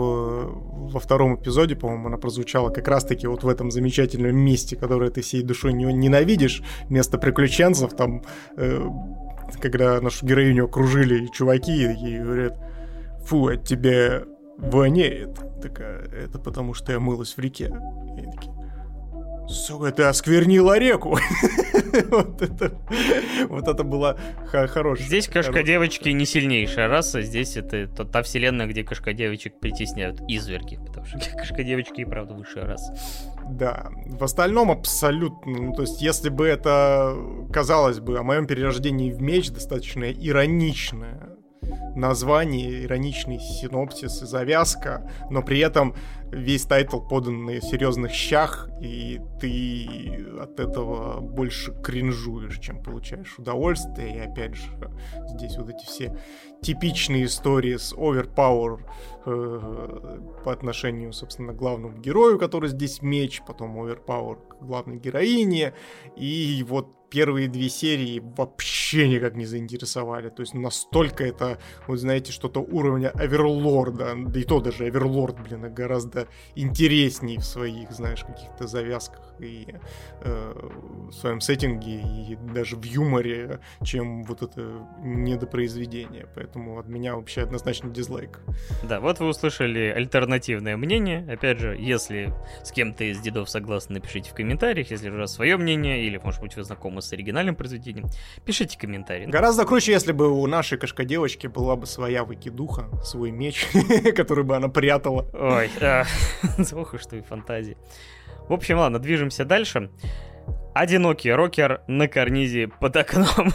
в, во втором эпизоде, по-моему, она прозвучала как раз-таки вот в этом замечательном месте, которое ты всей душой ненавидишь, место приключенцев, там, э, когда нашу героиню окружили чуваки и говорят: фу, от тебя воняет. Такая: это потому что я мылась в реке. И они такие: сука, ты осквернила реку. вот, это, вот это было х- хорошее. Здесь кошка-девочки не сильнейшая раса, здесь это то, та вселенная, где кошка-девочек притесняют изверги, потому что кошка-девочки и правда высшая раса. Да, в остальном абсолютно, ну, то есть если бы это, казалось бы, о моем перерождении в меч, достаточно ироничное название, ироничный синопсис и завязка, но при этом весь тайтл подан на серьезных щах, и ты от этого больше кринжуешь, чем получаешь удовольствие. И опять же, здесь вот эти все типичные истории с overpower э, по отношению, собственно, к главному герою, который здесь меч, потом overpower к главной героине, и вот первые две серии вообще никак не заинтересовали. То есть настолько это, вот знаете, что-то уровня Оверлорда. Да и то даже Оверлорд, блин, гораздо интересней в своих, знаешь, каких-то завязках и э, в своем сеттинге, и даже в юморе, чем вот это недопроизведение. Поэтому от меня вообще однозначно дизлайк. Да, вот вы услышали альтернативное мнение. Опять же, если с кем-то из дедов согласны, напишите в комментариях. Если у вас свое мнение, или, может быть, вы знакомы с оригинальным произведением, пишите комментарии. Гораздо круче, если бы у нашей кошка-девочки была бы своя выкидуха, свой меч, который бы она прятала. Ой, ох уж ты фантазии. В общем, ладно, движемся дальше. Одинокий рокер на карнизе под окном.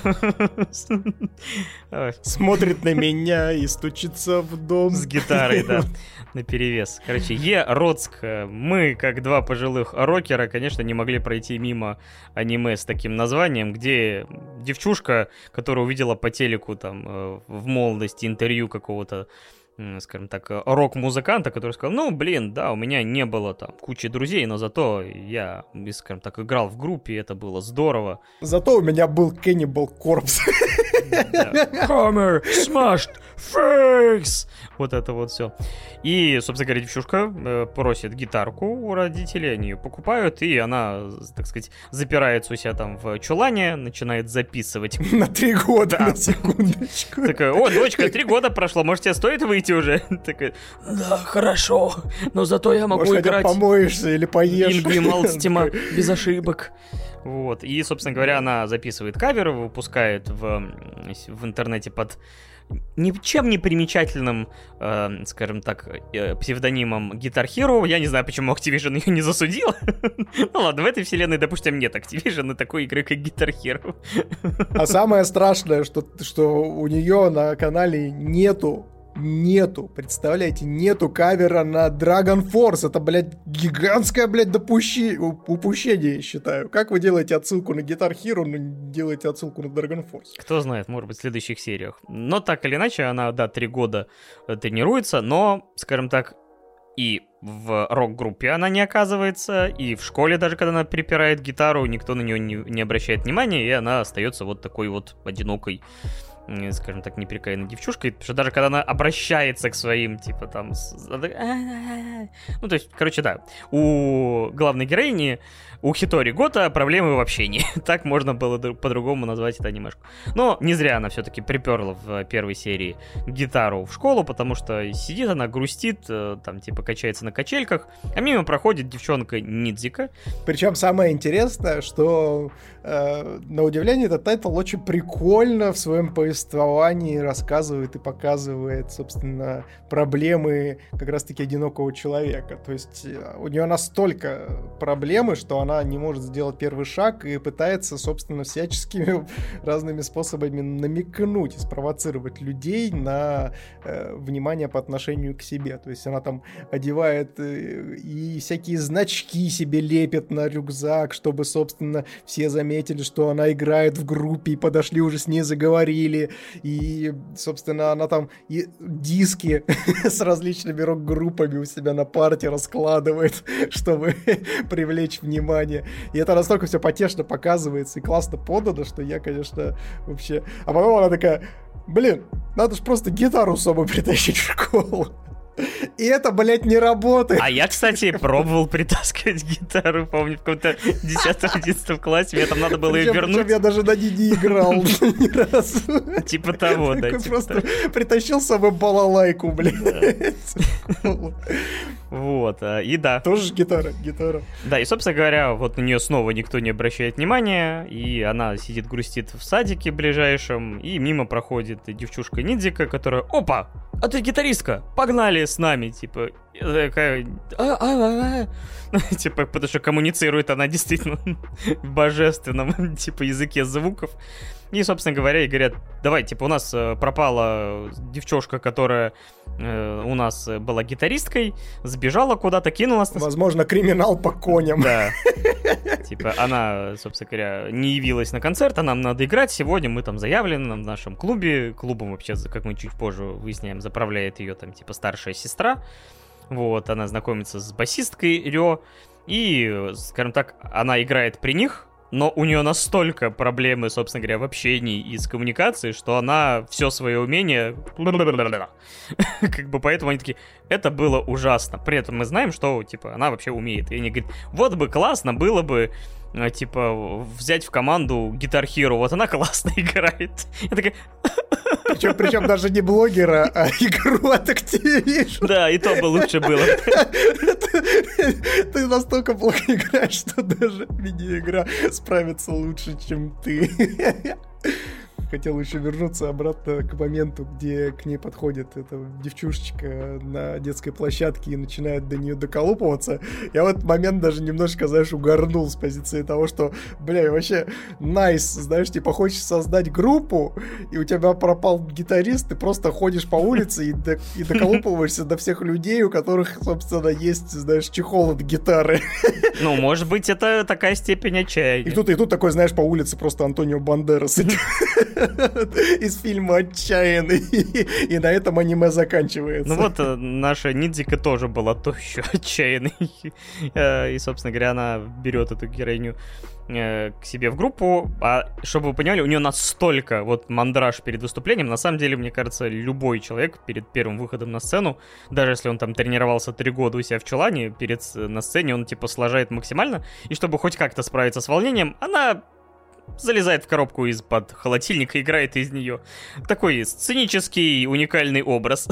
Смотрит на меня и стучится в дом. С гитарой, да, наперевес. Короче, Е. Роцк. Мы, как два пожилых рокера, конечно, не могли пройти мимо аниме с таким названием, где девчушка, которая увидела по телеку там в молодости интервью какого-то, скажем так, рок-музыканта, который сказал: ну, блин, да, у меня не было там кучи друзей, но зато я, скажем так, играл в группе, это было здорово. Зато у меня был Cannibal Corpse. Hammer smashed face! Вот это вот все. И, собственно говоря, девчушка э, просит гитарку у родителей, они ее покупают, и она, так сказать, запирается у себя там в чулане, начинает записывать. На три года, на секундочку. Такая: о, дочка, три года прошло, может, тебе стоит выйти уже? Такая: да, хорошо, но зато я могу может, играть... Может, помоешься или поешь. Ингви Малстима без ошибок. Вот, и, собственно говоря, она записывает кавер, выпускает в, в интернете под ничем не примечательным, э, скажем так, э, псевдонимом Guitar Hero. Я не знаю, почему Activision ее не засудил. Ну ладно, в этой вселенной, допустим, нет Activision и такой игры, как Guitar Hero. А самое страшное, что, что у нее на канале нету Нету, представляете, нету кавера на Dragon Force. Это, блядь, гигантское, блядь, допущи... упущение, я считаю. Как вы делаете отсылку на Guitar Hero, но делаете отсылку на Dragon Force? Кто знает, может быть, в следующих сериях. Но так или иначе, она, да, три года тренируется, но, скажем так, и в рок-группе она не оказывается, и в школе даже, когда она припирает гитару, никто на нее не, не обращает внимания, и она остается вот такой вот одинокой, скажем так, неприкаянной девчушкой, потому что даже когда она обращается к своим, типа, там... Ну, то есть, короче, да, у главной героини, у Хитори Гота проблемы в общении. Так можно было по-другому назвать эту анимешку. Но не зря она все-таки приперла в первой серии гитару в школу, потому что сидит она, грустит, там, типа, качается на качельках, а мимо проходит девчонка Нидзика. Причем самое интересное, что, э, на удивление, этот тайтл очень прикольно в своем повествовании рассказывает и показывает, собственно, проблемы как раз-таки одинокого человека. То есть у нее настолько проблемы, что она не может сделать первый шаг и пытается, собственно, всяческими разными способами намекнуть и спровоцировать людей на э, внимание по отношению к себе. То есть она там одевает э, и всякие значки себе лепит на рюкзак, чтобы, собственно, все заметили, что она играет в группе и подошли уже с ней, заговорили. И, собственно, она там и диски с различными рок-группами у себя на парте раскладывает, чтобы привлечь внимание. И это настолько все потешно показывается и классно подано, что я, конечно, вообще... А потом она такая: блин, надо же просто гитару с собой притащить в школу. И это, блядь, не работает. А я, кстати, пробовал притаскивать гитару, помню, в каком-то десятом-одиннадцатом классе. Мне там надо было ее вернуть. Причем я даже на ней не играл ни разу. Типа того, да. Просто притащил с собой балалайку, блядь. Вот, и да. Тоже же гитара, гитара. Да, и, собственно говоря, вот на нее снова никто не обращает внимания, и она сидит, грустит в садике ближайшем, и мимо проходит девчушка Нидзика, которая: опа, а ты гитаристка, погнали с нами, типа, такая... Типа, потому что коммуницирует она действительно в божественном, типа, языке звуков. И, собственно говоря, и говорят: давай, типа, у нас э, пропала девчушка, которая э, у нас была гитаристкой, сбежала куда-то, кинулась. Возможно, криминал по коням. Да. Типа, она, собственно говоря, не явилась на концерт, а нам надо играть сегодня, мы там заявлены в нашем клубе. Клубом вообще, как мы чуть позже выясняем, заправляет ее там, типа, старшая сестра. Вот, она знакомится с басисткой Рё, и, скажем так, она играет при них, но у нее настолько проблемы, собственно говоря, в общении и с коммуникацией, что она все свое умение... Как бы поэтому они такие: это было ужасно. При этом мы знаем, что, типа, она вообще умеет. И они говорят: вот бы классно было бы, типа, взять в команду Guitar Hero, вот она классно играет. Я такая... Причем, причем даже не блогера, а игру от Activision. Да, и то бы лучше было. Ты настолько плохо играешь, что даже мини-игра справится лучше, чем ты. Хотел еще вернуться обратно к моменту, где к ней подходит эта девчушечка на детской площадке и начинает до нее доколупываться. Я в этот момент даже немножко, знаешь, угорнул с позиции того, что, бля, вообще найс, знаешь, типа хочешь создать группу, и у тебя пропал гитарист, ты просто ходишь по улице и, до, и доколупываешься до всех людей, у которых, собственно, есть, знаешь, чехол от гитары. Ну, может быть, это такая степень отчаяния. И тут, и тут такой, знаешь, по улице просто Антонио Бандерас идет. из фильма «Отчаянный». И на этом аниме заканчивается. Ну вот, наша Нидзика тоже была то еще отчаянной. И, собственно говоря, она берет эту героиню к себе в группу. А чтобы вы понимали, у нее настолько вот мандраж перед выступлением. На самом деле, мне кажется, любой человек перед первым выходом на сцену, даже если он там тренировался три года у себя в чулане, перед на сцене он типа сложает максимально. И чтобы хоть как-то справиться с волнением, она залезает в коробку из-под холодильника, играет из нее. Такой сценический, уникальный образ.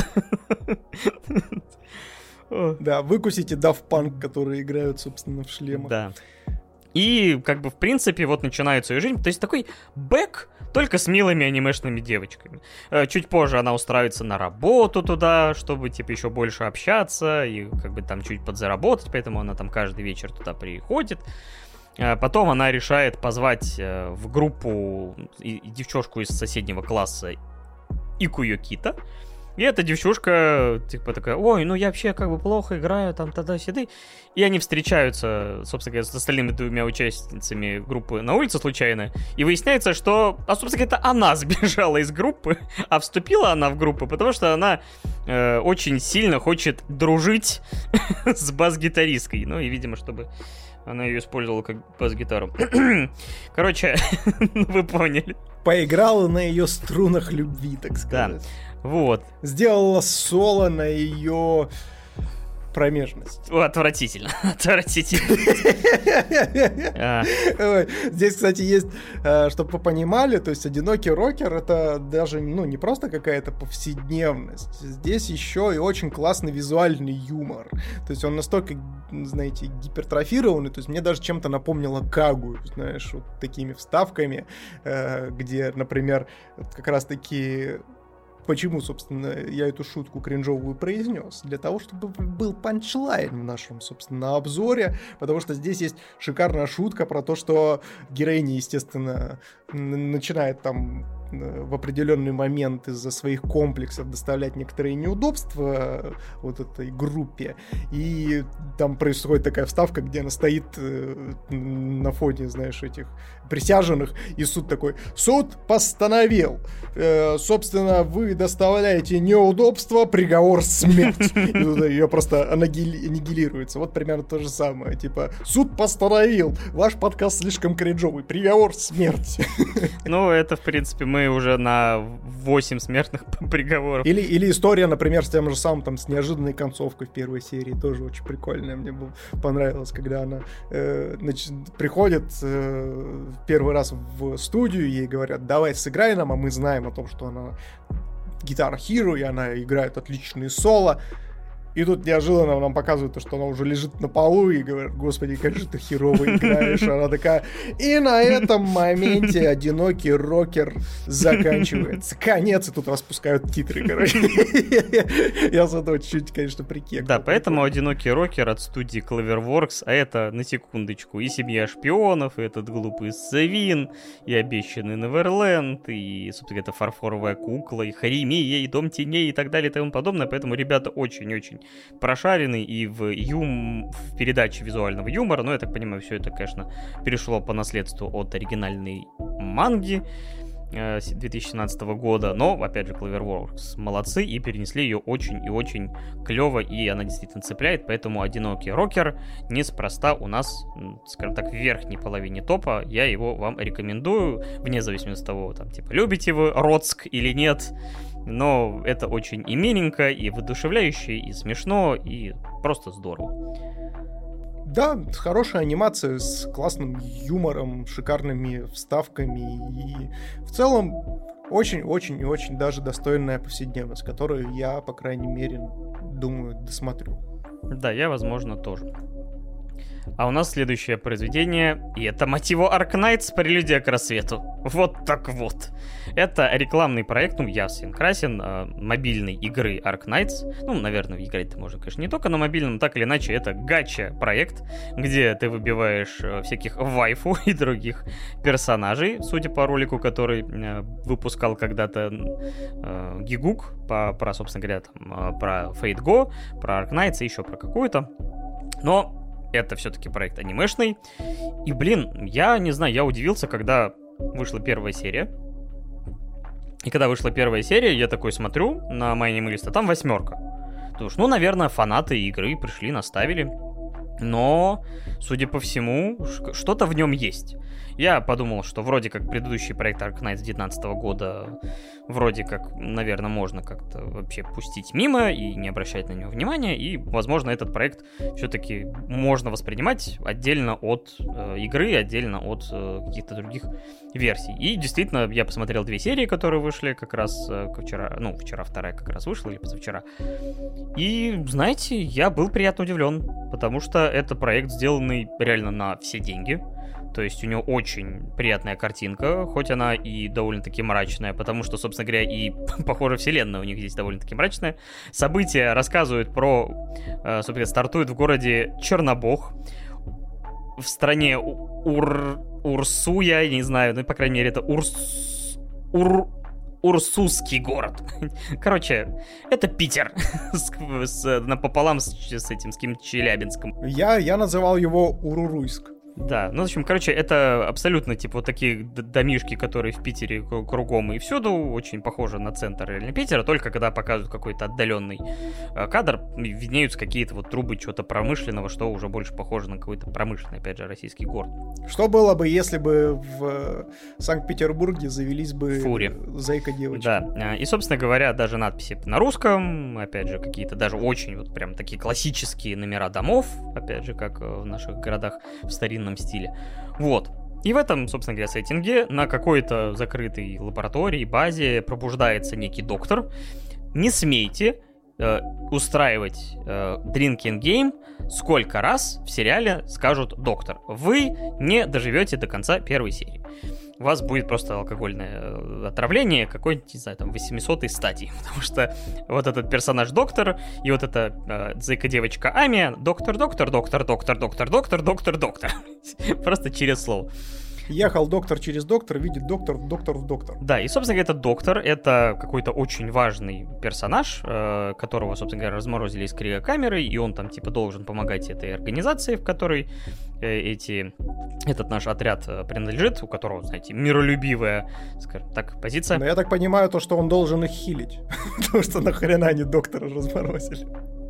Да, выкусите Daft Punk, которые играют, собственно, в шлемах. Да. И, как бы, в принципе, вот начинается ее жизнь. То есть такой бэк, только с милыми анимешными девочками. Чуть позже она устраивается на работу туда, чтобы, типа, еще больше общаться и, как бы, там чуть подзаработать. Поэтому она там каждый вечер туда приходит. Потом она решает позвать в группу девчушку из соседнего класса Ику Йокита. И эта девчушка, типа, такая: ой, ну я вообще как бы плохо играю, там, туда-сюда. И они встречаются, собственно говоря, с остальными двумя участницами группы на улице случайно. И выясняется, что, а, собственно говоря, это она сбежала из группы, а вступила она в группу, потому что она э, очень сильно хочет дружить с бас-гитаристкой. Ну и, видимо, чтобы она ее использовала как бас-гитару. Короче, вы поняли. Поиграла на ее струнах любви, так сказать. Да, вот. Сделала соло на ее промежность. О, отвратительно. Отвратительно. Здесь, кстати, есть, чтобы вы понимали, то есть одинокий рокер — это даже, ну, не просто какая-то повседневность. Здесь еще и очень классный визуальный юмор. То есть он настолько, знаете, гипертрофированный, то есть мне даже чем-то напомнило Кагую, знаешь, вот такими вставками, где, например, как раз-таки... Почему, собственно, я эту шутку кринжовую произнес? Для того, чтобы был панчлайн в нашем, собственно, обзоре, потому что здесь есть шикарная шутка про то, что героиня, естественно, начинает там в определенный момент из-за своих комплексов доставлять некоторые неудобства вот этой группе, и там происходит такая вставка, где она стоит на фоне, знаешь, этих присяженных, и суд такой: суд постановил, э, собственно, вы доставляете неудобства, приговор смерть. И тут ее просто аннигилируется. Вот примерно то же самое, типа: суд постановил, ваш подкаст слишком кринжовый, приговор смерть. Ну, это, в принципе, мы уже на восемь смертных приговоров. Или, или история, например, с тем же самым, там, с неожиданной концовкой в первой серии, тоже очень прикольная, мне было, понравилось, когда она э, значит, приходит э, первый раз в студию, ей говорят: давай сыграй нам, а мы знаем о том, что она Guitar Hero, и она играет отличные соло. И тут неожиданно нам показывают то, что она уже лежит на полу, и говорят: господи, как же ты херово играешь. Она такая: и на этом моменте одинокий рокер заканчивается. Конец, и тут распускают титры, короче. Я с этого чуть-чуть, конечно, прикекал. Да, поэтому одинокий рокер от студии Cloverworks, а это, на секундочку, и семья шпионов, и этот глупый Савин, и обещанный Неверленд, и, собственно, это фарфоровая кукла, и Харимия, и Дом теней, и так далее, и тому подобное. Поэтому ребята очень-очень прошаренный и в, юм... в передаче визуального юмора, но я так понимаю, все это, конечно, перешло по наследству от оригинальной манги э, две тысячи семнадцатого года, но, опять же, Cloverworks молодцы и перенесли ее очень и очень клево, и она действительно цепляет, поэтому одинокий рокер неспроста у нас, скажем так, в верхней половине топа. Я его вам рекомендую, вне зависимости от того, там, типа, любите вы Роцк или нет. Но это очень и миленько, и воодушевляюще, и смешно, и просто здорово. Да, хорошая анимация с классным юмором, шикарными вставками, и в целом очень-очень и очень даже достойная повседневность, которую я, по крайней мере, думаю, досмотрю. Да, я, возможно, тоже. А у нас следующее произведение, и это, мать его, Arknights, прелюдия к рассвету. Вот так вот. Это рекламный проект, ну, ясен красен, э, мобильной игры Arknights. Ну, наверное, играть-то можно, конечно, не только на мобильном, но так или иначе, это гача-проект, где ты выбиваешь э, всяких вайфу и других персонажей, судя по ролику, который э, выпускал когда-то э, Гигук, по, про, собственно говоря, там, э, про Fate Go, про Arknights и еще про какую-то. Но это все-таки проект анимешный. И, блин, я не знаю, я удивился, когда вышла первая серия. И когда вышла первая серия, я такой смотрю на My Name List, а там восьмерка. Думаешь, ну, наверное, фанаты игры пришли, наставили. Но, судя по всему, что-то в нем есть. Я подумал, что вроде как предыдущий проект Arknights две тысячи девятнадцатого года вроде как, наверное, можно как-то вообще пустить мимо и не обращать на него внимания, и, возможно, этот проект все-таки можно воспринимать отдельно от э, игры, отдельно от э, каких-то других версий. И действительно, я посмотрел две серии, которые вышли как раз э, вчера, ну, вчера вторая как раз вышла, или позавчера. И, знаете, я был приятно удивлен, потому что это проект, сделанный реально на все деньги. То есть у него очень приятная картинка, хоть она и довольно-таки мрачная, потому что, собственно говоря, и, похоже, вселенная у них здесь довольно-таки мрачная. События рассказывают про... Собственно, стартует в городе Чернобог, в стране Ур... Урсуя, я не знаю, ну, по крайней мере, это Урс... Ур... Урсусский город. Короче, это Питер с, с, напополам с, с этим, с каким-то Челябинском. Я, я называл его Уруруйск. Да, ну, в общем, короче, это абсолютно, типа, вот такие домишки, которые в Питере кругом и всюду, очень похожи на центр реально Питера, только когда показывают какой-то отдаленный кадр, виднеются какие-то вот трубы чего-то промышленного, что уже больше похоже на какой-то промышленный, опять же, российский город. Что было бы, если бы в Санкт-Петербурге завелись бы Фури. Зайка-девочки? Да, и, собственно говоря, даже надписи на русском, опять же, какие-то даже очень вот прям такие классические номера домов, опять же, как в наших городах в старинном стиле. Вот. И в этом, собственно говоря, сеттинге на какой-то закрытой лаборатории, базе пробуждается некий доктор. Не смейте э, устраивать э, drinking game, сколько раз в сериале скажут доктор. Вы не доживете до конца первой серии. У вас будет просто алкогольное отравление какой-нибудь, не знаю, там, восьмисотой стадии. Потому что вот этот персонаж доктор и вот эта э, зайка-девочка Ами, доктор, доктор, доктор, доктор, доктор, доктор, доктор, доктор. Просто через слово. Ехал доктор через доктор, видит доктор, доктор в доктор. Да, и, собственно говоря, этот доктор — это какой-то очень важный персонаж, э, которого, собственно говоря, разморозили из криокамеры, и он там, типа, должен помогать этой организации, в которой э, эти, этот наш отряд принадлежит, у которого, знаете, миролюбивая, скажем так, позиция. Но я так понимаю, то, что он должен их хилить, потому что нахрена они доктора разморозили.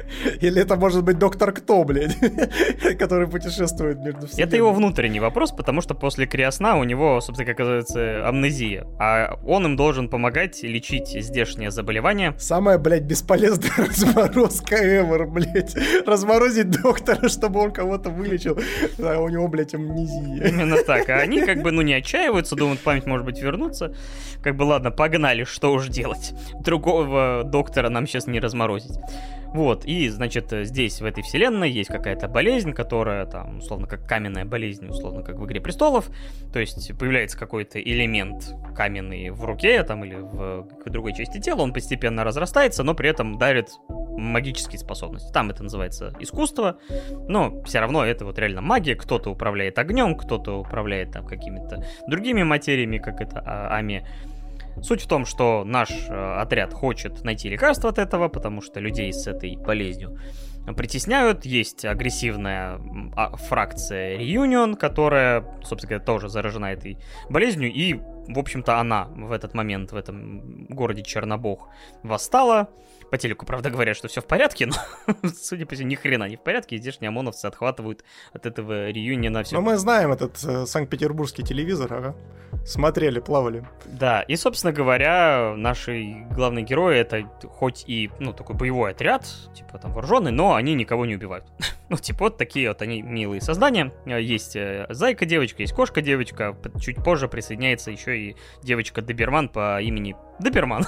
Или это может быть доктор кто, блядь, который путешествует между вселенными? Это его внутренний вопрос, потому что после криосна у него, собственно, как оказывается, амнезия. А он им должен помогать лечить здешнее заболевание. Самая, блядь, бесполезная разморозка ever, блядь. Разморозить доктора, чтобы он кого-то вылечил. А у него, блядь, амнезия. Именно так. А они как бы, ну, не отчаиваются, думают, память может быть вернуться. Как бы, ладно, погнали, что уж делать. Другого доктора нам сейчас не разморозить. Вот, и, значит, здесь, в этой вселенной, есть какая-то болезнь, которая, там, условно, как каменная болезнь, условно, как в «Игре престолов», то есть появляется какой-то элемент каменный в руке, там, или в, в другой части тела, он постепенно разрастается, но при этом дарит магические способности. Там это называется искусство, но все равно это вот реально магия, кто-то управляет огнем, кто-то управляет, там, какими-то другими материями, как это Ами. Суть в том, что наш э, отряд хочет найти лекарство от этого, потому что людей с этой болезнью притесняют. Есть агрессивная а, фракция Reunion, которая, собственно говоря, тоже заражена этой болезнью. И, в общем-то, она в этот момент в этом городе Чернобог восстала. По телеку, правда, говорят, что все в порядке, но, судя по всему, ни хрена не в порядке. И здешние ОМОНовцы отхватывают от этого Реюниона все. Но мы знаем этот э, санкт-петербургский телевизор, ага. Смотрели, плавали. Да, и, собственно говоря, наши главные герои — это хоть и, ну, такой боевой отряд, типа там вооруженный, но они никого не убивают. Ну, типа вот такие вот они милые создания. Есть зайка-девочка, есть кошка-девочка. Чуть позже присоединяется еще и девочка-доберман по имени Доберман.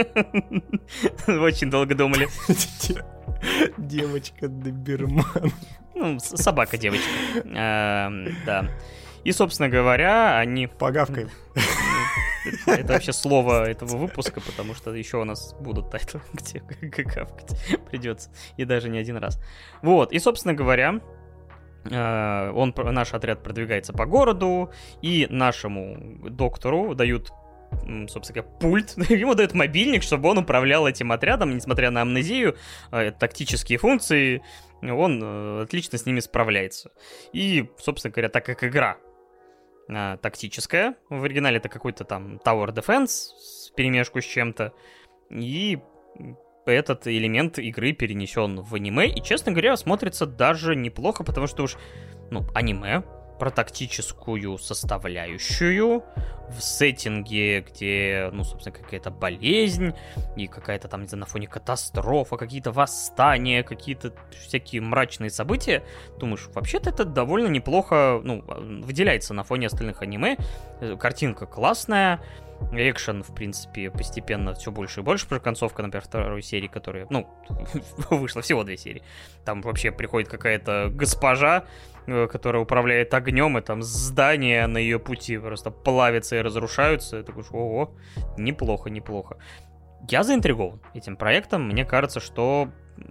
Очень долго думали. Девочка-доберман. Ну, собака-девочка. Да. И, собственно говоря, они... Погавкой. Это вообще слово этого выпуска, потому что еще у нас будут тайтлы, где гавкать придется. И даже не один раз. Вот. И, собственно говоря, он, наш отряд продвигается по городу, и нашему доктору дают, собственно говоря, пульт. Ему дают мобильник, чтобы он управлял этим отрядом, несмотря на амнезию, тактические функции, он отлично с ними справляется. И, собственно говоря, так как игра э, тактическая. В оригинале это какой-то там Tower Defense вперемешку с чем-то. И этот элемент игры перенесен в аниме. И, честно говоря, смотрится даже неплохо, потому что уж, ну, аниме про тактическую составляющую в сеттинге, где, ну, собственно, какая-то болезнь и какая-то там, не знаю, на фоне катастрофа, какие-то восстания, какие-то всякие мрачные события. Думаешь, вообще-то это довольно неплохо, ну, выделяется на фоне остальных аниме. Картинка классная, экшен, в принципе, постепенно все больше и больше. Концовка, например, второй серии, которая, ну, вышла всего две серии. Там вообще приходит какая-то госпожа, которая управляет огнем, и там здания на ее пути просто плавятся и разрушаются. И такой, ого, неплохо, неплохо. Я заинтригован этим проектом. Мне кажется, что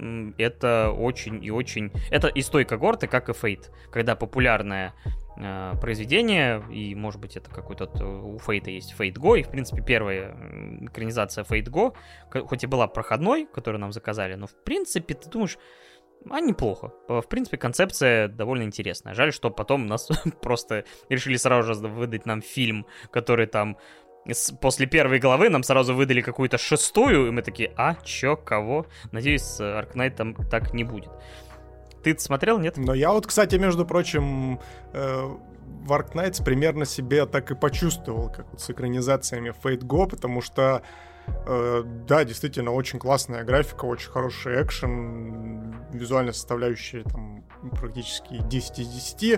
это очень и очень... Это из той когорты, как и Fate, когда популярное э, произведение, и, может быть, это какой-то... У Fate есть Fate Go, и, в принципе, первая экранизация Fate Go, хоть и была проходной, которую нам заказали, но, в принципе, ты думаешь... А неплохо. В принципе, концепция довольно интересная. Жаль, что потом нас просто решили сразу же выдать нам фильм, который там после первой главы нам сразу выдали какую-то шестую, и мы такие, а, чё, кого? Надеюсь, с Arknight там так не будет. Ты смотрел, нет? Но я вот, кстати, между прочим, э, в Arknights примерно себе так и почувствовал, как вот с экранизациями Fate Go, потому что Uh, да, действительно, очень классная графика, очень хороший экшен, визуальная составляющая там практически десять из десяти,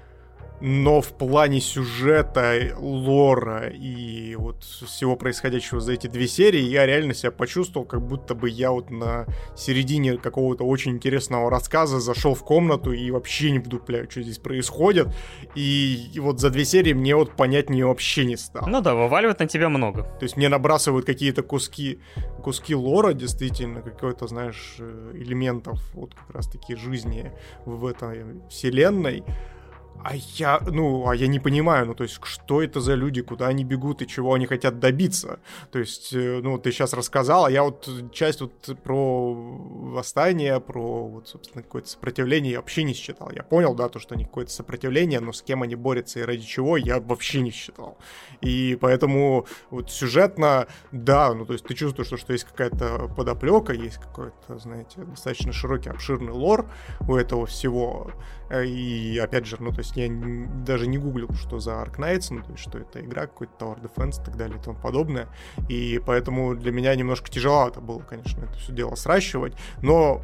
но в плане сюжета, лора и вот всего происходящего за эти две серии я реально себя почувствовал, как будто бы я вот на середине какого-то очень интересного рассказа зашел в комнату и вообще не вдупляю, что здесь происходит, и, и вот за две серии мне вот понятнее вообще не стало. Ну да, вываливает на тебя много. То есть мне набрасывают какие-то куски, куски лора, действительно, какой-то, знаешь, элементов вот как раз-таки жизни в этой вселенной. А я, ну, а я не понимаю, ну, то есть, что это за люди, куда они бегут и чего они хотят добиться. То есть, ну, ты сейчас рассказал, а я вот часть вот про восстание, про, вот, собственно, какое-то сопротивление я вообще не считал. Я понял, да, то, что они какое-то сопротивление, но с кем они борются и ради чего, я вообще не считал. И поэтому вот сюжетно, да, ну, то есть, ты чувствуешь, что, что есть какая-то подоплека, есть какой-то, знаете, достаточно широкий, обширный лор у этого всего. И, опять же, ну, то есть, я даже не гуглил, что за Arknights, ну, то есть, что это игра, какой-то Tower Defense и так далее и тому подобное. И поэтому для меня немножко тяжеловато было, конечно, это все дело сращивать. Но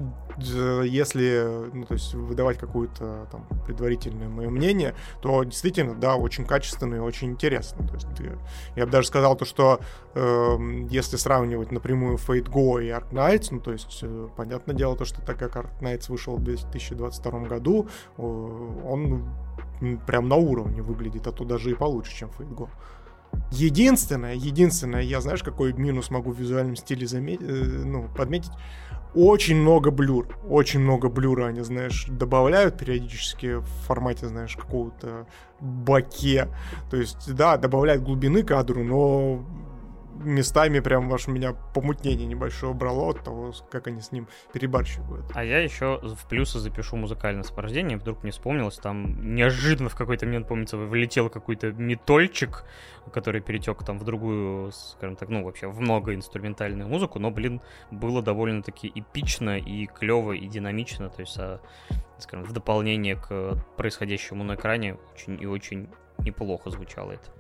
если, ну, то есть, выдавать какое-то там предварительное мое мнение, то действительно, да, очень качественно и очень интересно. То есть, я бы даже сказал то, что э, если сравнивать напрямую Fate Go и Arknights, ну, то есть, э, понятное дело то, что так как Arknights вышел в две тысячи двадцать втором году, э, он прям на уровне выглядит, а то даже и получше, чем Fate Go. Единственное, единственное, я, знаешь, какой минус могу в визуальном стиле заметить, э, ну, подметить, очень много блюр, очень много блюра они, знаешь, добавляют периодически в формате, знаешь, какого-то боке. То есть, да, добавляют глубины кадру, но местами прям аж меня помутнение небольшое брало от того, как они с ним перебарщивают. А я еще в плюсы запишу музыкальное сопровождение, вдруг мне вспомнилось, там неожиданно в какой-то момент, помнится, влетел какой-то метольчик, который перетек там в другую, скажем так, ну, вообще в многоинструментальную музыку, но, блин, было довольно-таки эпично и клево, и динамично, то есть, а, скажем, в дополнение к происходящему на экране очень и очень неплохо звучало это.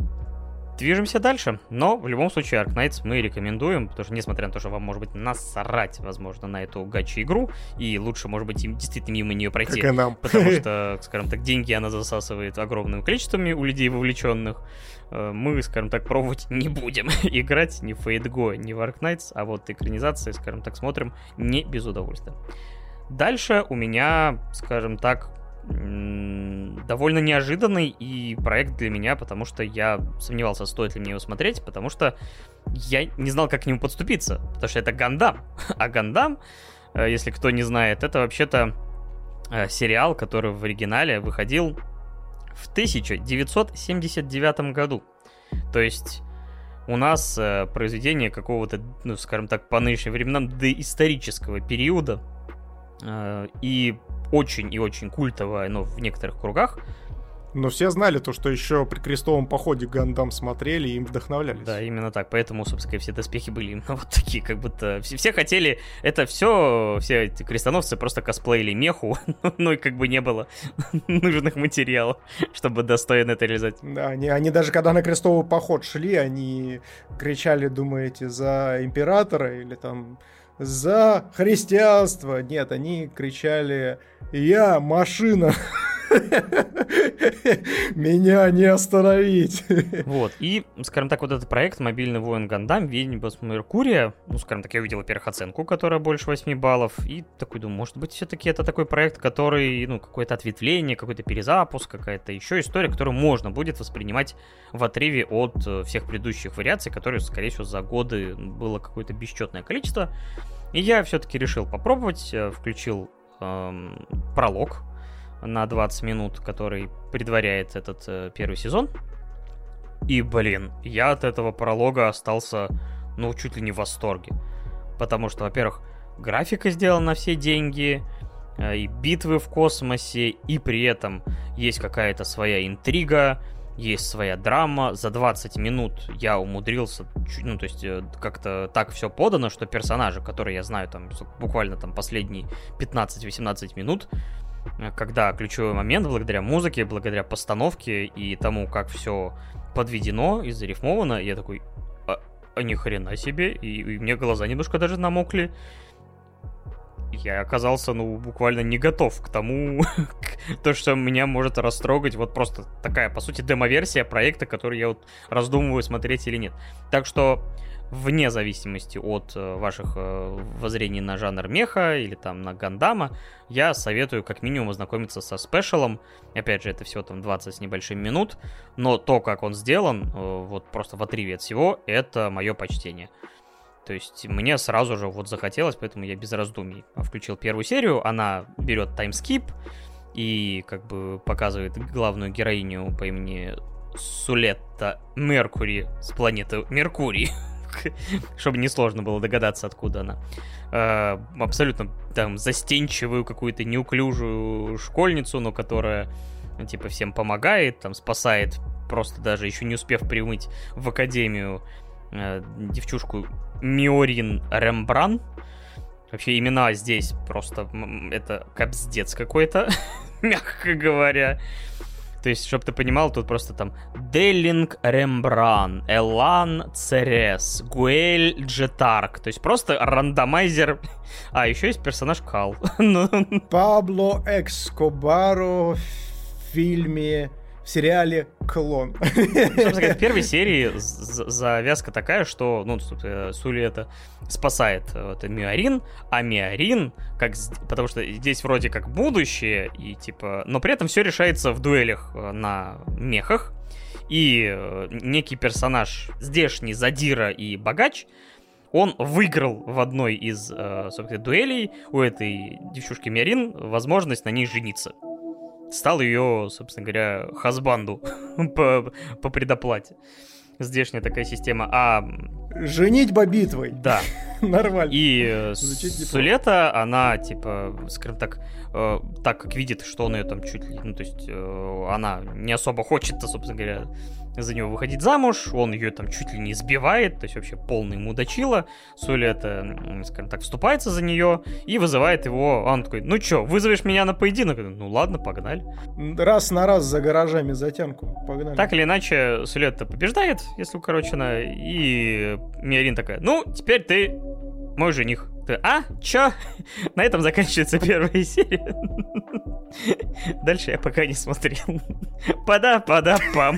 Движемся дальше, но в любом случае Arknights мы рекомендуем, потому что, несмотря на то, что вам, может быть, насрать, возможно, на эту гачи-игру, и лучше, может быть, им действительно мимо нее пройти, как и нам. Потому что, скажем так, деньги она засасывает огромным количеством у людей вовлеченных, мы, скажем так, пробовать не будем играть ни в Fate Go, ни в Arknights, а вот экранизации, скажем так, смотрим не без удовольствия. Дальше у меня, скажем так, довольно неожиданный и проект для меня, потому что я сомневался, стоит ли мне его смотреть, потому что я не знал, как к нему подступиться, потому что это Гандам. А Гандам, если кто не знает, это вообще-то сериал, который в оригинале выходил в тысяча девятьсот семьдесят девятом году. То есть у нас произведение какого-то, ну, скажем так, по нынешним временам доисторического периода, и очень и очень культовое, но в некоторых кругах. Но все знали то, что еще при крестовом походе Гандам смотрели и им вдохновлялись. Да, именно так. Поэтому, собственно, все доспехи были именно вот такие, как будто все, все хотели... Это все, все эти крестоносцы просто косплеили меху, ну и как бы не было нужных материалов, чтобы достойно это реализовать. Да, они, они даже когда на крестовый поход шли, они кричали, думаете, за императора или там за христианство. Нет, они кричали: «Я машина». Меня не остановить. Вот, и, скажем так, вот этот проект «Мобильный воин Гандам. Ведьмас Меркурия», ну, скажем так, я увидел, во-первых, оценку, которая больше восемь баллов, и такой думаю, может быть, все-таки это такой проект, который, ну, какое-то ответвление, какой-то перезапуск, какая-то еще история, которую можно будет воспринимать в отрыве от всех предыдущих вариаций, которые, скорее всего, за годы было какое-то бесчетное количество. И я все-таки решил попробовать, включил эм, пролог на двадцать минут, который предваряет этот э, первый сезон. И, блин, я от этого пролога остался, ну, чуть ли не в восторге. Потому что, во-первых, графика сделана на все деньги, э, и битвы в космосе, и при этом есть какая-то своя интрига, есть своя драма. За двадцать минут я умудрился, ну, то есть, э, как-то так все подано, что персонажи, которые я знаю там буквально там последние пятнадцать-восемнадцать минут, когда ключевой момент, благодаря музыке, благодаря постановке и тому, как все подведено и зарифмовано, я такой, а, а ни хрена себе, и, и мне глаза немножко даже намокли. Я оказался, ну, буквально не готов к тому, то, что меня может растрогать. Вот просто такая, по сути, демо-версия проекта, который я вот раздумываю, смотреть или нет. Так что, вне зависимости от э, ваших э, воззрений на жанр меха или там на Гандама, я советую как минимум ознакомиться со спешалом. Опять же, это всего там двадцать с небольшим минут, но то, как он сделан, э, вот просто в отрыве от всего, это мое почтение. То есть мне сразу же вот захотелось, поэтому я без раздумий включил первую серию. Она берет таймскип и как бы показывает главную героиню по имени Сулетта Меркури с планеты Меркурий. Чтобы несложно было догадаться, откуда она. Э, абсолютно там застенчивую, какую-то неуклюжую школьницу, но которая типа всем помогает, там спасает, просто даже еще не успев примыть в академию э, девчушку Миорин Рембран. Вообще имена здесь просто это капздец какой-то, мягко говоря. То есть, чтобы ты понимал, тут просто там Деллинг Рембран, Элан Церес, Гуэль Джетарк. То есть просто рандомайзер. А, еще есть персонаж Кал. Пабло Эскобаро в фильме, в сериале «Клон». Собственно говоря, в первой серии завязка такая, что, ну, Сули это спасает вот, Миорин, а Миорин, как, потому что здесь вроде как будущее, и типа, но при этом все решается в дуэлях на мехах, и некий персонаж, здешний задира и богач, он выиграл в одной из, собственно, дуэлей у этой девчушки Миорин возможность на ней жениться. Стал ее, собственно говоря, хазбанду по, по предоплате. Здешняя такая система. А... Женитьба битвой. Да. Нормально. И Сулета, она, типа, скажем так, э, так как видит, что он ее там чуть ли... Ну, то есть, э, она не особо хочет, собственно говоря, за него выходить замуж. Он ее там чуть ли не сбивает. То есть, вообще полный мудачила. Сулета, скажем так, вступается за нее и вызывает его. Он такой, ну чё, вызовешь меня на поединок? Ну ладно, погнали. Раз на раз за гаражами затянку. Погнали. Так или иначе, Сулета побеждает, если укорочено. И Миорин такая, ну, теперь ты мой жених. Ты, а? Чё? На этом заканчивается первая серия. Дальше я пока не смотрел. Пада-пада-пам.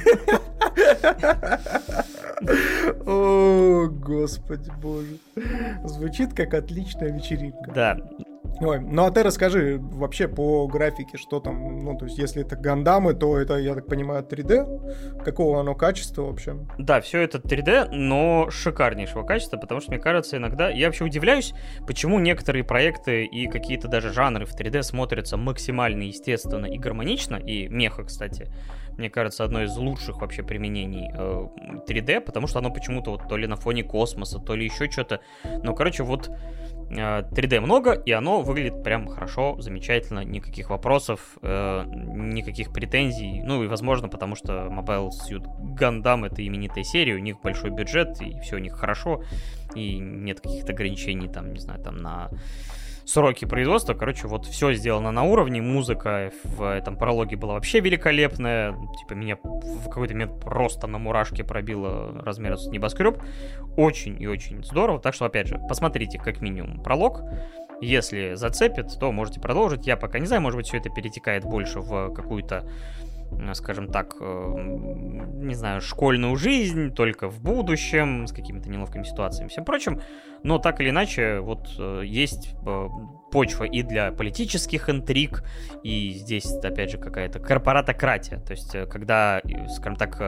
О, господи боже. Звучит как отличная вечеринка. Да. Ой, ну а ты расскажи вообще по графике, что там, ну то есть если это Гандамы, то это, я так понимаю, три дэ? Какого оно качества вообще? Да, все это три дэ, но шикарнейшего качества, потому что мне кажется иногда, я вообще удивляюсь, почему некоторые проекты и какие-то даже жанры в три дэ смотрятся максимально естественно и гармонично, и меха, кстати, мне кажется, одно из лучших вообще применений э, три дэ, потому что оно почему-то вот то ли на фоне космоса, то ли еще что-то, ну короче вот три дэ много, и оно выглядит прям хорошо, замечательно, никаких вопросов, э, никаких претензий. Ну и, возможно, потому что Mobile Suit Gundam — это именитая серия, у них большой бюджет, и все у них хорошо, и нет каких-то ограничений, там, не знаю, там на сроки производства. Короче, вот все сделано на уровне, музыка в этом прологе была вообще великолепная, типа меня в какой-то момент просто на мурашке пробило размер небоскреб. Очень и очень здорово, так что, опять же, посмотрите как минимум пролог. Если зацепит, то можете продолжить. Я пока не знаю, может быть, все это перетекает больше в какую-то, скажем так, не знаю, школьную жизнь, только в будущем, с какими-то неловкими ситуациями и всем прочим. Но так или иначе, вот есть почва и для политических интриг, и здесь, опять же, какая-то корпоратократия. То есть, когда, скажем так...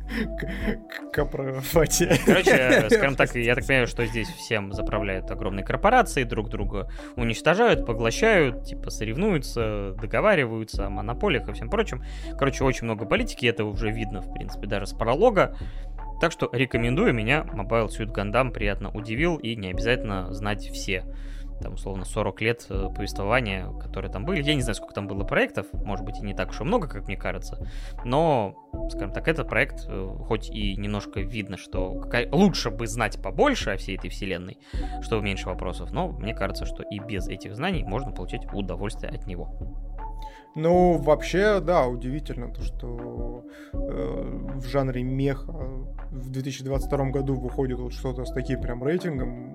Капрафатия. Короче, скажем так, я так понимаю, что здесь всем заправляют огромные корпорации, друг друга уничтожают, поглощают, типа соревнуются, договариваются о монополиях и всем прочем. Короче, очень много политики, это уже видно, в принципе, даже с пролога. Так что рекомендую, меня Mobile Suit Gundam приятно удивил, и не обязательно знать все, там, условно, сорок лет повествования, которые там были. Я не знаю, сколько там было проектов, может быть, и не так уж и много, как мне кажется, но, скажем так, этот проект, хоть и немножко видно, что какая... лучше бы знать побольше о всей этой вселенной, чтобы меньше вопросов, но мне кажется, что и без этих знаний можно получить удовольствие от него. Ну, вообще, да, удивительно то, что э, в жанре меха в две тысячи двадцать втором году выходит вот что-то с таким прям рейтингом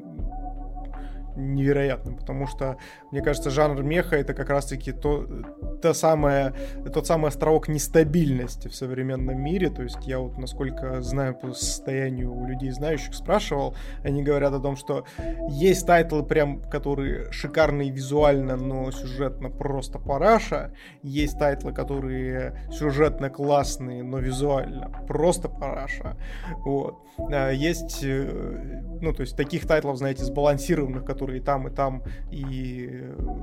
невероятным, потому что, мне кажется, жанр меха — это как раз-таки то, то самое, тот самый островок нестабильности в современном мире. То есть я вот, насколько знаю по состоянию у людей знающих, спрашивал, они говорят о том, что есть тайтлы прям, которые шикарные визуально, но сюжетно просто параша, есть тайтлы, которые сюжетно классные, но визуально просто параша. Вот. Есть, ну, то есть таких тайтлов, знаете, сбалансированных, которые и там, и там, и,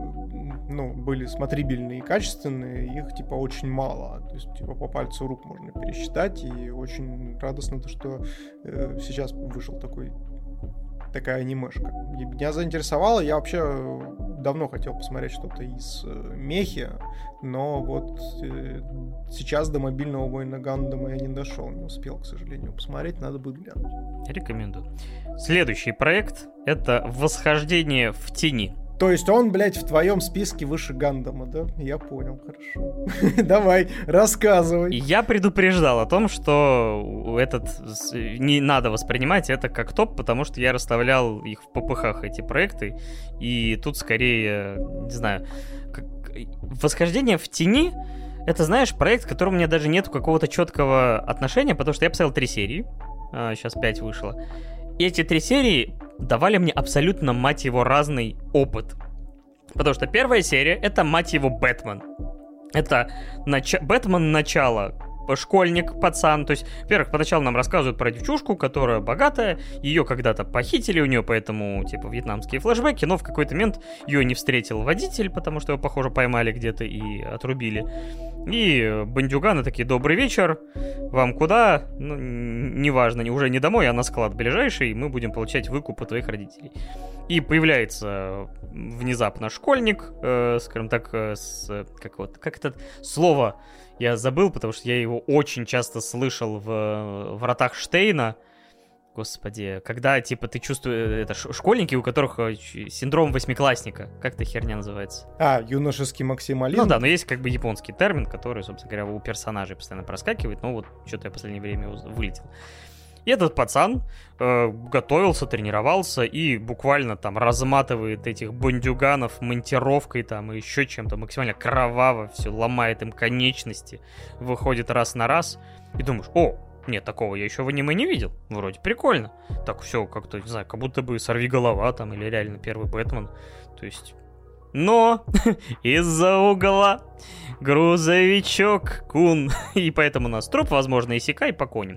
ну, были смотрибельные и качественные, их, типа, очень мало. То есть, типа, по пальцу рук можно пересчитать, и очень радостно то, что э, сейчас вышел такой такая анимешка. И меня заинтересовало, я вообще давно хотел посмотреть что-то из э, мехи, но вот э, сейчас до мобильного воина Гандама я не дошел, не успел, к сожалению, посмотреть, надо будет глянуть. Рекомендую. Следующий проект — это «Восхождение в тени». То есть он, блядь, в твоем списке выше Гандама, да? Я понял, хорошо. Давай, рассказывай. Я предупреждал о том, что этот не надо воспринимать это как топ, потому что я расставлял их в попыхах, эти проекты, и тут скорее, не знаю, как... «Восхождение в тени» — это, знаешь, проект, к которому у меня даже нет какого-то четкого отношения, потому что я посмотрел три серии, а, сейчас пять вышло, и эти три серии давали мне абсолютно, мать его, разный опыт. Потому что первая серия — это, мать его, Бэтмен. Это нач... Бэтмен начало. Школьник, пацан. То есть, во-первых, поначалу нам рассказывают про девчушку, которая богатая. Ее когда-то похитили, у нее поэтому, типа, вьетнамские флешбеки. Но в какой-то момент ее не встретил водитель, потому что его, похоже, поймали где-то и отрубили. И бандюганы такие: добрый вечер, вам куда? Ну, неважно, уже не домой, а на склад ближайший, мы будем получать выкуп у твоих родителей. И появляется внезапно школьник, э, скажем так, э, с, как, вот, как это слово я забыл, потому что я его очень часто слышал в «Вратах Штейна». Господи, когда, типа, ты чувствуешь... Это школьники, у которых синдром восьмиклассника. Как эта херня называется? А, юношеский максимализм? Ну да, но есть как бы японский термин, который, собственно говоря, у персонажей постоянно проскакивает. Но вот что-то я в последнее время вылетел. И этот пацан э, готовился, тренировался и буквально там разматывает этих бандюганов монтировкой там и еще чем-то, максимально кроваво все, ломает им конечности, выходит раз на раз. И думаешь: о, нет, такого я еще в аниме не видел. Вроде прикольно. Так все как-то, не знаю, как будто бы сорвиголова там или реально первый Бэтмен. То есть... Но из-за угла грузовичок кун. И поэтому у нас труп, возможно, исекай по коням.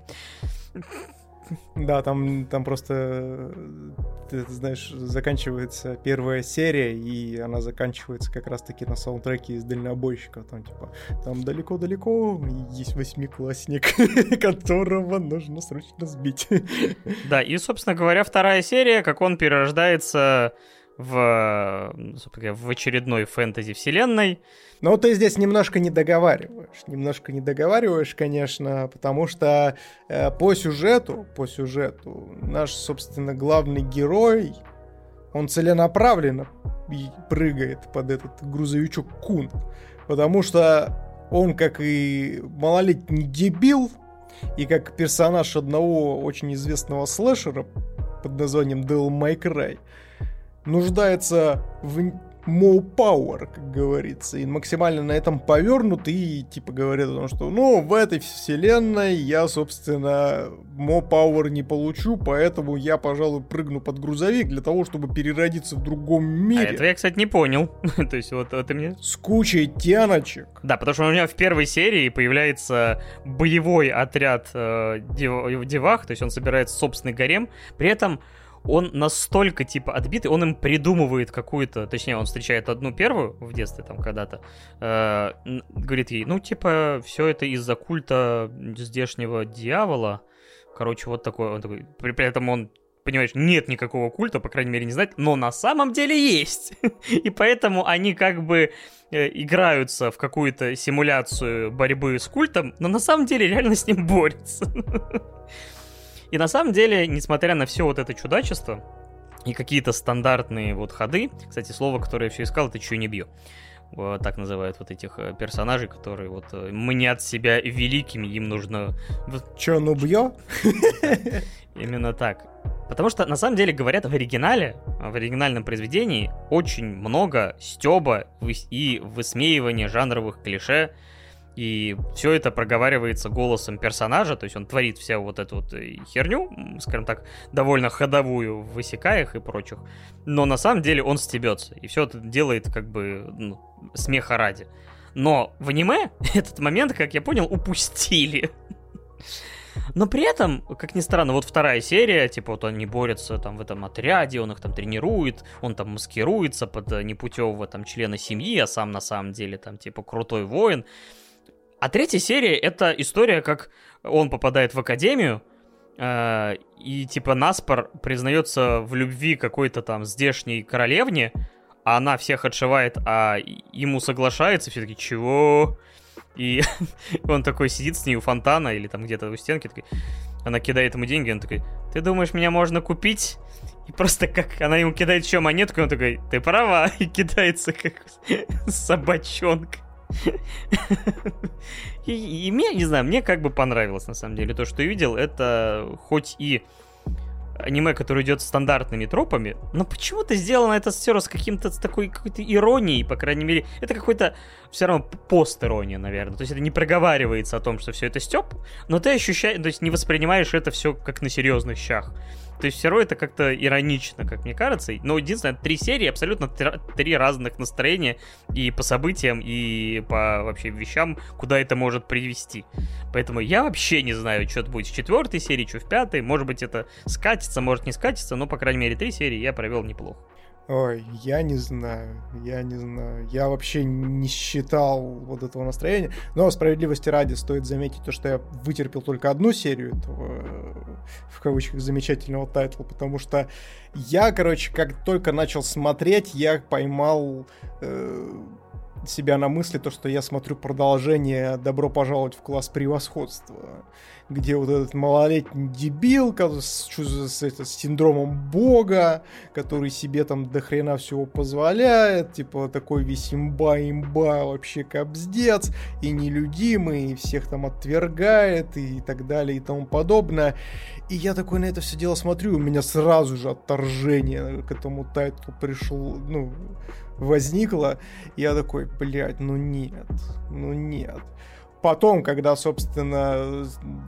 Да, там, там просто, ты знаешь, заканчивается первая серия, и она заканчивается как раз-таки на саундтреке из «Дальнобойщиков». Там типа, там далеко-далеко есть восьмиклассник, которого нужно срочно сбить. Да, и, собственно говоря, вторая серия, как он перерождается в, в очередной фэнтези-вселенной. Но ты здесь немножко не договариваешь. Немножко не договариваешь, конечно, потому что э, по сюжету, по сюжету наш, собственно, главный герой, он целенаправленно прыгает под этот грузовичок Кун, потому что он, как и малолетний дебил, и как персонаж одного очень известного слэшера под названием Devil May Cry, нуждается в more power, как говорится, и максимально на этом повернут, и типа говорят о том, что ну, в этой вселенной я, собственно, more power не получу, поэтому я, пожалуй, прыгну под грузовик для того, чтобы переродиться в другом мире. А это я, кстати, не понял. То есть вот ты мне... С кучей тяночек. Да, потому что у меня в первой серии появляется боевой отряд э, дев... девах, то есть он собирает собственный гарем, при этом он настолько, типа, отбитый, он им придумывает какую-то... Точнее, он встречает одну первую в детстве, там, когда-то. Э, говорит ей, ну, типа, все это из-за культа здешнего дьявола. Короче, вот такой. Он такой. При, при этом он, понимаешь, нет никакого культа, по крайней мере, не знать, но на самом деле есть. И поэтому они как бы э, играются в какую-то симуляцию борьбы с культом, но на самом деле реально с ним борются. И на самом деле, несмотря на все вот это чудачество и какие-то стандартные вот ходы, кстати, слово, которое я все искал, это чунибью. Вот так называют вот этих персонажей, которые вот мнят себя великими, им нужно... Чунибью? Именно так. Потому что, на самом деле, говорят, в оригинале, в оригинальном произведении очень много стёба и высмеивания жанровых клише. И все это проговаривается голосом персонажа, то есть он творит всю вот эту вот херню, скажем так, довольно ходовую в высекаях и прочих, но на самом деле он стебется, и все это делает как бы ну, смеха ради. Но в аниме этот момент, как я понял, упустили. Но при этом, как ни странно, вот вторая серия, типа вот они борются там в этом отряде, он их там тренирует, он там маскируется под непутевого там члена семьи, а сам на самом деле там типа крутой воин. А третья серия — это история, как он попадает в академию, э, и типа наспор признается в любви какой-то там здешней королевне, а она всех отшивает, а ему соглашается, все таки чего? И он такой сидит с ней у фонтана или там где-то у стенки, такой, она кидает ему деньги, он такой, ты думаешь, меня можно купить? И просто как она ему кидает еще монетку, и он такой, ты права, и кидается как собачонка. И, и мне, не знаю, мне как бы понравилось, на самом деле, то, что я видел, это хоть и аниме, которое идет стандартными тропами, но почему-то сделано это все с каким-то, с такой какой-то иронией, по крайней мере, это какой-то все равно пост-ирония, наверное, то есть это не проговаривается о том, что все это стёб, но ты ощущаешь, то есть не воспринимаешь это все как на серьезных щах. То есть все равно это как-то иронично, как мне кажется. Но единственное, три серии, абсолютно три разных настроения и по событиям, и по вообще вещам, куда это может привести. Поэтому я вообще не знаю, что это будет в четвертой серии, что в пятой. Может быть, это скатится, может не скатится, но, по крайней мере, три серии я провел неплохо. Ой, я не знаю, я не знаю. Я вообще не считал вот этого настроения. Но справедливости ради стоит заметить то, что я вытерпел только одну серию этого, в кавычках, замечательного тайтла, потому что я, короче, как только начал смотреть, я поймал э, себя на мысли, то, что я смотрю продолжение «Добро пожаловать в класс превосходства», где вот этот малолетний дебил с, с, с, с синдромом бога, который себе там до хрена всего позволяет, типа такой весь имба-имба, вообще капздец, и нелюдимый, и всех там отвергает, и так далее, и тому подобное. И я такой на это все дело смотрю, и у меня сразу же отторжение к этому тайтлу пришло, ну, возникло. Я такой, блядь, ну нет, ну нет. Потом, когда, собственно,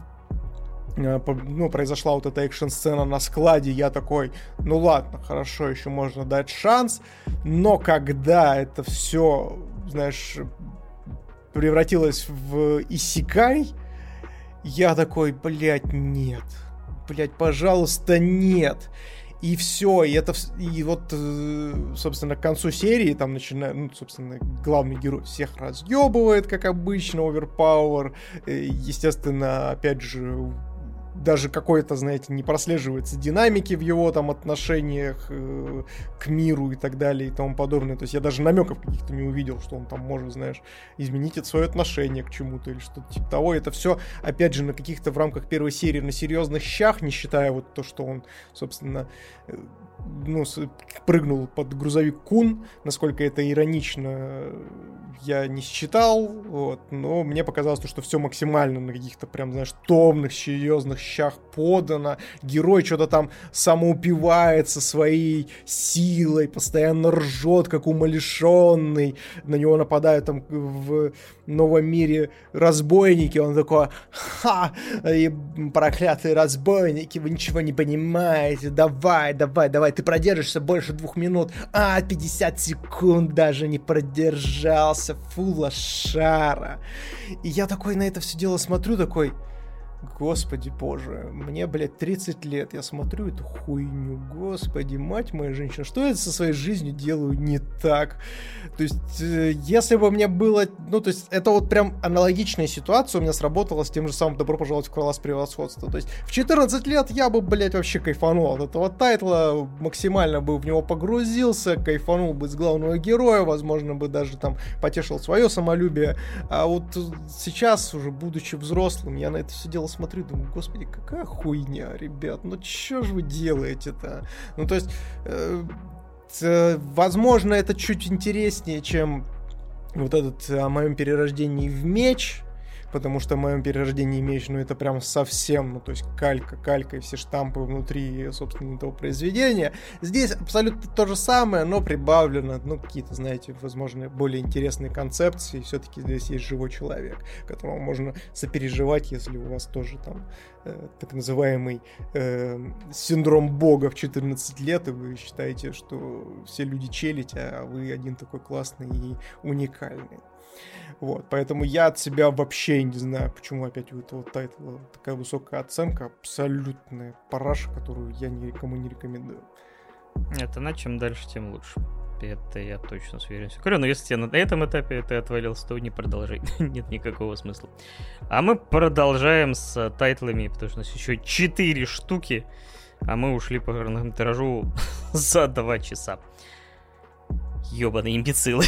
ну, произошла вот эта экшн-сцена на складе, я такой, ну ладно, хорошо, еще можно дать шанс, но когда это все, знаешь, превратилось в иссякай, я такой, блядь, нет, блядь, пожалуйста, нет. И все, и это, и вот, собственно, к концу серии, там, начинает, ну, собственно, главный герой всех разъебывает, как обычно, оверпауэр, естественно, опять же, даже какой-то, знаете, не прослеживается динамики в его там отношениях э, к миру и так далее и тому подобное. То есть я даже намеков каких-то не увидел, что он там может, знаешь, изменить это свое отношение к чему-то или что-то типа того. Это все, опять же, на каких-то в рамках первой серии на серьезных щах, не считая вот то, что он, собственно, э, ну, прыгнул под грузовик Кун, насколько это иронично, я не считал, вот, но мне показалось, что все максимально на каких-то прям, знаешь, томных, серьезных щах подано, герой что-то там самоупивается своей силой, постоянно ржет, как умалишенный, на него нападают там в новом мире разбойники, он такой: ха, и проклятые разбойники, вы ничего не понимаете, давай, давай, давай, ты продержишься больше двух минут, а, пятьдесят секунд даже не продержался, фу, лошара. И я такой на это все дело смотрю, такой: господи боже, мне, блядь, тридцать лет, я смотрю эту хуйню, господи, мать моя женщина, что я со своей жизнью делаю не так? То есть, э, если бы мне было, ну, то есть, это вот прям аналогичная ситуация у меня сработала с тем же самым «Добро пожаловать в класс превосходства». То есть, в четырнадцать лет я бы, блядь, вообще кайфанул от этого тайтла, максимально бы в него погрузился, кайфанул бы с главного героя, возможно, бы даже там потешил свое самолюбие, а вот сейчас, уже будучи взрослым, я на это все дело смотрю, думаю: господи, какая хуйня, ребят, ну чё же вы делаете-то? Ну, то есть, э, э, возможно, это чуть интереснее, чем вот этот о моем перерождении в меч, потому что в моем перерождении меч, ну, это прям совсем, ну, то есть калька, калька и все штампы внутри, собственно, этого произведения. Здесь абсолютно то же самое, но прибавлено, ну, какие-то, знаете, возможно, более интересные концепции. Все-таки здесь есть живой человек, которому можно сопереживать, если у вас тоже там э, так называемый э, синдром бога в четырнадцать лет, и вы считаете, что все люди челядь, а вы один такой классный и уникальный. Вот, поэтому я от себя вообще не знаю, почему опять у этого тайтла такая высокая оценка, абсолютная параша, которую я никому не рекомендую. Это на чем дальше, тем лучше. Это я точно с уверенностью говорю, но если тебе на этом этапе ты отвалился, то не продолжай. Нет никакого смысла. А мы продолжаем с тайтлами, потому что у нас еще четыре штуки, а мы ушли по хронометражу за два часа. Ёбаные имбецилы.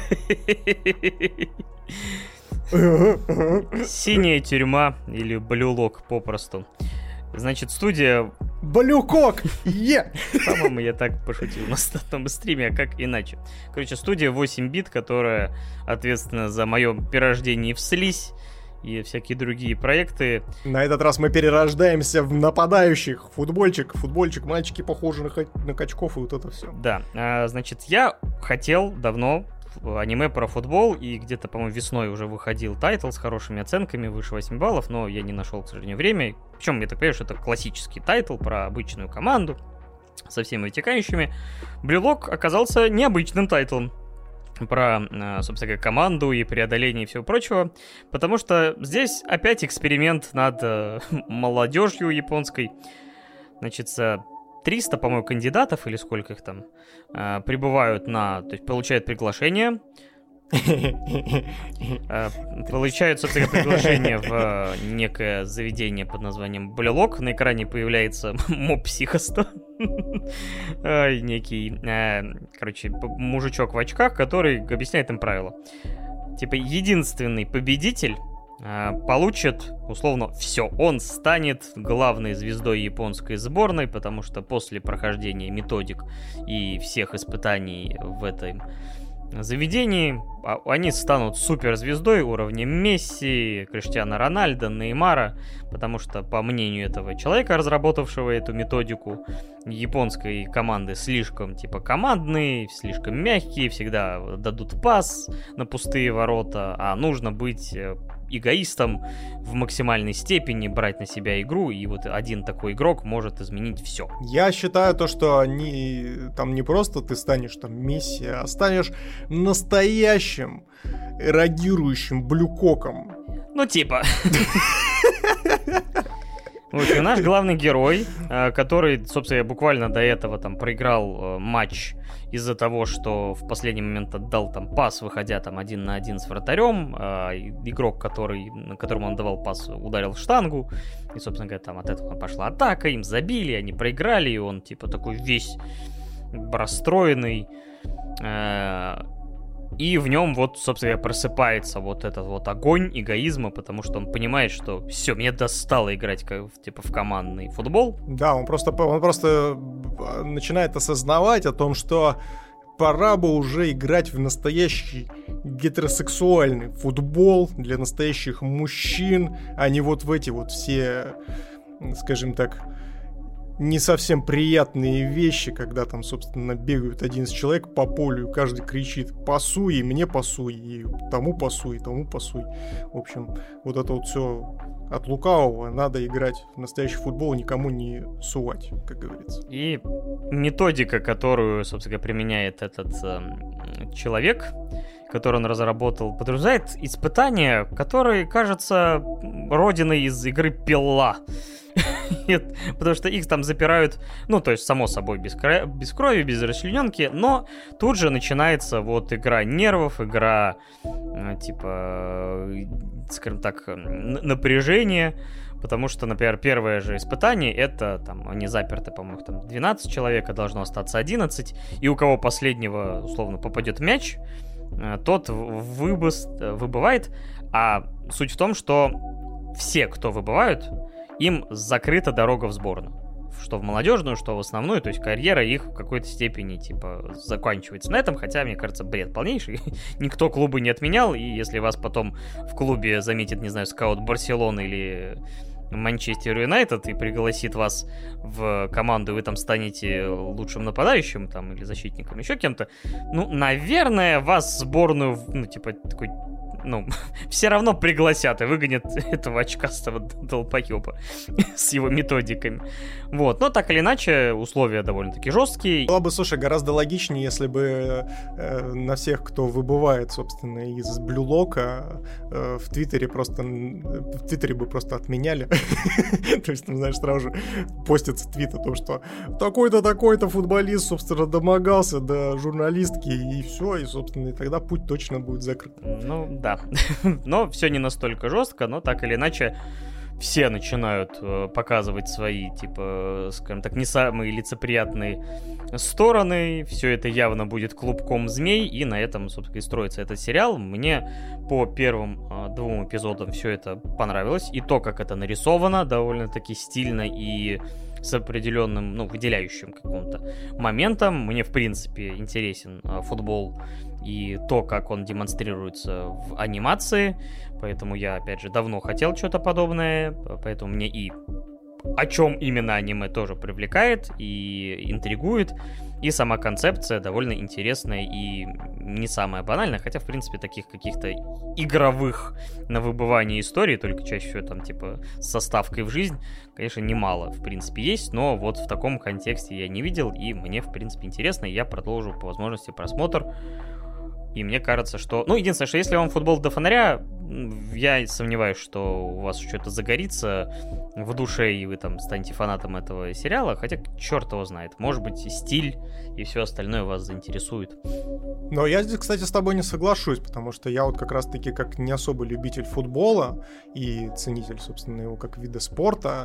Синяя тюрьма или Блюлок попросту. Значит, студия... Блюкок! Е! По-моему, я так пошутил на статном стриме, а как иначе. Короче, студия восемь бит, которая ответственна за мое перерождение в слизь и всякие другие проекты. На этот раз мы перерождаемся в нападающих. Футбольчик, футбольчик, мальчики похожи на, х... на качков, и вот это все. Да, а, значит, я хотел давно аниме про футбол, и где-то, по-моему, весной уже выходил тайтл с хорошими оценками, выше восемь баллов, но я не нашел, к сожалению, время. Причем, я так понимаю, что это классический тайтл про обычную команду со всеми вытекающими. Блюлок оказался необычным тайтлом про, собственно говоря, команду и преодоление и всего прочего, потому что здесь опять эксперимент над э, молодежью японской. Значит, триста, по-моему, кандидатов, или сколько их там, э, прибывают на... То есть получают приглашение. э, получают, собственно говоря, приглашение в э, некое заведение под названием Блюлок. На экране появляется моб Психо сто. Некий, э, короче, мужичок в очках, который объясняет им правила. Типа, единственный победитель э, получит, условно, все. Он станет главной звездой японской сборной, потому что после прохождения методик и всех испытаний в этом заведении они станут суперзвездой уровня Месси, Криштиано Рональдо, Неймара, потому что, по мнению этого человека, разработавшего эту методику, японской команды слишком, типа, командные, слишком мягкие, всегда дадут пас на пустые ворота, а нужно быть эгоистом в максимальной степени, брать на себя игру, и вот один такой игрок может изменить все. Я считаю то, что они там не просто ты станешь там Месси, а станешь настоящим эродирующим блюкоком. Ну, типа. Вот, и наш главный герой, который, собственно, буквально до этого там проиграл матч из-за того, что в последний момент отдал там пас, выходя там один на один с вратарем, игрок, который, которому он давал пас, ударил в штангу, и, собственно говоря, там от этого пошла атака, им забили, они проиграли, и он типа такой весь расстроенный, и в нем вот, собственно, просыпается вот этот вот огонь эгоизма, потому что он понимает, что все, мне достало играть как, типа в командный футбол. Да, он просто, он просто начинает осознавать о том, что пора бы уже играть в настоящий гетеросексуальный футбол для настоящих мужчин, а не вот в эти вот все, скажем так, не совсем приятные вещи, когда там, собственно, бегают одиннадцать человек по полю, и каждый кричит «пасуй», и мне пасуй, и тому пасуй, и тому пасуй. В общем, вот это вот все от лукавого, надо играть в настоящий футбол, никому не сувать, как говорится. И методика, которую, собственно, применяет этот э, человек, который он разработал, подразумевает испытания, которые, кажется, родиной из игры «Пила». Потому что их там запирают, ну, то есть, само собой, без, кро... без крови, без расчлененки, но тут же начинается вот игра нервов, игра, типа, скажем так, напряжение, потому что, например, первое же испытание, это, там, они заперты, по-моему, там двенадцать человек, а должно остаться одиннадцать, и у кого последнего, условно, попадет мяч, тот выбыс... выбывает, а суть в том, что все, кто выбывают, им закрыта дорога в сборную. Что в молодежную, что в основную. То есть карьера их в какой-то степени, типа, заканчивается на этом. Хотя, мне кажется, бред полнейший. Никто клубы не отменял. И если вас потом в клубе заметит, не знаю, скаут Барселоны или Манчестер Юнайтед и пригласит вас в команду, и вы там станете лучшим нападающим там, или защитником, еще кем-то, ну, наверное, вас в сборную, ну, типа, такой... Ну, все равно пригласят и выгонят этого очкастого долбоеба с его методиками. Вот, но так или иначе, условия довольно-таки жесткие. Было бы, слушай, гораздо логичнее, если бы э, на всех, кто выбывает, собственно, из блюлока, э, в Твиттере просто... В Твиттере бы просто отменяли. То есть, ну, знаешь, сразу же постится твит о том, что такой-то, такой-то футболист, собственно, домогался до журналистки, и все, и, собственно, и тогда путь точно будет закрыт. Ну, да. Но все не настолько жестко, но так или иначе все начинают э, показывать свои, типа, скажем так, не самые лицеприятные стороны. Все это явно будет клубком змей, и на этом, собственно, и строится этот сериал. Мне по первым э, двум эпизодам все это понравилось. И то, как это нарисовано, довольно-таки стильно и с определенным, ну, выделяющим каким-то моментом. Мне, в принципе, интересен э, футбол и то, как он демонстрируется в анимации, поэтому я, опять же, давно хотел что-то подобное, поэтому мне и о чем именно аниме тоже привлекает и интригует, и сама концепция довольно интересная и не самая банальная, хотя, в принципе, таких каких-то игровых на выбывание историй, только чаще всего там, типа, с составкой в жизнь, конечно, немало, в принципе, есть, но вот в таком контексте я не видел, и мне, в принципе, интересно, и я продолжу по возможности просмотр. И мне кажется, что... Ну, единственное, что если вам футбол до фонаря, я сомневаюсь, что у вас что-то загорится в душе, и вы там станете фанатом этого сериала. Хотя, черт его знает. Может быть, и стиль, и все остальное вас заинтересует. Но я здесь, кстати, с тобой не соглашусь, потому что я вот как раз-таки как не особый любитель футбола и ценитель, собственно, его как вида спорта,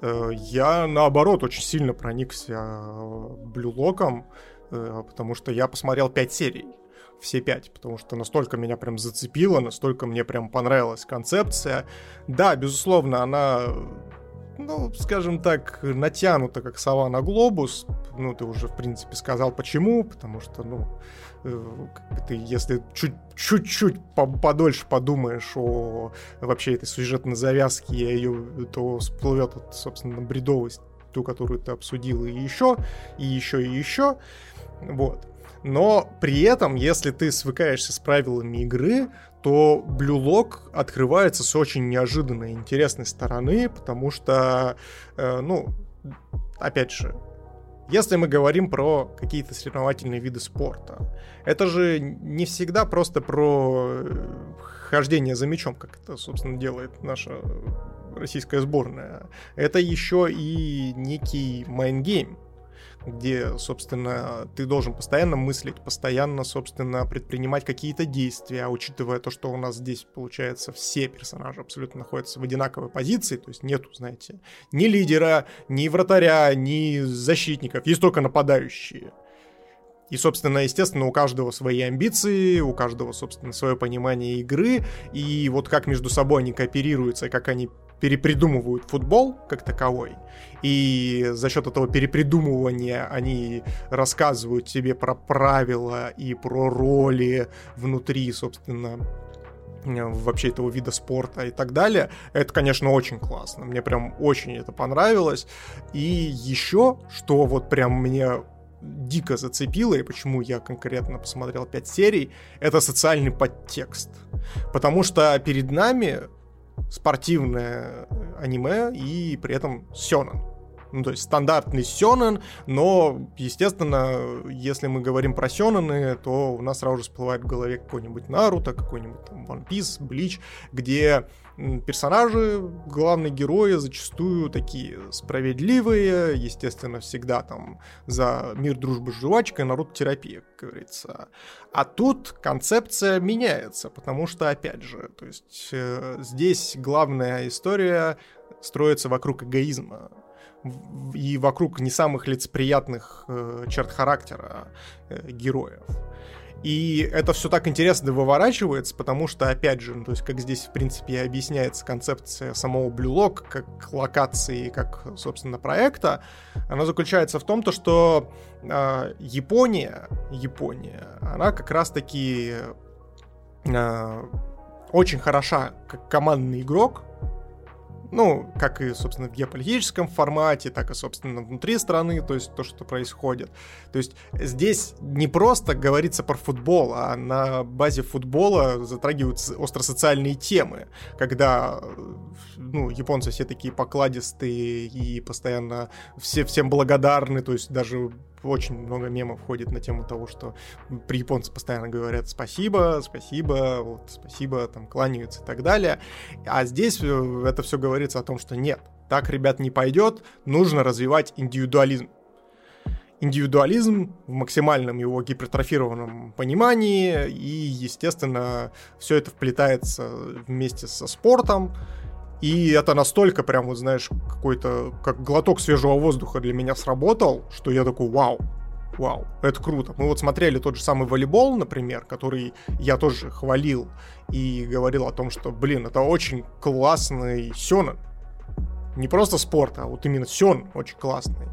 я, наоборот, очень сильно проникся блюлоком, потому что я посмотрел пять серий. Все пять, потому что настолько меня прям зацепило, настолько мне прям понравилась концепция. Да, безусловно, она, ну, скажем так, натянута, как сова на глобус. Ну, ты уже, в принципе, сказал, почему. Потому что, ну, ты, если чуть, чуть-чуть подольше подумаешь о вообще этой сюжетной завязке, ее, то всплывет, вот, собственно, бредовость, ту, которую ты обсудил, и еще, и еще, и еще. Вот. Но при этом, если ты свыкаешься с правилами игры, то Blue Lock открывается с очень неожиданной, интересной стороны, потому что, э, ну, опять же, если мы говорим про какие-то соревновательные виды спорта, это же не всегда просто про хождение за мячом, как это, собственно, делает наша российская сборная, это еще и некий майнгейм, где, собственно, ты должен постоянно мыслить, постоянно, собственно, предпринимать какие-то действия, а учитывая то, что у нас здесь, получается, все персонажи абсолютно находятся в одинаковой позиции, то есть нету, знаете, ни лидера, ни вратаря, ни защитников, есть только нападающие. И, собственно, естественно, у каждого свои амбиции, у каждого, собственно, свое понимание игры, и вот как между собой они кооперируются, как они перепридумывают футбол как таковой, и за счет этого перепридумывания они рассказывают тебе про правила и про роли внутри, собственно, вообще этого вида спорта и так далее. Это, конечно, очень классно. Мне прям очень это понравилось. И еще, что вот прям мне дико зацепило, и почему я конкретно посмотрел пять серий, это социальный подтекст. Потому что перед нами спортивное аниме и при этом сёнэн. Ну, то есть стандартный сёнэн, но, естественно, если мы говорим про сёнэны, то у нас сразу же всплывает в голове какой-нибудь Наруто, какой-нибудь там One Piece, Bleach, где персонажи, главные герои зачастую такие справедливые, естественно, всегда там за мир, дружбу с жвачкой, Наруто-терапия, как говорится. А тут концепция меняется, потому что, опять же, то есть э, здесь главная история строится вокруг эгоизма и вокруг не самых лицеприятных э, черт характера э, героев. И это все так интересно выворачивается, потому что, опять же, ну, то есть как здесь, в принципе, и объясняется концепция самого Blue Lock, как локации, как, собственно, проекта, она заключается в том, то, что э, Япония, Япония, она как раз-таки э, очень хороша как командный игрок, ну, как и, собственно, в геополитическом формате, так и, собственно, внутри страны, то есть то, что происходит. То есть здесь не просто говорится про футбол, а на базе футбола затрагиваются остросоциальные темы, когда, ну, японцы все такие покладистые и постоянно все всем благодарны, то есть даже очень много мемов ходит на тему того, что при японцах постоянно говорят спасибо, спасибо, вот, спасибо, там, кланяются и так далее. А здесь это все говорится о том, что нет, так, ребят, не пойдет, нужно развивать индивидуализм. Индивидуализм в максимальном его гипертрофированном понимании, и, естественно, все это вплетается вместе со спортом. И это настолько прям, вот знаешь, какой-то, как глоток свежего воздуха для меня сработал, что я такой, вау, вау, это круто. Мы вот смотрели тот же самый волейбол, например, который я тоже хвалил и говорил о том, что, блин, это очень классный сёнэн. Не просто спорт, а вот именно сёнэн очень классный.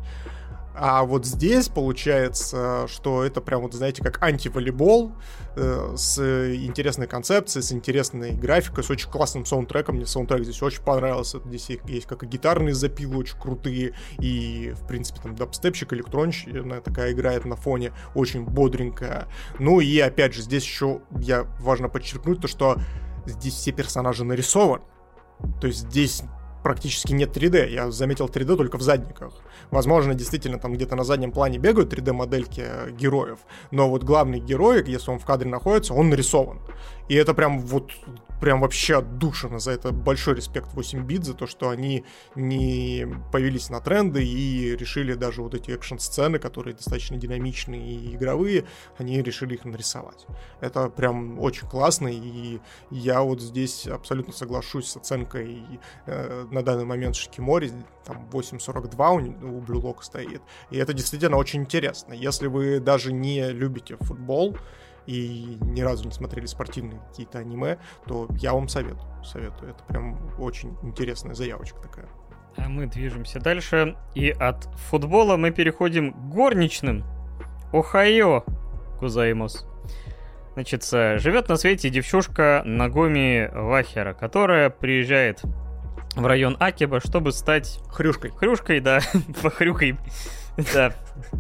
А вот здесь получается, что это прям, вот знаете, как антиволейбол э, с интересной концепцией, с интересной графикой, с очень классным саундтреком. Мне саундтрек здесь очень понравился. Здесь есть как и гитарные запилы очень крутые, и, в принципе, там дабстепчик, электронщина такая играет на фоне, очень бодренькая. Ну и, опять же, здесь еще я важно подчеркнуть то, что здесь все персонажи нарисованы. То есть здесь практически нет три дэ. Я заметил три дэ только в задниках. Возможно, действительно, там где-то на заднем плане бегают три дэ-модельки героев, но вот главный герой, если он в кадре находится, он нарисован. И это прям вот, прям вообще отдушина. За это большой респект восемь бит, за то, что они не повелись на тренды и решили даже вот эти экшн-сцены, которые достаточно динамичные и игровые, они решили их нарисовать. Это прям очень классно, и я вот здесь абсолютно соглашусь с оценкой э, на данный момент Шикимори, там восемь сорок два у, у Blue Lock стоит, и это действительно очень интересно. Если вы даже не любите футбол и ни разу не смотрели спортивные какие-то аниме, то я вам советую. Советую. Это прям очень интересная заявочка такая. А мы движемся дальше, и от футбола мы переходим к горничным. Охайо, гозаимас. Значит, живет на свете девчушка Нагоми Вахера, которая приезжает в район Акиба, чтобы стать... Хрюшкой. Хрюшкой, да, похрюкой. Да.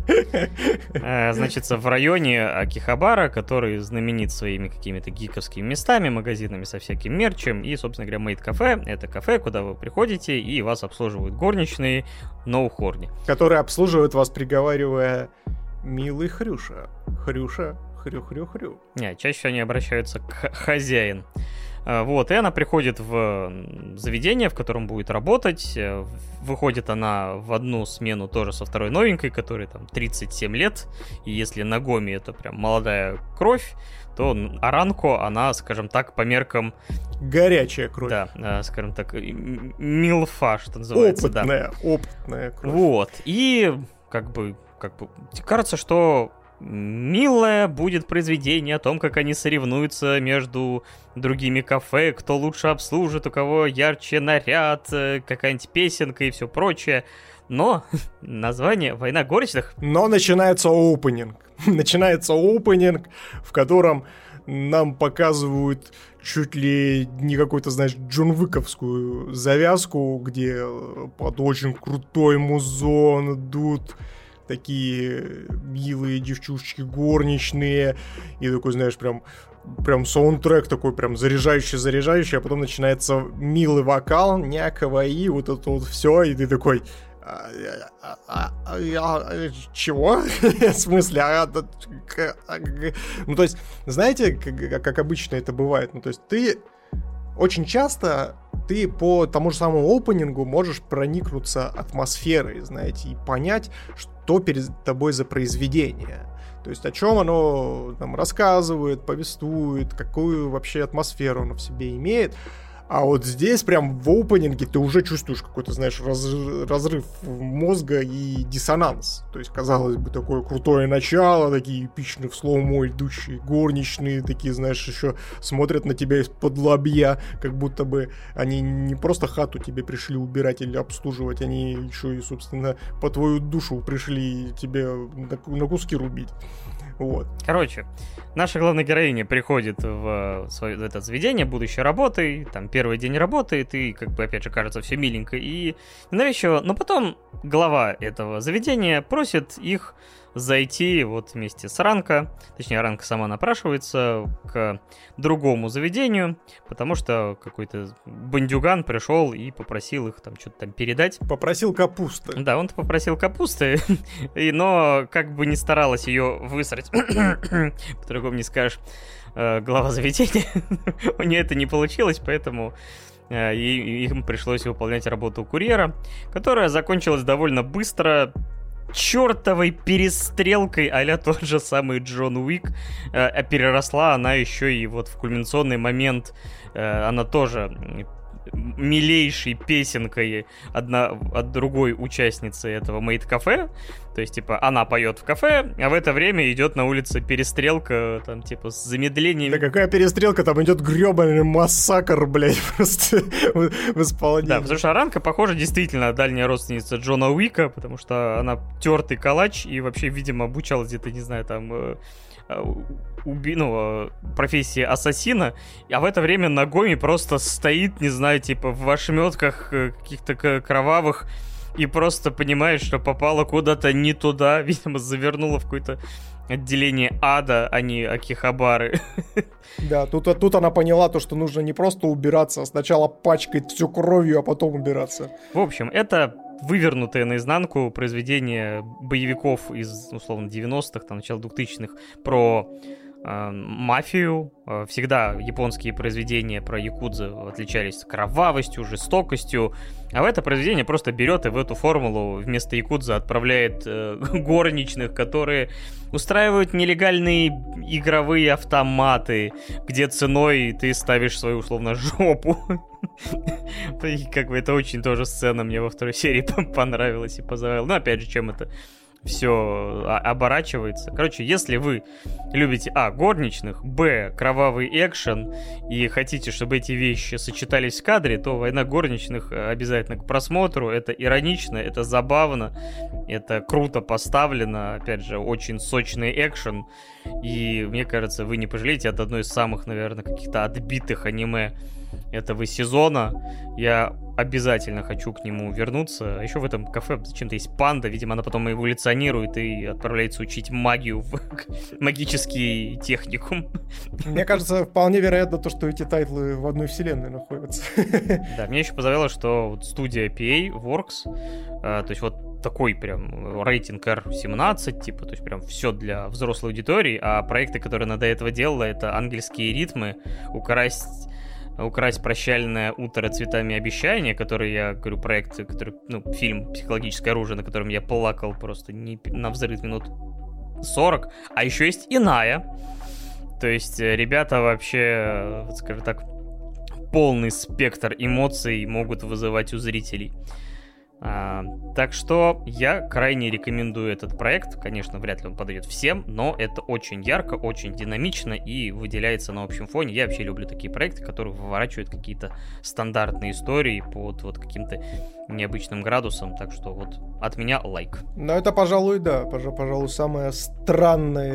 Значит, в районе Акихабара, который знаменит своими какими-то гиковскими местами, магазинами со всяким мерчем, и, собственно говоря, мейд-кафе — это кафе, куда вы приходите, и вас обслуживают горничные ноу-хорни. Которые обслуживают вас, приговаривая: «Милый Хрюша, Хрюша, Хрю-хрю-хрю. Не, чаще всего они обращаются к хозяин. Вот, и она приходит в заведение, в котором будет работать. Выходит она в одну смену тоже со второй новенькой, которой там тридцать семь лет. И если Нагоми это прям молодая кровь, то Аранко, она, скажем так, по меркам... Горячая кровь. Да, скажем так, милфа, что называется. Опытная, да. опытная кровь. Вот, и как бы, как бы кажется, что... милое будет произведение о том, как они соревнуются между другими кафе, кто лучше обслужит, у кого ярче наряд, какая-нибудь песенка и все прочее. Но название «Война горничных». Но начинается опенинг. Начинается опенинг, в котором нам показывают чуть ли не какую-то, знаешь, джунвиковскую завязку, где под очень крутой музон идут такие милые девчушечки горничные, и такой, знаешь, прям, прям саундтрек такой, прям заряжающий-заряжающий, а потом начинается милый вокал, някого, и вот это вот все, и ты такой... Чего? В смысле? Ну, то есть, знаете, как, как обычно это бывает? Ну, то есть, ты очень часто ты по тому же самому опенингу можешь проникнуться атмосферой, знаете, и понять, что перед тобой за произведение. То есть, о чем оно там рассказывает, повествует, какую вообще атмосферу оно в себе имеет. А вот здесь прям в опенинге ты уже чувствуешь какой-то, знаешь, раз, разрыв мозга и диссонанс. То есть, казалось бы, такое крутое начало, такие эпичные в слоумо идущие горничные, такие, знаешь, еще смотрят на тебя из-под лобья, как будто бы они не просто хату тебе пришли убирать или обслуживать, они еще и, собственно, по твою душу пришли тебе на, на куски рубить. Вот. Короче, наша главная героиня приходит в свое в это заведение будущей работы, там первый день работает, и как бы опять же кажется все миленько и навязчиво, но потом глава этого заведения просит их зайти вот вместе с Аранко, точнее Аранко сама напрашивается к другому заведению, потому что какой-то бандюган пришел и попросил их там что-то там передать. Попросил капусты. Да, он попросил капусты, но как бы не старалась ее высрать, по-другому не скажешь, глава заведения, у нее это не получилось, поэтому... и им пришлось выполнять работу курьера, которая закончилась довольно быстро, чертовой перестрелкой а-ля тот же самый Джон Уик. А переросла она еще и вот в кульминационный момент, она тоже милейшей песенкой одна от другой участницы этого мейд-кафе. То есть, типа, она поет в кафе, а в это время идет на улице перестрелка, там, типа, с замедлением. Да какая перестрелка? Там идет гребаный массакр, блядь, просто в исполнении. Да, потому что Аранко, похоже, действительно дальняя родственница Джона Уика, потому что она тертый калач и вообще, видимо, обучалась где-то, не знаю, там... Уби... ну, профессии ассасина, а в это время Нагоми просто стоит, не знаю, типа в ошметках каких-то кровавых и просто понимает, что попала куда-то не туда, видимо, завернула в какое-то отделение ада, а не Акихабары. Да, тут, тут она поняла то, что нужно не просто убираться, а сначала пачкать всю кровью, а потом убираться. В общем, это вывернутое наизнанку произведение боевиков из, условно, девяностых, там, начала двухтысячных, про э, мафию. Всегда японские произведения про якудзу отличались кровавостью, жестокостью, а в это произведение просто берет и в эту формулу вместо якудзы отправляет э, горничных, которые устраивают нелегальные игровые автоматы, где ценой ты ставишь свою, условно, жопу. И как бы это очень тоже сцена мне во второй серии понравилась и позабавила. Но опять же, чем это все оборачивается. Короче, если вы любите, а, горничных, б, кровавый экшен и хотите, чтобы эти вещи сочетались в кадре, то «Война горничных» обязательно к просмотру. Это иронично, это забавно, это круто поставлено, опять же, очень сочный экшен. И мне кажется, вы не пожалеете от одной из самых, наверное, каких-то отбитых аниме этого сезона. Я обязательно хочу к нему вернуться. А еще в этом кафе зачем-то есть панда. Видимо, она потом эволюционирует и отправляется учить магию в магический техникум. Мне кажется, вполне вероятно то, что эти тайтлы в одной вселенной находятся. Да, мне еще позабавило, что вот студия пи эй Works, а, то есть вот такой прям рейтинг эр семнадцать, типа, то есть прям все для взрослой аудитории, а проекты, которые она до этого делала, это «Ангельские ритмы», «Украсть, украсть прощальное утро цветами обещания», который, я говорю, проект, который, ну, фильм «Психологическое оружие», на котором я плакал просто не, на взрыв минут сорок, а еще есть «Иная». То есть ребята вообще, скажем так, полный спектр эмоций могут вызывать у зрителей. А, так что я крайне рекомендую этот проект. Конечно, вряд ли он подойдет всем, но это очень ярко, очень динамично и выделяется на общем фоне. Я вообще люблю такие проекты, которые выворачивают какие-то стандартные истории под вот каким-то необычным градусом. Так что вот от меня лайк. Ну, это, пожалуй, да. Пожалуй, самый странный,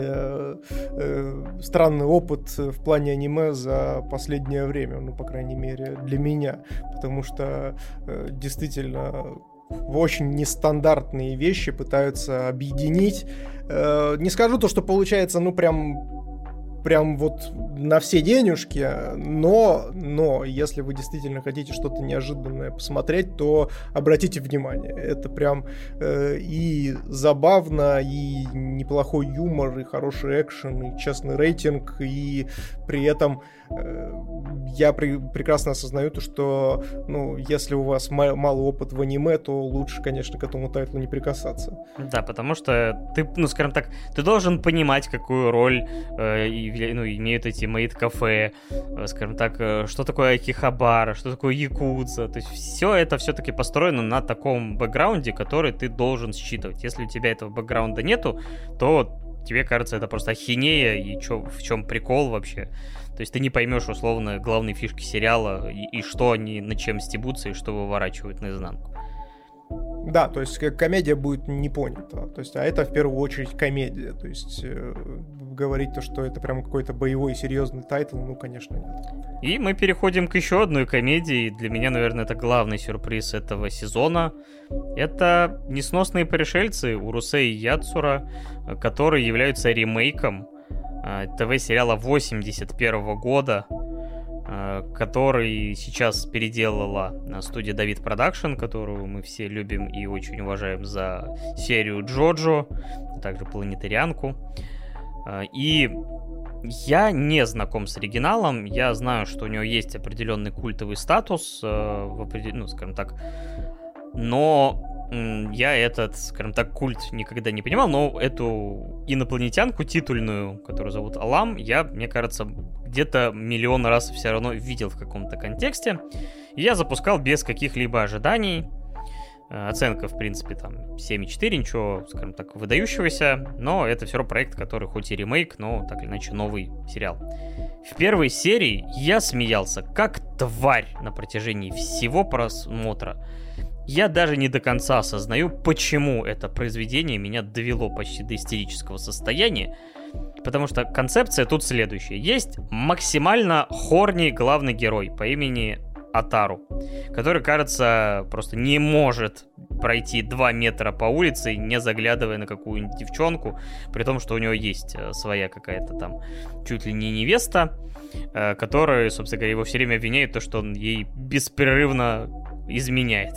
э, странный опыт в плане аниме за последнее время. Ну, по крайней мере, для меня. Потому что э, действительно... очень нестандартные вещи пытаются объединить. Э, не скажу то, что получается, ну, прям, прям вот на все денежки, но, но если вы действительно хотите что-то неожиданное посмотреть, то обратите внимание. Это прям э, и забавно, и неплохой юмор, и хороший экшен, и честный рейтинг, и при этом э, я при, прекрасно осознаю то, что, ну, если у вас ма- мало опыта в аниме, то лучше, конечно, к этому тайтлу не прикасаться. Да, потому что ты, ну, скажем так, ты должен понимать, какую роль э, и, ну, имеют эти мейд-кафе, э, скажем так, э, что такое Акихабара, что такое якудза. То есть все это все-таки построено на таком бэкграунде, который ты должен считывать. Если у тебя этого бэкграунда нету, то тебе кажется это просто ахинея, и чё, в чем прикол вообще. То есть ты не поймешь, условно, главные фишки сериала, и, и что они, над чем стебутся, и что выворачивают наизнанку. Да, то есть комедия будет не понята. То есть, а это в первую очередь комедия. То есть э, говорить то, что это прям какой-то боевой серьезный тайтл, ну, конечно, нет. И мы переходим к еще одной комедии. Для меня, наверное, это главный сюрприз этого сезона. Это «Несносные пришельцы» Урусей Яцура, которые являются ремейком ТВ-сериала восемьдесят первого года, который сейчас переделала студия Давид Продакшн, которую мы все любим и очень уважаем за серию Джоджо, а также Планетарианку. И я не знаком с оригиналом, я знаю, что у него есть определенный культовый статус, ну, скажем так, но я этот, скажем так, культ никогда не понимал, но эту инопланетянку титульную, которую зовут Алам, я, мне кажется, где-то миллион раз все равно видел в каком-то контексте. И я запускал без каких-либо ожиданий. Оценка, в принципе, там семь и четыре, ничего, скажем так, выдающегося, но это все равно проект, который хоть и ремейк, но так или иначе новый сериал. В первой серии я смеялся как тварь на протяжении всего просмотра. Я даже не до конца осознаю, почему это произведение меня довело почти до истерического состояния, потому что концепция тут следующая. Есть максимально хорний главный герой по имени Атару, который, кажется, просто не может пройти два метра по улице, не заглядывая на какую-нибудь девчонку, при том, что у него есть своя какая-то там чуть ли не невеста, которая, собственно говоря, его все время обвиняет то, что он ей беспрерывно изменяет.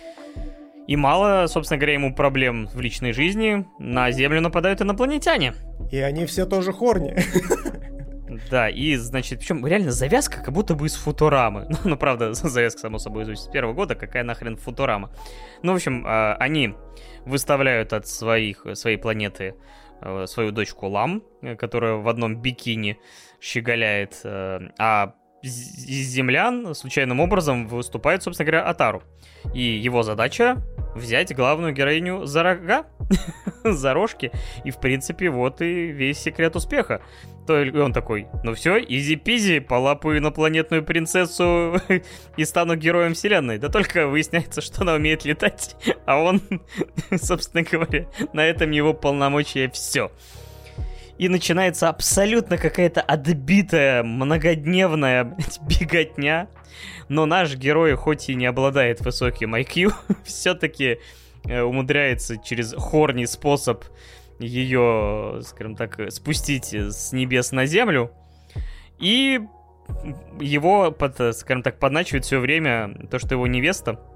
И мало, собственно говоря, ему проблем в личной жизни. На Землю нападают инопланетяне. И они все тоже хорни. Да, и, значит, причем реально завязка как будто бы из Футурамы. Ну, ну правда, завязка, само собой, из восемьдесят первого года, какая нахрен Футурама. Ну, в общем, они выставляют от своих, своей планеты свою дочку Лам, которая в одном бикини щеголяет, а из землян случайным образом выступает, собственно говоря, Атару. И его задача взять главную героиню за рога, за рожки. И, в принципе, вот и весь секрет успеха. То и он такой, ну все, изи-пизи, полапаю инопланетную принцессу и стану героем вселенной. Да только выясняется, что она умеет летать, а он, собственно говоря, на этом его полномочия все. И начинается абсолютно какая-то отбитая, многодневная, блядь, беготня. Но наш герой, хоть и не обладает высоким ай кью, все-таки э, умудряется через хорний способ ее, скажем так, спустить с небес на землю. И его, под, скажем так, подначивает все время то, что его невеста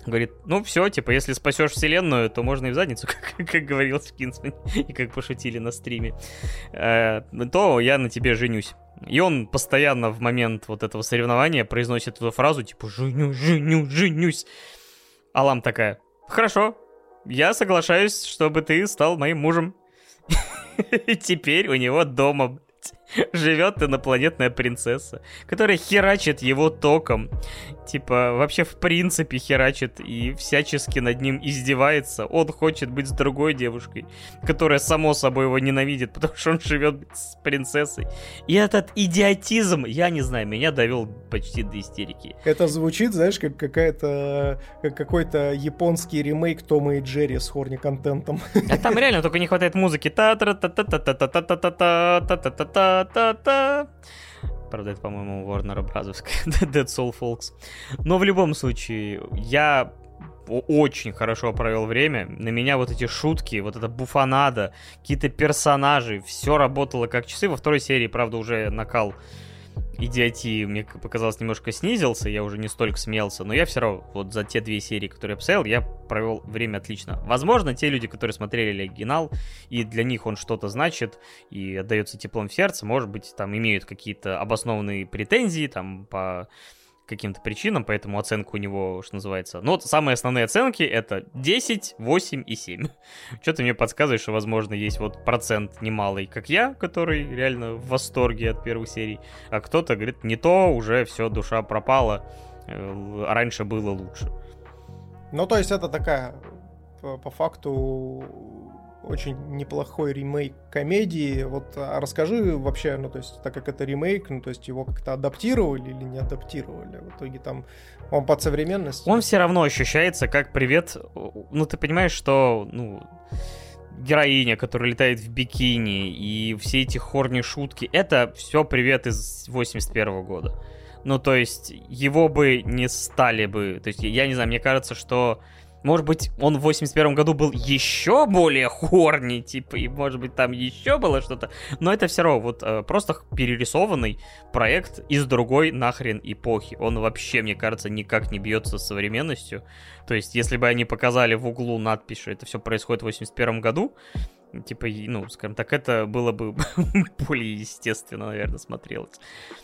говорит, ну все, типа, если спасешь вселенную, то можно и в задницу, как, как говорил Кинсман, и как пошутили на стриме, э, то я на тебе женюсь. И он постоянно в момент вот этого соревнования произносит эту фразу, типа, женюсь, женюсь, женюсь. Алам такая, хорошо, я соглашаюсь, чтобы ты стал моим мужем. И теперь у него дома живет инопланетная принцесса, которая херачит его током. Типа, вообще в принципе херачит и всячески над ним издевается. Он хочет быть с другой девушкой, которая само собой его ненавидит, потому что он живет с принцессой. И этот идиотизм, я не знаю, меня довел почти до истерики. Это звучит, знаешь, как какая-то как какой-то японский ремейк Тома и Джерри с хорни-контентом. А там реально только не хватает музыки. Та-та-та-та-та-та-та-та-та-та-та-та-та. Правда, это, по-моему, Warner Bros. Dead Soul Folks. Но в любом случае, я очень хорошо провел время. На меня вот эти шутки, вот эта буфанада, какие-то персонажи, все работало как часы. Во второй серии, правда, уже накал идиотии, мне показалось, немножко снизился, я уже не столько смеялся, но я все равно вот за те две серии, которые я посмотрел, я провел время отлично. Возможно, те люди, которые смотрели оригинал, и для них он что-то значит, и отдается теплом в сердце, может быть, там имеют какие-то обоснованные претензии, там, по каким-то причинам, поэтому оценка у него, что называется. Но вот самые основные оценки это десять, восемь и семь. Что-то мне подсказывает, что, возможно, есть вот процент немалый, как я, который реально в восторге от первых серий, а кто-то говорит, не то, уже все, душа пропала, а раньше было лучше. Ну, то есть это такая, по, по факту, очень неплохой ремейк комедии. Вот а расскажи вообще, ну, то есть, так как это ремейк, ну, то есть, его как-то адаптировали или не адаптировали? В итоге там он под современность? Он все равно ощущается как привет. Ну, ты понимаешь, что, ну, героиня, которая летает в бикини, и все эти хорни шутки, это все привет из восемьдесят первого года. Ну, то есть, его бы не стали бы... То есть, я не знаю, мне кажется, что... Может быть, он в восемьдесят первом году был еще более хорни, типа, и, может быть, там еще было что-то. Но это все равно вот э, просто перерисованный проект из другой нахрен эпохи. Он вообще, мне кажется, никак не бьется с современностью. То есть, если бы они показали в углу надпись, что это все происходит в восемьдесят первом году, типа, ну, скажем так, это было бы более естественно, наверное, смотрелось.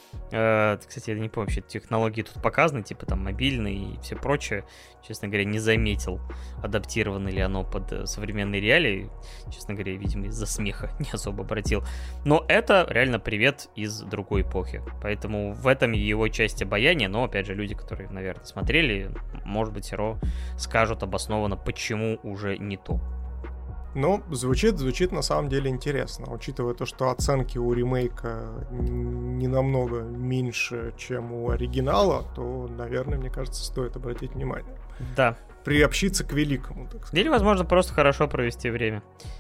Э, кстати, я не помню, вообще технологии тут показаны, типа там мобильные и все прочее. Честно говоря, не заметил, адаптировано ли оно под современные реалии. Честно говоря, видимо, из-за смеха не особо обратил. Но это реально привет из другой эпохи. Поэтому в этом его часть обаяния. Но, опять же, люди, которые, наверное, смотрели, может быть, все равно скажут обоснованно, почему уже не то. Ну, звучит, звучит на самом деле интересно, учитывая то, что оценки у ремейка не намного меньше, чем у оригинала, то, наверное, мне кажется, стоит обратить внимание. Да. Приобщиться к великому, так сказать. Или, возможно, просто хорошо провести время.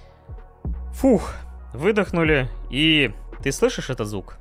Фух, выдохнули, и ты слышишь этот звук?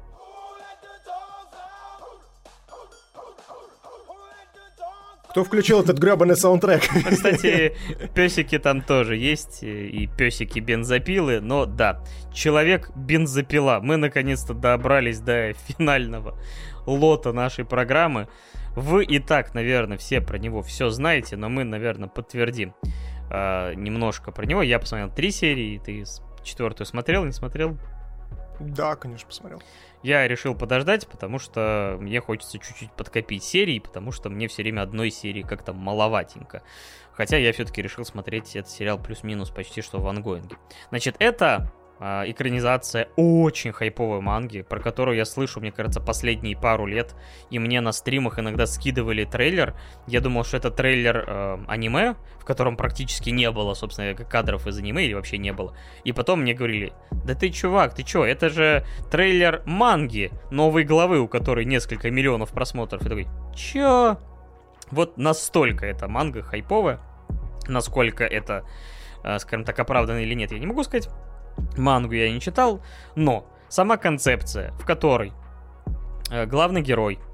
Кто включил этот гребаный саундтрек? Кстати, песики там тоже есть, и песики-бензопилы, но да, Человек-бензопила. Мы наконец-то добрались до финального лота нашей программы. Вы и так, наверное, все про него все знаете, но мы, наверное, подтвердим э, немножко про него. Я посмотрел три серии, ты четвертую смотрел, не смотрел? Да, конечно, посмотрел. Я решил подождать, потому что мне хочется чуть-чуть подкопить серии, потому что мне все время одной серии как-то маловатенько. Хотя я все-таки решил смотреть этот сериал плюс-минус почти что в ангоинге. Значит, это э, экранизация очень хайповой манги, про которую я слышу, мне кажется, последние пару лет. И мне на стримах иногда скидывали трейлер. Я думал, что это трейлер э, аниме, в котором практически не было, собственно, кадров из аниме, или вообще не было. И потом мне говорили, да ты, чувак, ты чё, это же трейлер манги новой главы, у которой несколько миллионов просмотров. Я такой, чё? Вот настолько эта манга хайповая, насколько это, э, скажем так, оправданно или нет, я не могу сказать. Мангу я не читал, но сама концепция, в которой э, главный герой,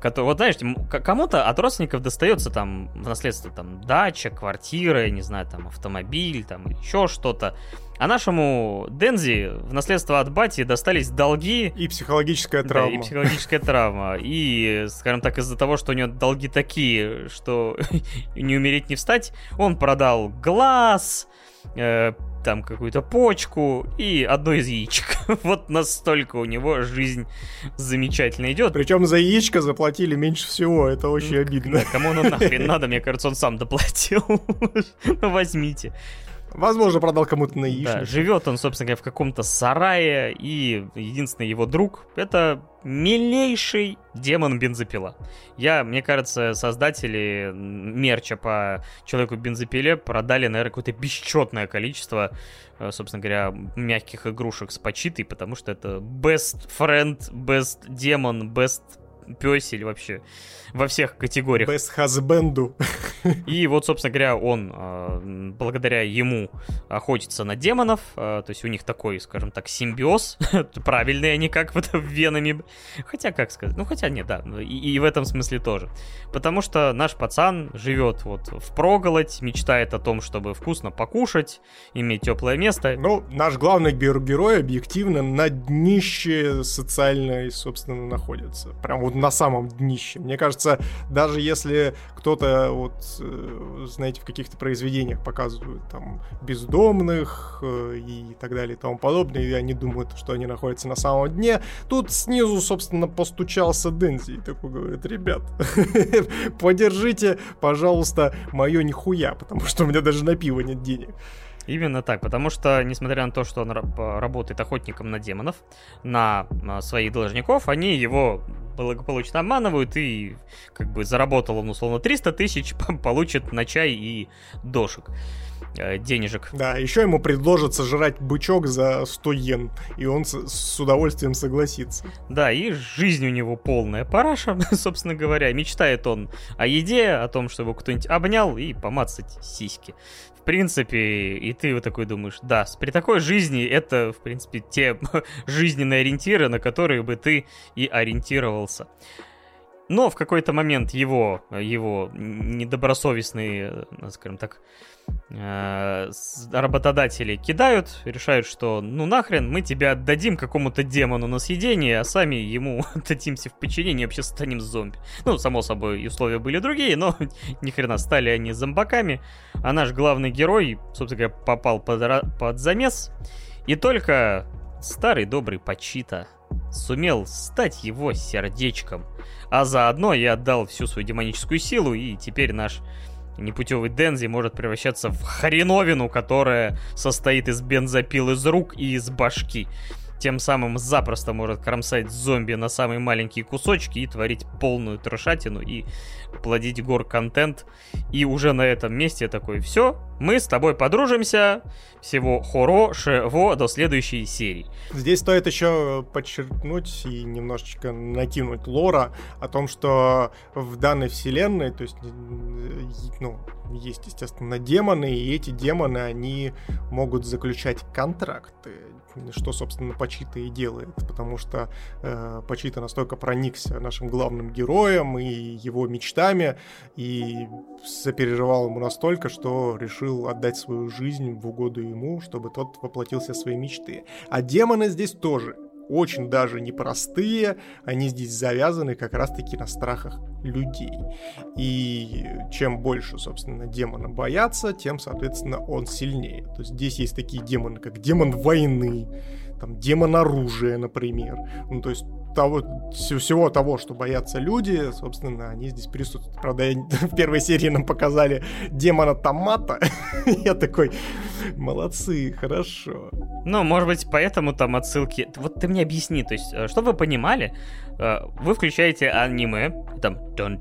Который, вот знаешь, кому-то от родственников достается там в наследство там дача, квартира, я не знаю, там автомобиль, там еще что-то. А нашему Дензи в наследство от бати достались долги. И психологическая травма. Да, и психологическая травма. И, скажем так, из-за того, что у него долги такие, что не умереть, не встать, он продал глаз, э, там какую-то почку и одно из яичек. Вот настолько у него жизнь замечательно идет. Причем за яичко заплатили меньше всего, это очень обидно. Да, кому оно нахрен надо, мне кажется, он сам доплатил. Ну, возьмите. Возможно, продал кому-то на яичницу. Да, живет он, собственно говоря, в каком-то сарае, и единственный его друг — это милейший демон-бензопила. Я, мне кажется, создатели мерча по Человеку-бензопиле продали, наверное, какое-то бесчетное количество, собственно говоря, мягких игрушек с Пачитой, потому что это best friend, best демон, best пёсель вообще во всех категориях. Best husband. И вот, собственно говоря, он, благодаря ему, охотится на демонов, то есть у них такой, скажем так, симбиоз, правильный они как вот венами, хотя, как сказать, ну хотя нет, да, и, и в этом смысле тоже, потому что наш пацан живет вот впроголодь, мечтает о том, чтобы вкусно покушать, иметь теплое место. Ну, наш главный герой объективно на днище социальной, собственно, находится, прям вот на самом днище. Мне кажется, даже если кто-то, вот, знаете, в каких-то произведениях показывают там бездомных и так далее и тому подобное, и они думают, что они находятся на самом дне, тут снизу, собственно, постучался Дензи и такой говорит: ребят, подержите, пожалуйста, мое нихуя, потому что у меня даже на пиво нет денег. Именно так, потому что, несмотря на то, что он работает охотником на демонов, на своих должников, они его благополучно обманывают, и как бы заработал он, условно, триста тысяч, получит на чай и дошек денежек. Да, еще ему предложат сожрать бычок за сто йен, и он с, с удовольствием согласится. Да, и жизнь у него полная параша, собственно говоря. Мечтает он о еде, о том, чтобы кто-нибудь обнял и помацать сиськи. В принципе, и ты вот такой думаешь, да, при такой жизни это, в принципе, те жизненные ориентиры, на которые бы ты и ориентировался. Но в какой-то момент его, его недобросовестные, скажем так, работодатели кидают, решают, что ну нахрен, мы тебя отдадим какому-то демону на съедение, а сами ему отдадимся в подчинение и вообще станем зомби. Ну, само собой, условия были другие, но ни хрена, стали они зомбаками, а наш главный герой, собственно говоря, попал под, под замес, и только старый добрый Пачита сумел стать его сердечком, а заодно и отдал всю свою демоническую силу, и теперь наш непутевый Дензи может превращаться в хреновину, которая состоит из бензопил из рук и из башки. Тем самым запросто может кромсать зомби на самые маленькие кусочки и творить полную трешатину и плодить гор-контент. И уже на этом месте такой: все, мы с тобой подружимся, всего хорошего до следующей серии. Здесь стоит еще подчеркнуть и немножечко накинуть лора о том, что в данной вселенной, то есть, ну, есть, естественно, демоны, и эти демоны, они могут заключать контракты, что, собственно, Пачита и делает, потому что э, Пачита настолько проникся нашим главным героем и его мечтами, и сопереживал ему настолько, что решил отдать свою жизнь в угоду ему, чтобы тот воплотился в свои мечты. А демоны здесь тоже очень даже непростые, они здесь завязаны как раз-таки на страхах людей. И чем больше, собственно, демона боятся, тем, соответственно, он сильнее. То есть здесь есть такие демоны, как демон войны, там, демон оружия, например. Ну, то есть того, всего того, что боятся люди, собственно, они здесь присутствуют. Правда, в первой серии нам показали демона томата. Я такой: молодцы, хорошо. Ну, может быть, поэтому там отсылки... Вот ты мне объясни, то есть, чтобы вы понимали, вы включаете аниме, там...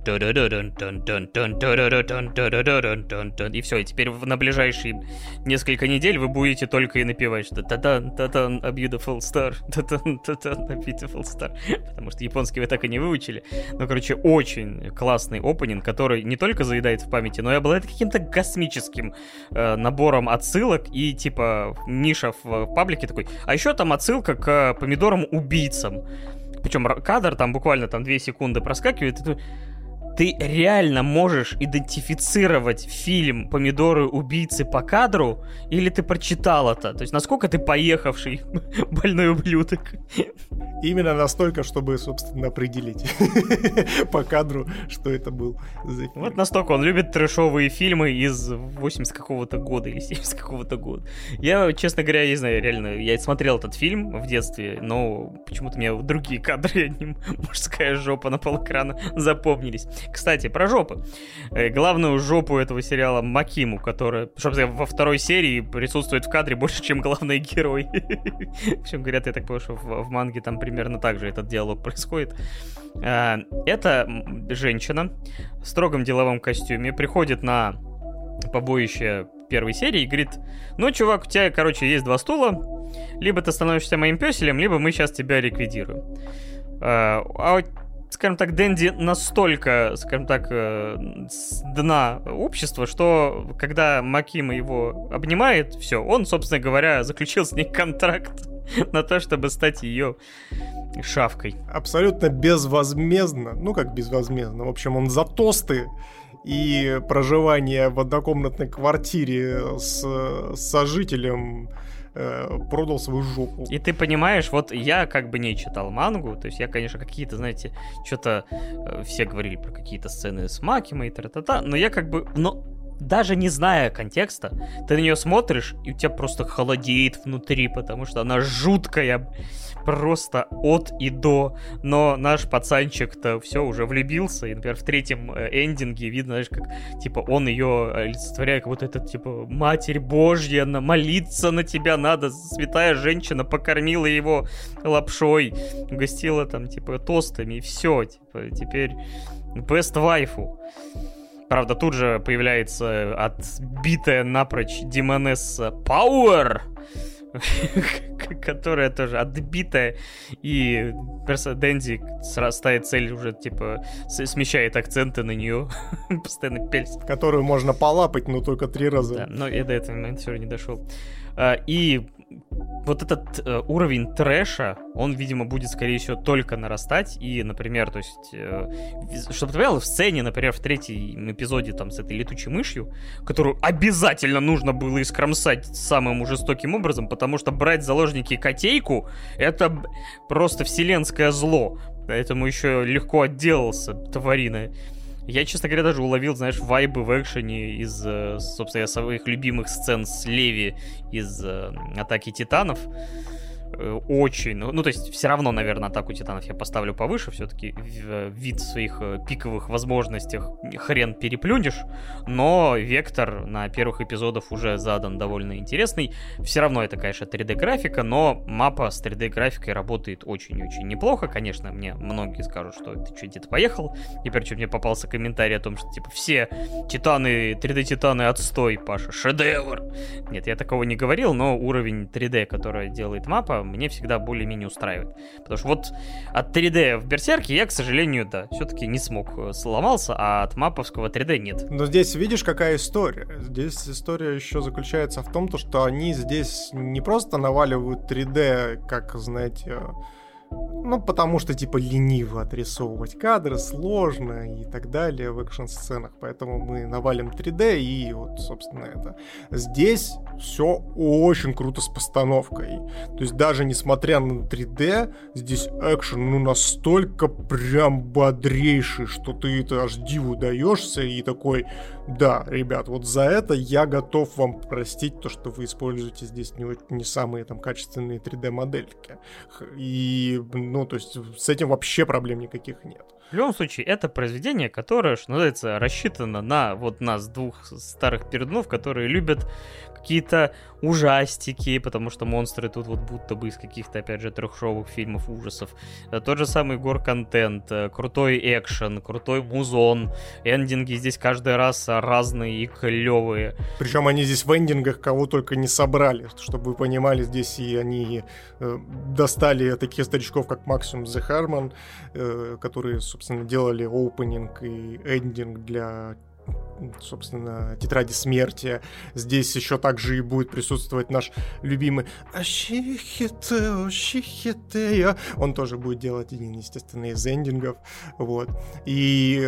И все, и теперь на ближайшие несколько недель вы будете только и напевать, что та-дан-та-дан, a beautiful star, та-дан-та-дан, a beautiful star. Потому что японский вы так и не выучили. Ну, короче, очень классный опенинг, который не только заедает в памяти, но и обладает каким-то космическим э, набором отсылок. И типа Миша в паблике такой: а еще там отсылка к помидорам-убийцам. причем кадр там буквально там две секунды проскакивает, и ты... Ты реально можешь идентифицировать фильм «Помидоры убийцы» по кадру, или ты прочитал это? То есть насколько ты поехавший больной ублюдок? Именно настолько, чтобы, собственно, определить по кадру, что это был за фильм. Вот настолько он любит трэшовые фильмы из восьмидесятого какого-то года или семидесятого какого-то года. Я, честно говоря, не знаю, реально, я смотрел этот фильм в детстве, но почему-то мне другие кадры, не мужская жопа на полэкрана, запомнились. Кстати, про жопы. Главную жопу этого сериала Макиму, которая, чтобы во второй серии присутствует в кадре больше, чем главный герой. Причем, говорят, я так понял, что в, в манге там примерно так же этот диалог происходит. Это женщина в строгом деловом костюме приходит на побоище первой серии и говорит: ну, чувак, у тебя, короче, есть два стула, либо ты становишься моим пёселем, либо мы сейчас тебя ликвидируем. А, скажем так, Дэнди настолько, скажем так, с дна общества, что когда Макима его обнимает, все, он, собственно говоря, заключил с ней контракт на то, чтобы стать ее шавкой. Абсолютно безвозмездно, ну как безвозмездно, в общем, он за тосты и проживание в однокомнатной квартире с сожителем продал свою жопу. И ты понимаешь, вот я как бы не читал мангу, то есть я, конечно, какие-то, знаете, что-то э, все говорили про какие-то сцены с Макимой и та-та-та, но я как бы, но даже не зная контекста, ты на нее смотришь, и у тебя просто холодеет внутри, потому что она жуткая, просто от и до. Но наш пацанчик-то все уже влюбился, и, например, в третьем эндинге видно, знаешь, как, типа, он ее олицетворяет, как будто это, типа, Матерь Божья, на, молиться на тебя надо, святая женщина покормила его лапшой, угостила там, типа, тостами, и все, типа, теперь best waifu. Правда, тут же появляется отбитая напрочь демонесса Пауэр, которая тоже отбитая, и Дэнди ставит цель уже, типа, смещает акценты на нее, постоянно пельс. Которую можно полапать, но только три раза. Да, но я до этого момента все равно не дошел. И вот этот э, уровень трэша, он, видимо, будет, скорее всего, только нарастать. И, например, то есть, э, чтобы ты понимал, в сцене, например, в третьем эпизоде там с этой летучей мышью, которую обязательно нужно было искромсать самым жестоким образом, потому что брать в заложники котейку — это просто вселенское зло. Поэтому еще легко отделался, тварина. Я, честно говоря, даже уловил, знаешь, вайбы в экшене из, собственно, своих любимых сцен с Леви из «Атаки Титанов». Очень, ну, то есть все равно, наверное, «Атаку Титанов» я поставлю повыше, все-таки вид своих пиковых возможностях хрен переплюнешь, но вектор на первых эпизодах уже задан довольно интересный. Все равно это, конечно, три дэ-графика, но мапа с три дэ-графикой работает очень-очень неплохо. Конечно, мне многие скажут, что ты что, где-то поехал, и причем мне попался комментарий о том, что, типа, все Титаны, три дэ-Титаны отстой, Паша, шедевр. Нет, я такого не говорил, но уровень три дэ, который делает мапа, мне всегда более-менее устраивает. Потому что вот от три дэ в Берсерке я, к сожалению, да, все-таки не смог, сломался, а от маповского три дэ нет. Но здесь видишь, какая история. Здесь история еще заключается в том, что они здесь не просто наваливают три дэ, как, знаете, ну, потому что, типа, лениво отрисовывать кадры, сложно и так далее в экшн-сценах, поэтому мы навалим три дэ и вот, собственно, это. Здесь все очень круто с постановкой. То есть даже несмотря на три дэ, здесь экшен, ну, настолько прям бодрейший, что ты это аж диву даешься и такой: да, ребят, вот за это я готов вам простить то, что вы используете здесь не, не самые там качественные три дэ-модельки. И, ну, то есть с этим вообще проблем никаких нет. В любом случае, это произведение, которое, что называется, рассчитано на вот нас, двух старых пердунов, которые любят какие-то ужастики, потому что монстры тут вот будто бы из каких-то, опять же, трехшовых фильмов ужасов. Тот же самый гор-контент, крутой экшен, крутой музон, эндинги здесь каждый раз разные и клевые. Причем они здесь в эндингах кого только не собрали, чтобы вы понимали, здесь и они э, достали таких старичков, как Максим Зехарман, э, которые, собственно, делали оупенинг и эндинг для собственно, тетради смерти. Здесь еще также и будет присутствовать наш любимый Ашихитео, Шихитея. Он тоже будет делать один, естественно, из эндингов. Вот. И,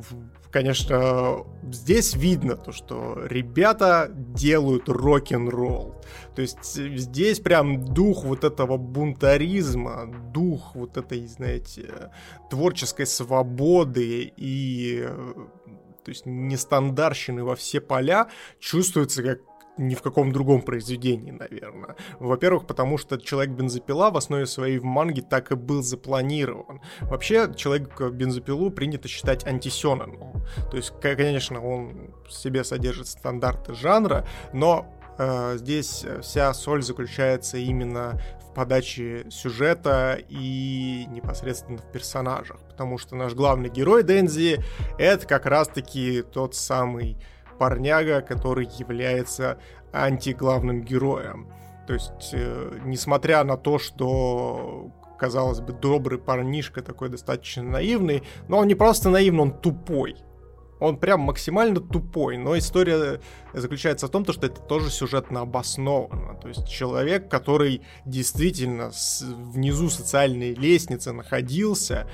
конечно, здесь видно то, что ребята делают рок-н-ролл. То есть здесь прям дух вот этого бунтаризма, дух вот этой, знаете, творческой свободы и... то есть нестандартщины во все поля чувствуется как ни в каком другом произведении, наверное. Во-первых, потому что «Человек-бензопила» в основе своей в манге так и был запланирован. Вообще, «Человек-бензопилу» принято считать антисёнэном. То есть, конечно, он в себе содержит стандарты жанра, но э, здесь вся соль заключается именно в подаче сюжета и непосредственно в персонажах. Потому что наш главный герой Дензи — это как раз-таки тот самый парняга, который является антиглавным героем. То есть, э, несмотря на то, что, казалось бы, добрый парнишка такой достаточно наивный, но он не просто наивный, он тупой. Он прям максимально тупой, но история заключается в том, что это тоже сюжетно обосновано. То есть человек, который действительно с... внизу социальной лестницы находился,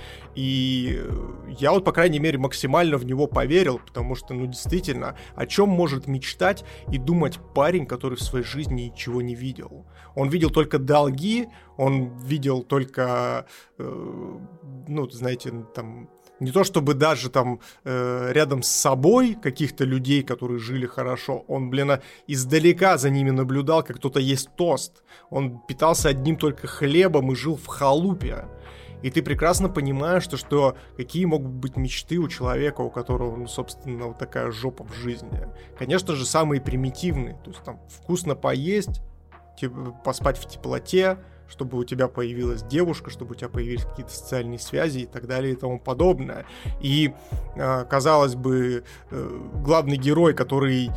и я вот, по крайней мере, максимально в него поверил, потому что, ну, действительно, о чем может мечтать и думать парень, который в своей жизни ничего не видел? Он видел только долги, он видел только, э, ну, знаете, там... Не то чтобы даже там э, рядом с собой каких-то людей, которые жили хорошо, он, блин, издалека за ними наблюдал, как кто-то ест тост. Он питался одним только хлебом и жил в халупе. И ты прекрасно понимаешь, что, что какие могут быть мечты у человека, у которого, ну, собственно, вот такая жопа в жизни. Конечно же, самые примитивные. То есть там вкусно поесть, поспать в теплоте, чтобы у тебя появилась девушка, чтобы у тебя появились какие-то социальные связи и так далее и тому подобное. И, казалось бы, главный герой, который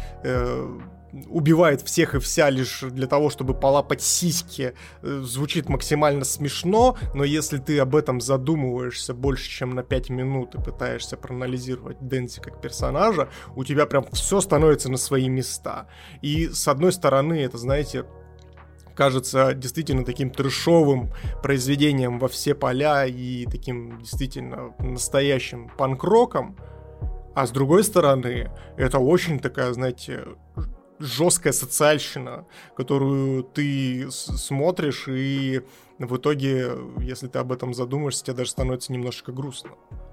убивает всех и вся лишь для того, чтобы полапать сиськи, звучит максимально смешно, но если ты об этом задумываешься больше, чем на пять минут и пытаешься проанализировать Дензи как персонажа, у тебя прям все становится на свои места. И, с одной стороны, это, знаете, кажется действительно таким трэшовым произведением во все поля и таким действительно настоящим панк-роком, а с другой стороны, это очень такая, знаете, жесткая социальщина, которую ты смотришь, и в итоге, если ты об этом задумаешься, тебе даже становится немножечко грустно.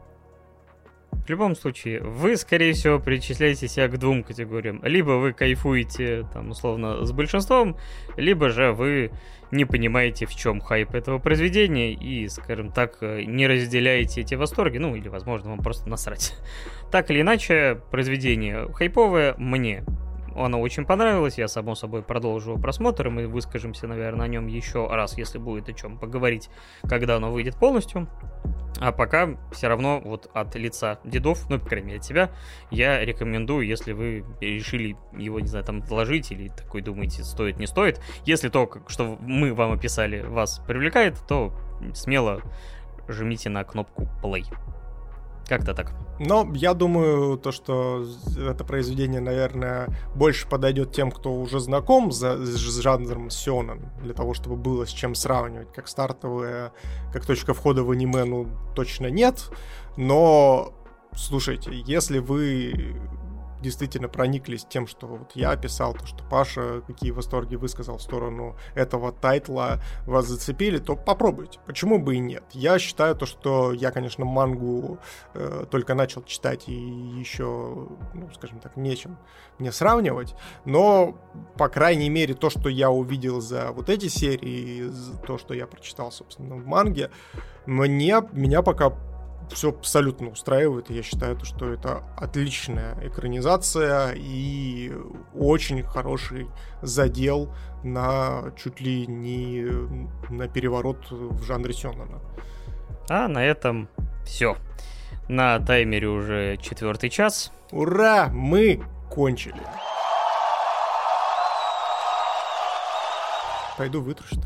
В любом случае, вы, скорее всего, причисляете себя к двум категориям. Либо вы кайфуете, там, условно, с большинством, либо же вы не понимаете, в чем хайп этого произведения и, скажем так, не разделяете эти восторги, ну, или, возможно, вам просто насрать. Так или иначе, произведение хайповое мне. Оно очень понравилось, я, само собой, продолжу просмотр, и мы выскажемся, наверное, о нем еще раз, если будет о чем поговорить, когда оно выйдет полностью. А пока все равно вот от лица дедов, ну, по крайней мере, от себя, я рекомендую, если вы решили его, не знаю, там, вложить или такой думаете, стоит, не стоит. Если то, что мы вам описали, вас привлекает, то смело жмите на кнопку play. Как-то так. Но я думаю, то, что это произведение, наверное, больше подойдет тем, кто уже знаком с, с жанром сёнэн, для того, чтобы было с чем сравнивать. Как стартовая, как точка входа в аниме, ну, точно нет. Но, слушайте, если вы действительно прониклись тем, что вот я описал, то, что Паша какие восторги высказал в сторону этого тайтла, вас зацепили, то попробуйте. Почему бы и нет? Я считаю то, что я, конечно, мангу э, только начал читать и еще, ну, скажем так, нечем мне сравнивать, но, по крайней мере, то, что я увидел за вот эти серии, то, что я прочитал, собственно, в манге, мне, меня пока все абсолютно устраивает, и я считаю, что это отличная экранизация и очень хороший задел на чуть ли не на переворот в жанре сёнэна. А на этом все. На таймере уже четвертый час. Ура! Мы кончили. Пойду вытру, что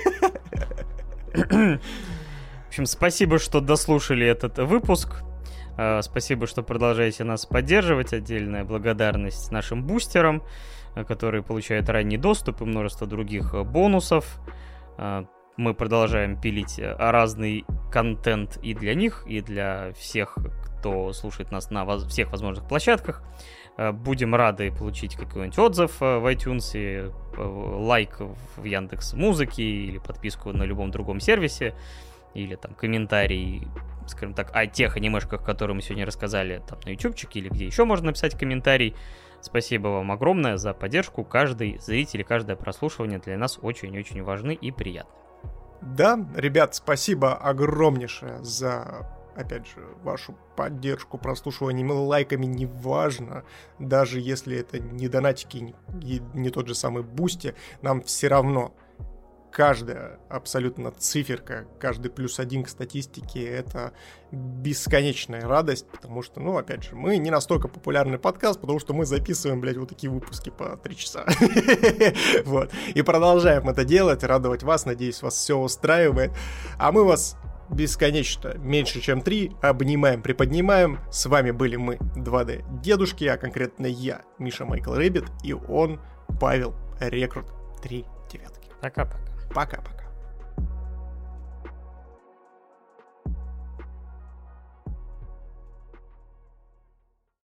ли? В общем, спасибо, что дослушали этот выпуск. Спасибо, что продолжаете нас поддерживать. Отдельная благодарность нашим бустерам, которые получают ранний доступ и множество других бонусов. Мы продолжаем пилить разный контент и для них, и для всех, кто слушает нас на всех возможных площадках. Будем рады получить какой-нибудь отзыв в iTunes, лайк в Яндекс.Музыке или подписку на любом другом сервисе, или там комментарий, скажем так, о тех анимешках, которые мы сегодня рассказали там на ютубчике, или где еще можно написать комментарий. Спасибо вам огромное за поддержку. Каждый зритель и каждое прослушивание для нас очень-очень важны и приятны. Да, ребят, спасибо огромнейшее за, опять же, вашу поддержку прослушиванием и лайками, неважно, даже если это не донатики и не тот же самый Бусти, нам все равно каждая абсолютно циферка, каждый плюс один к статистике — это бесконечная радость, потому что, ну, опять же, мы не настолько популярный подкаст, потому что мы записываем, блядь, вот такие выпуски по три часа. Вот. И продолжаем это делать, радовать вас, надеюсь, вас все устраивает. А мы вас бесконечно, меньше чем три, обнимаем, приподнимаем. С вами были мы, два дэ дедушки, а конкретно я, Миша Майкл Рэббит, и он, Павел Рекрут три девятки. Пока-пока. Пока-пока.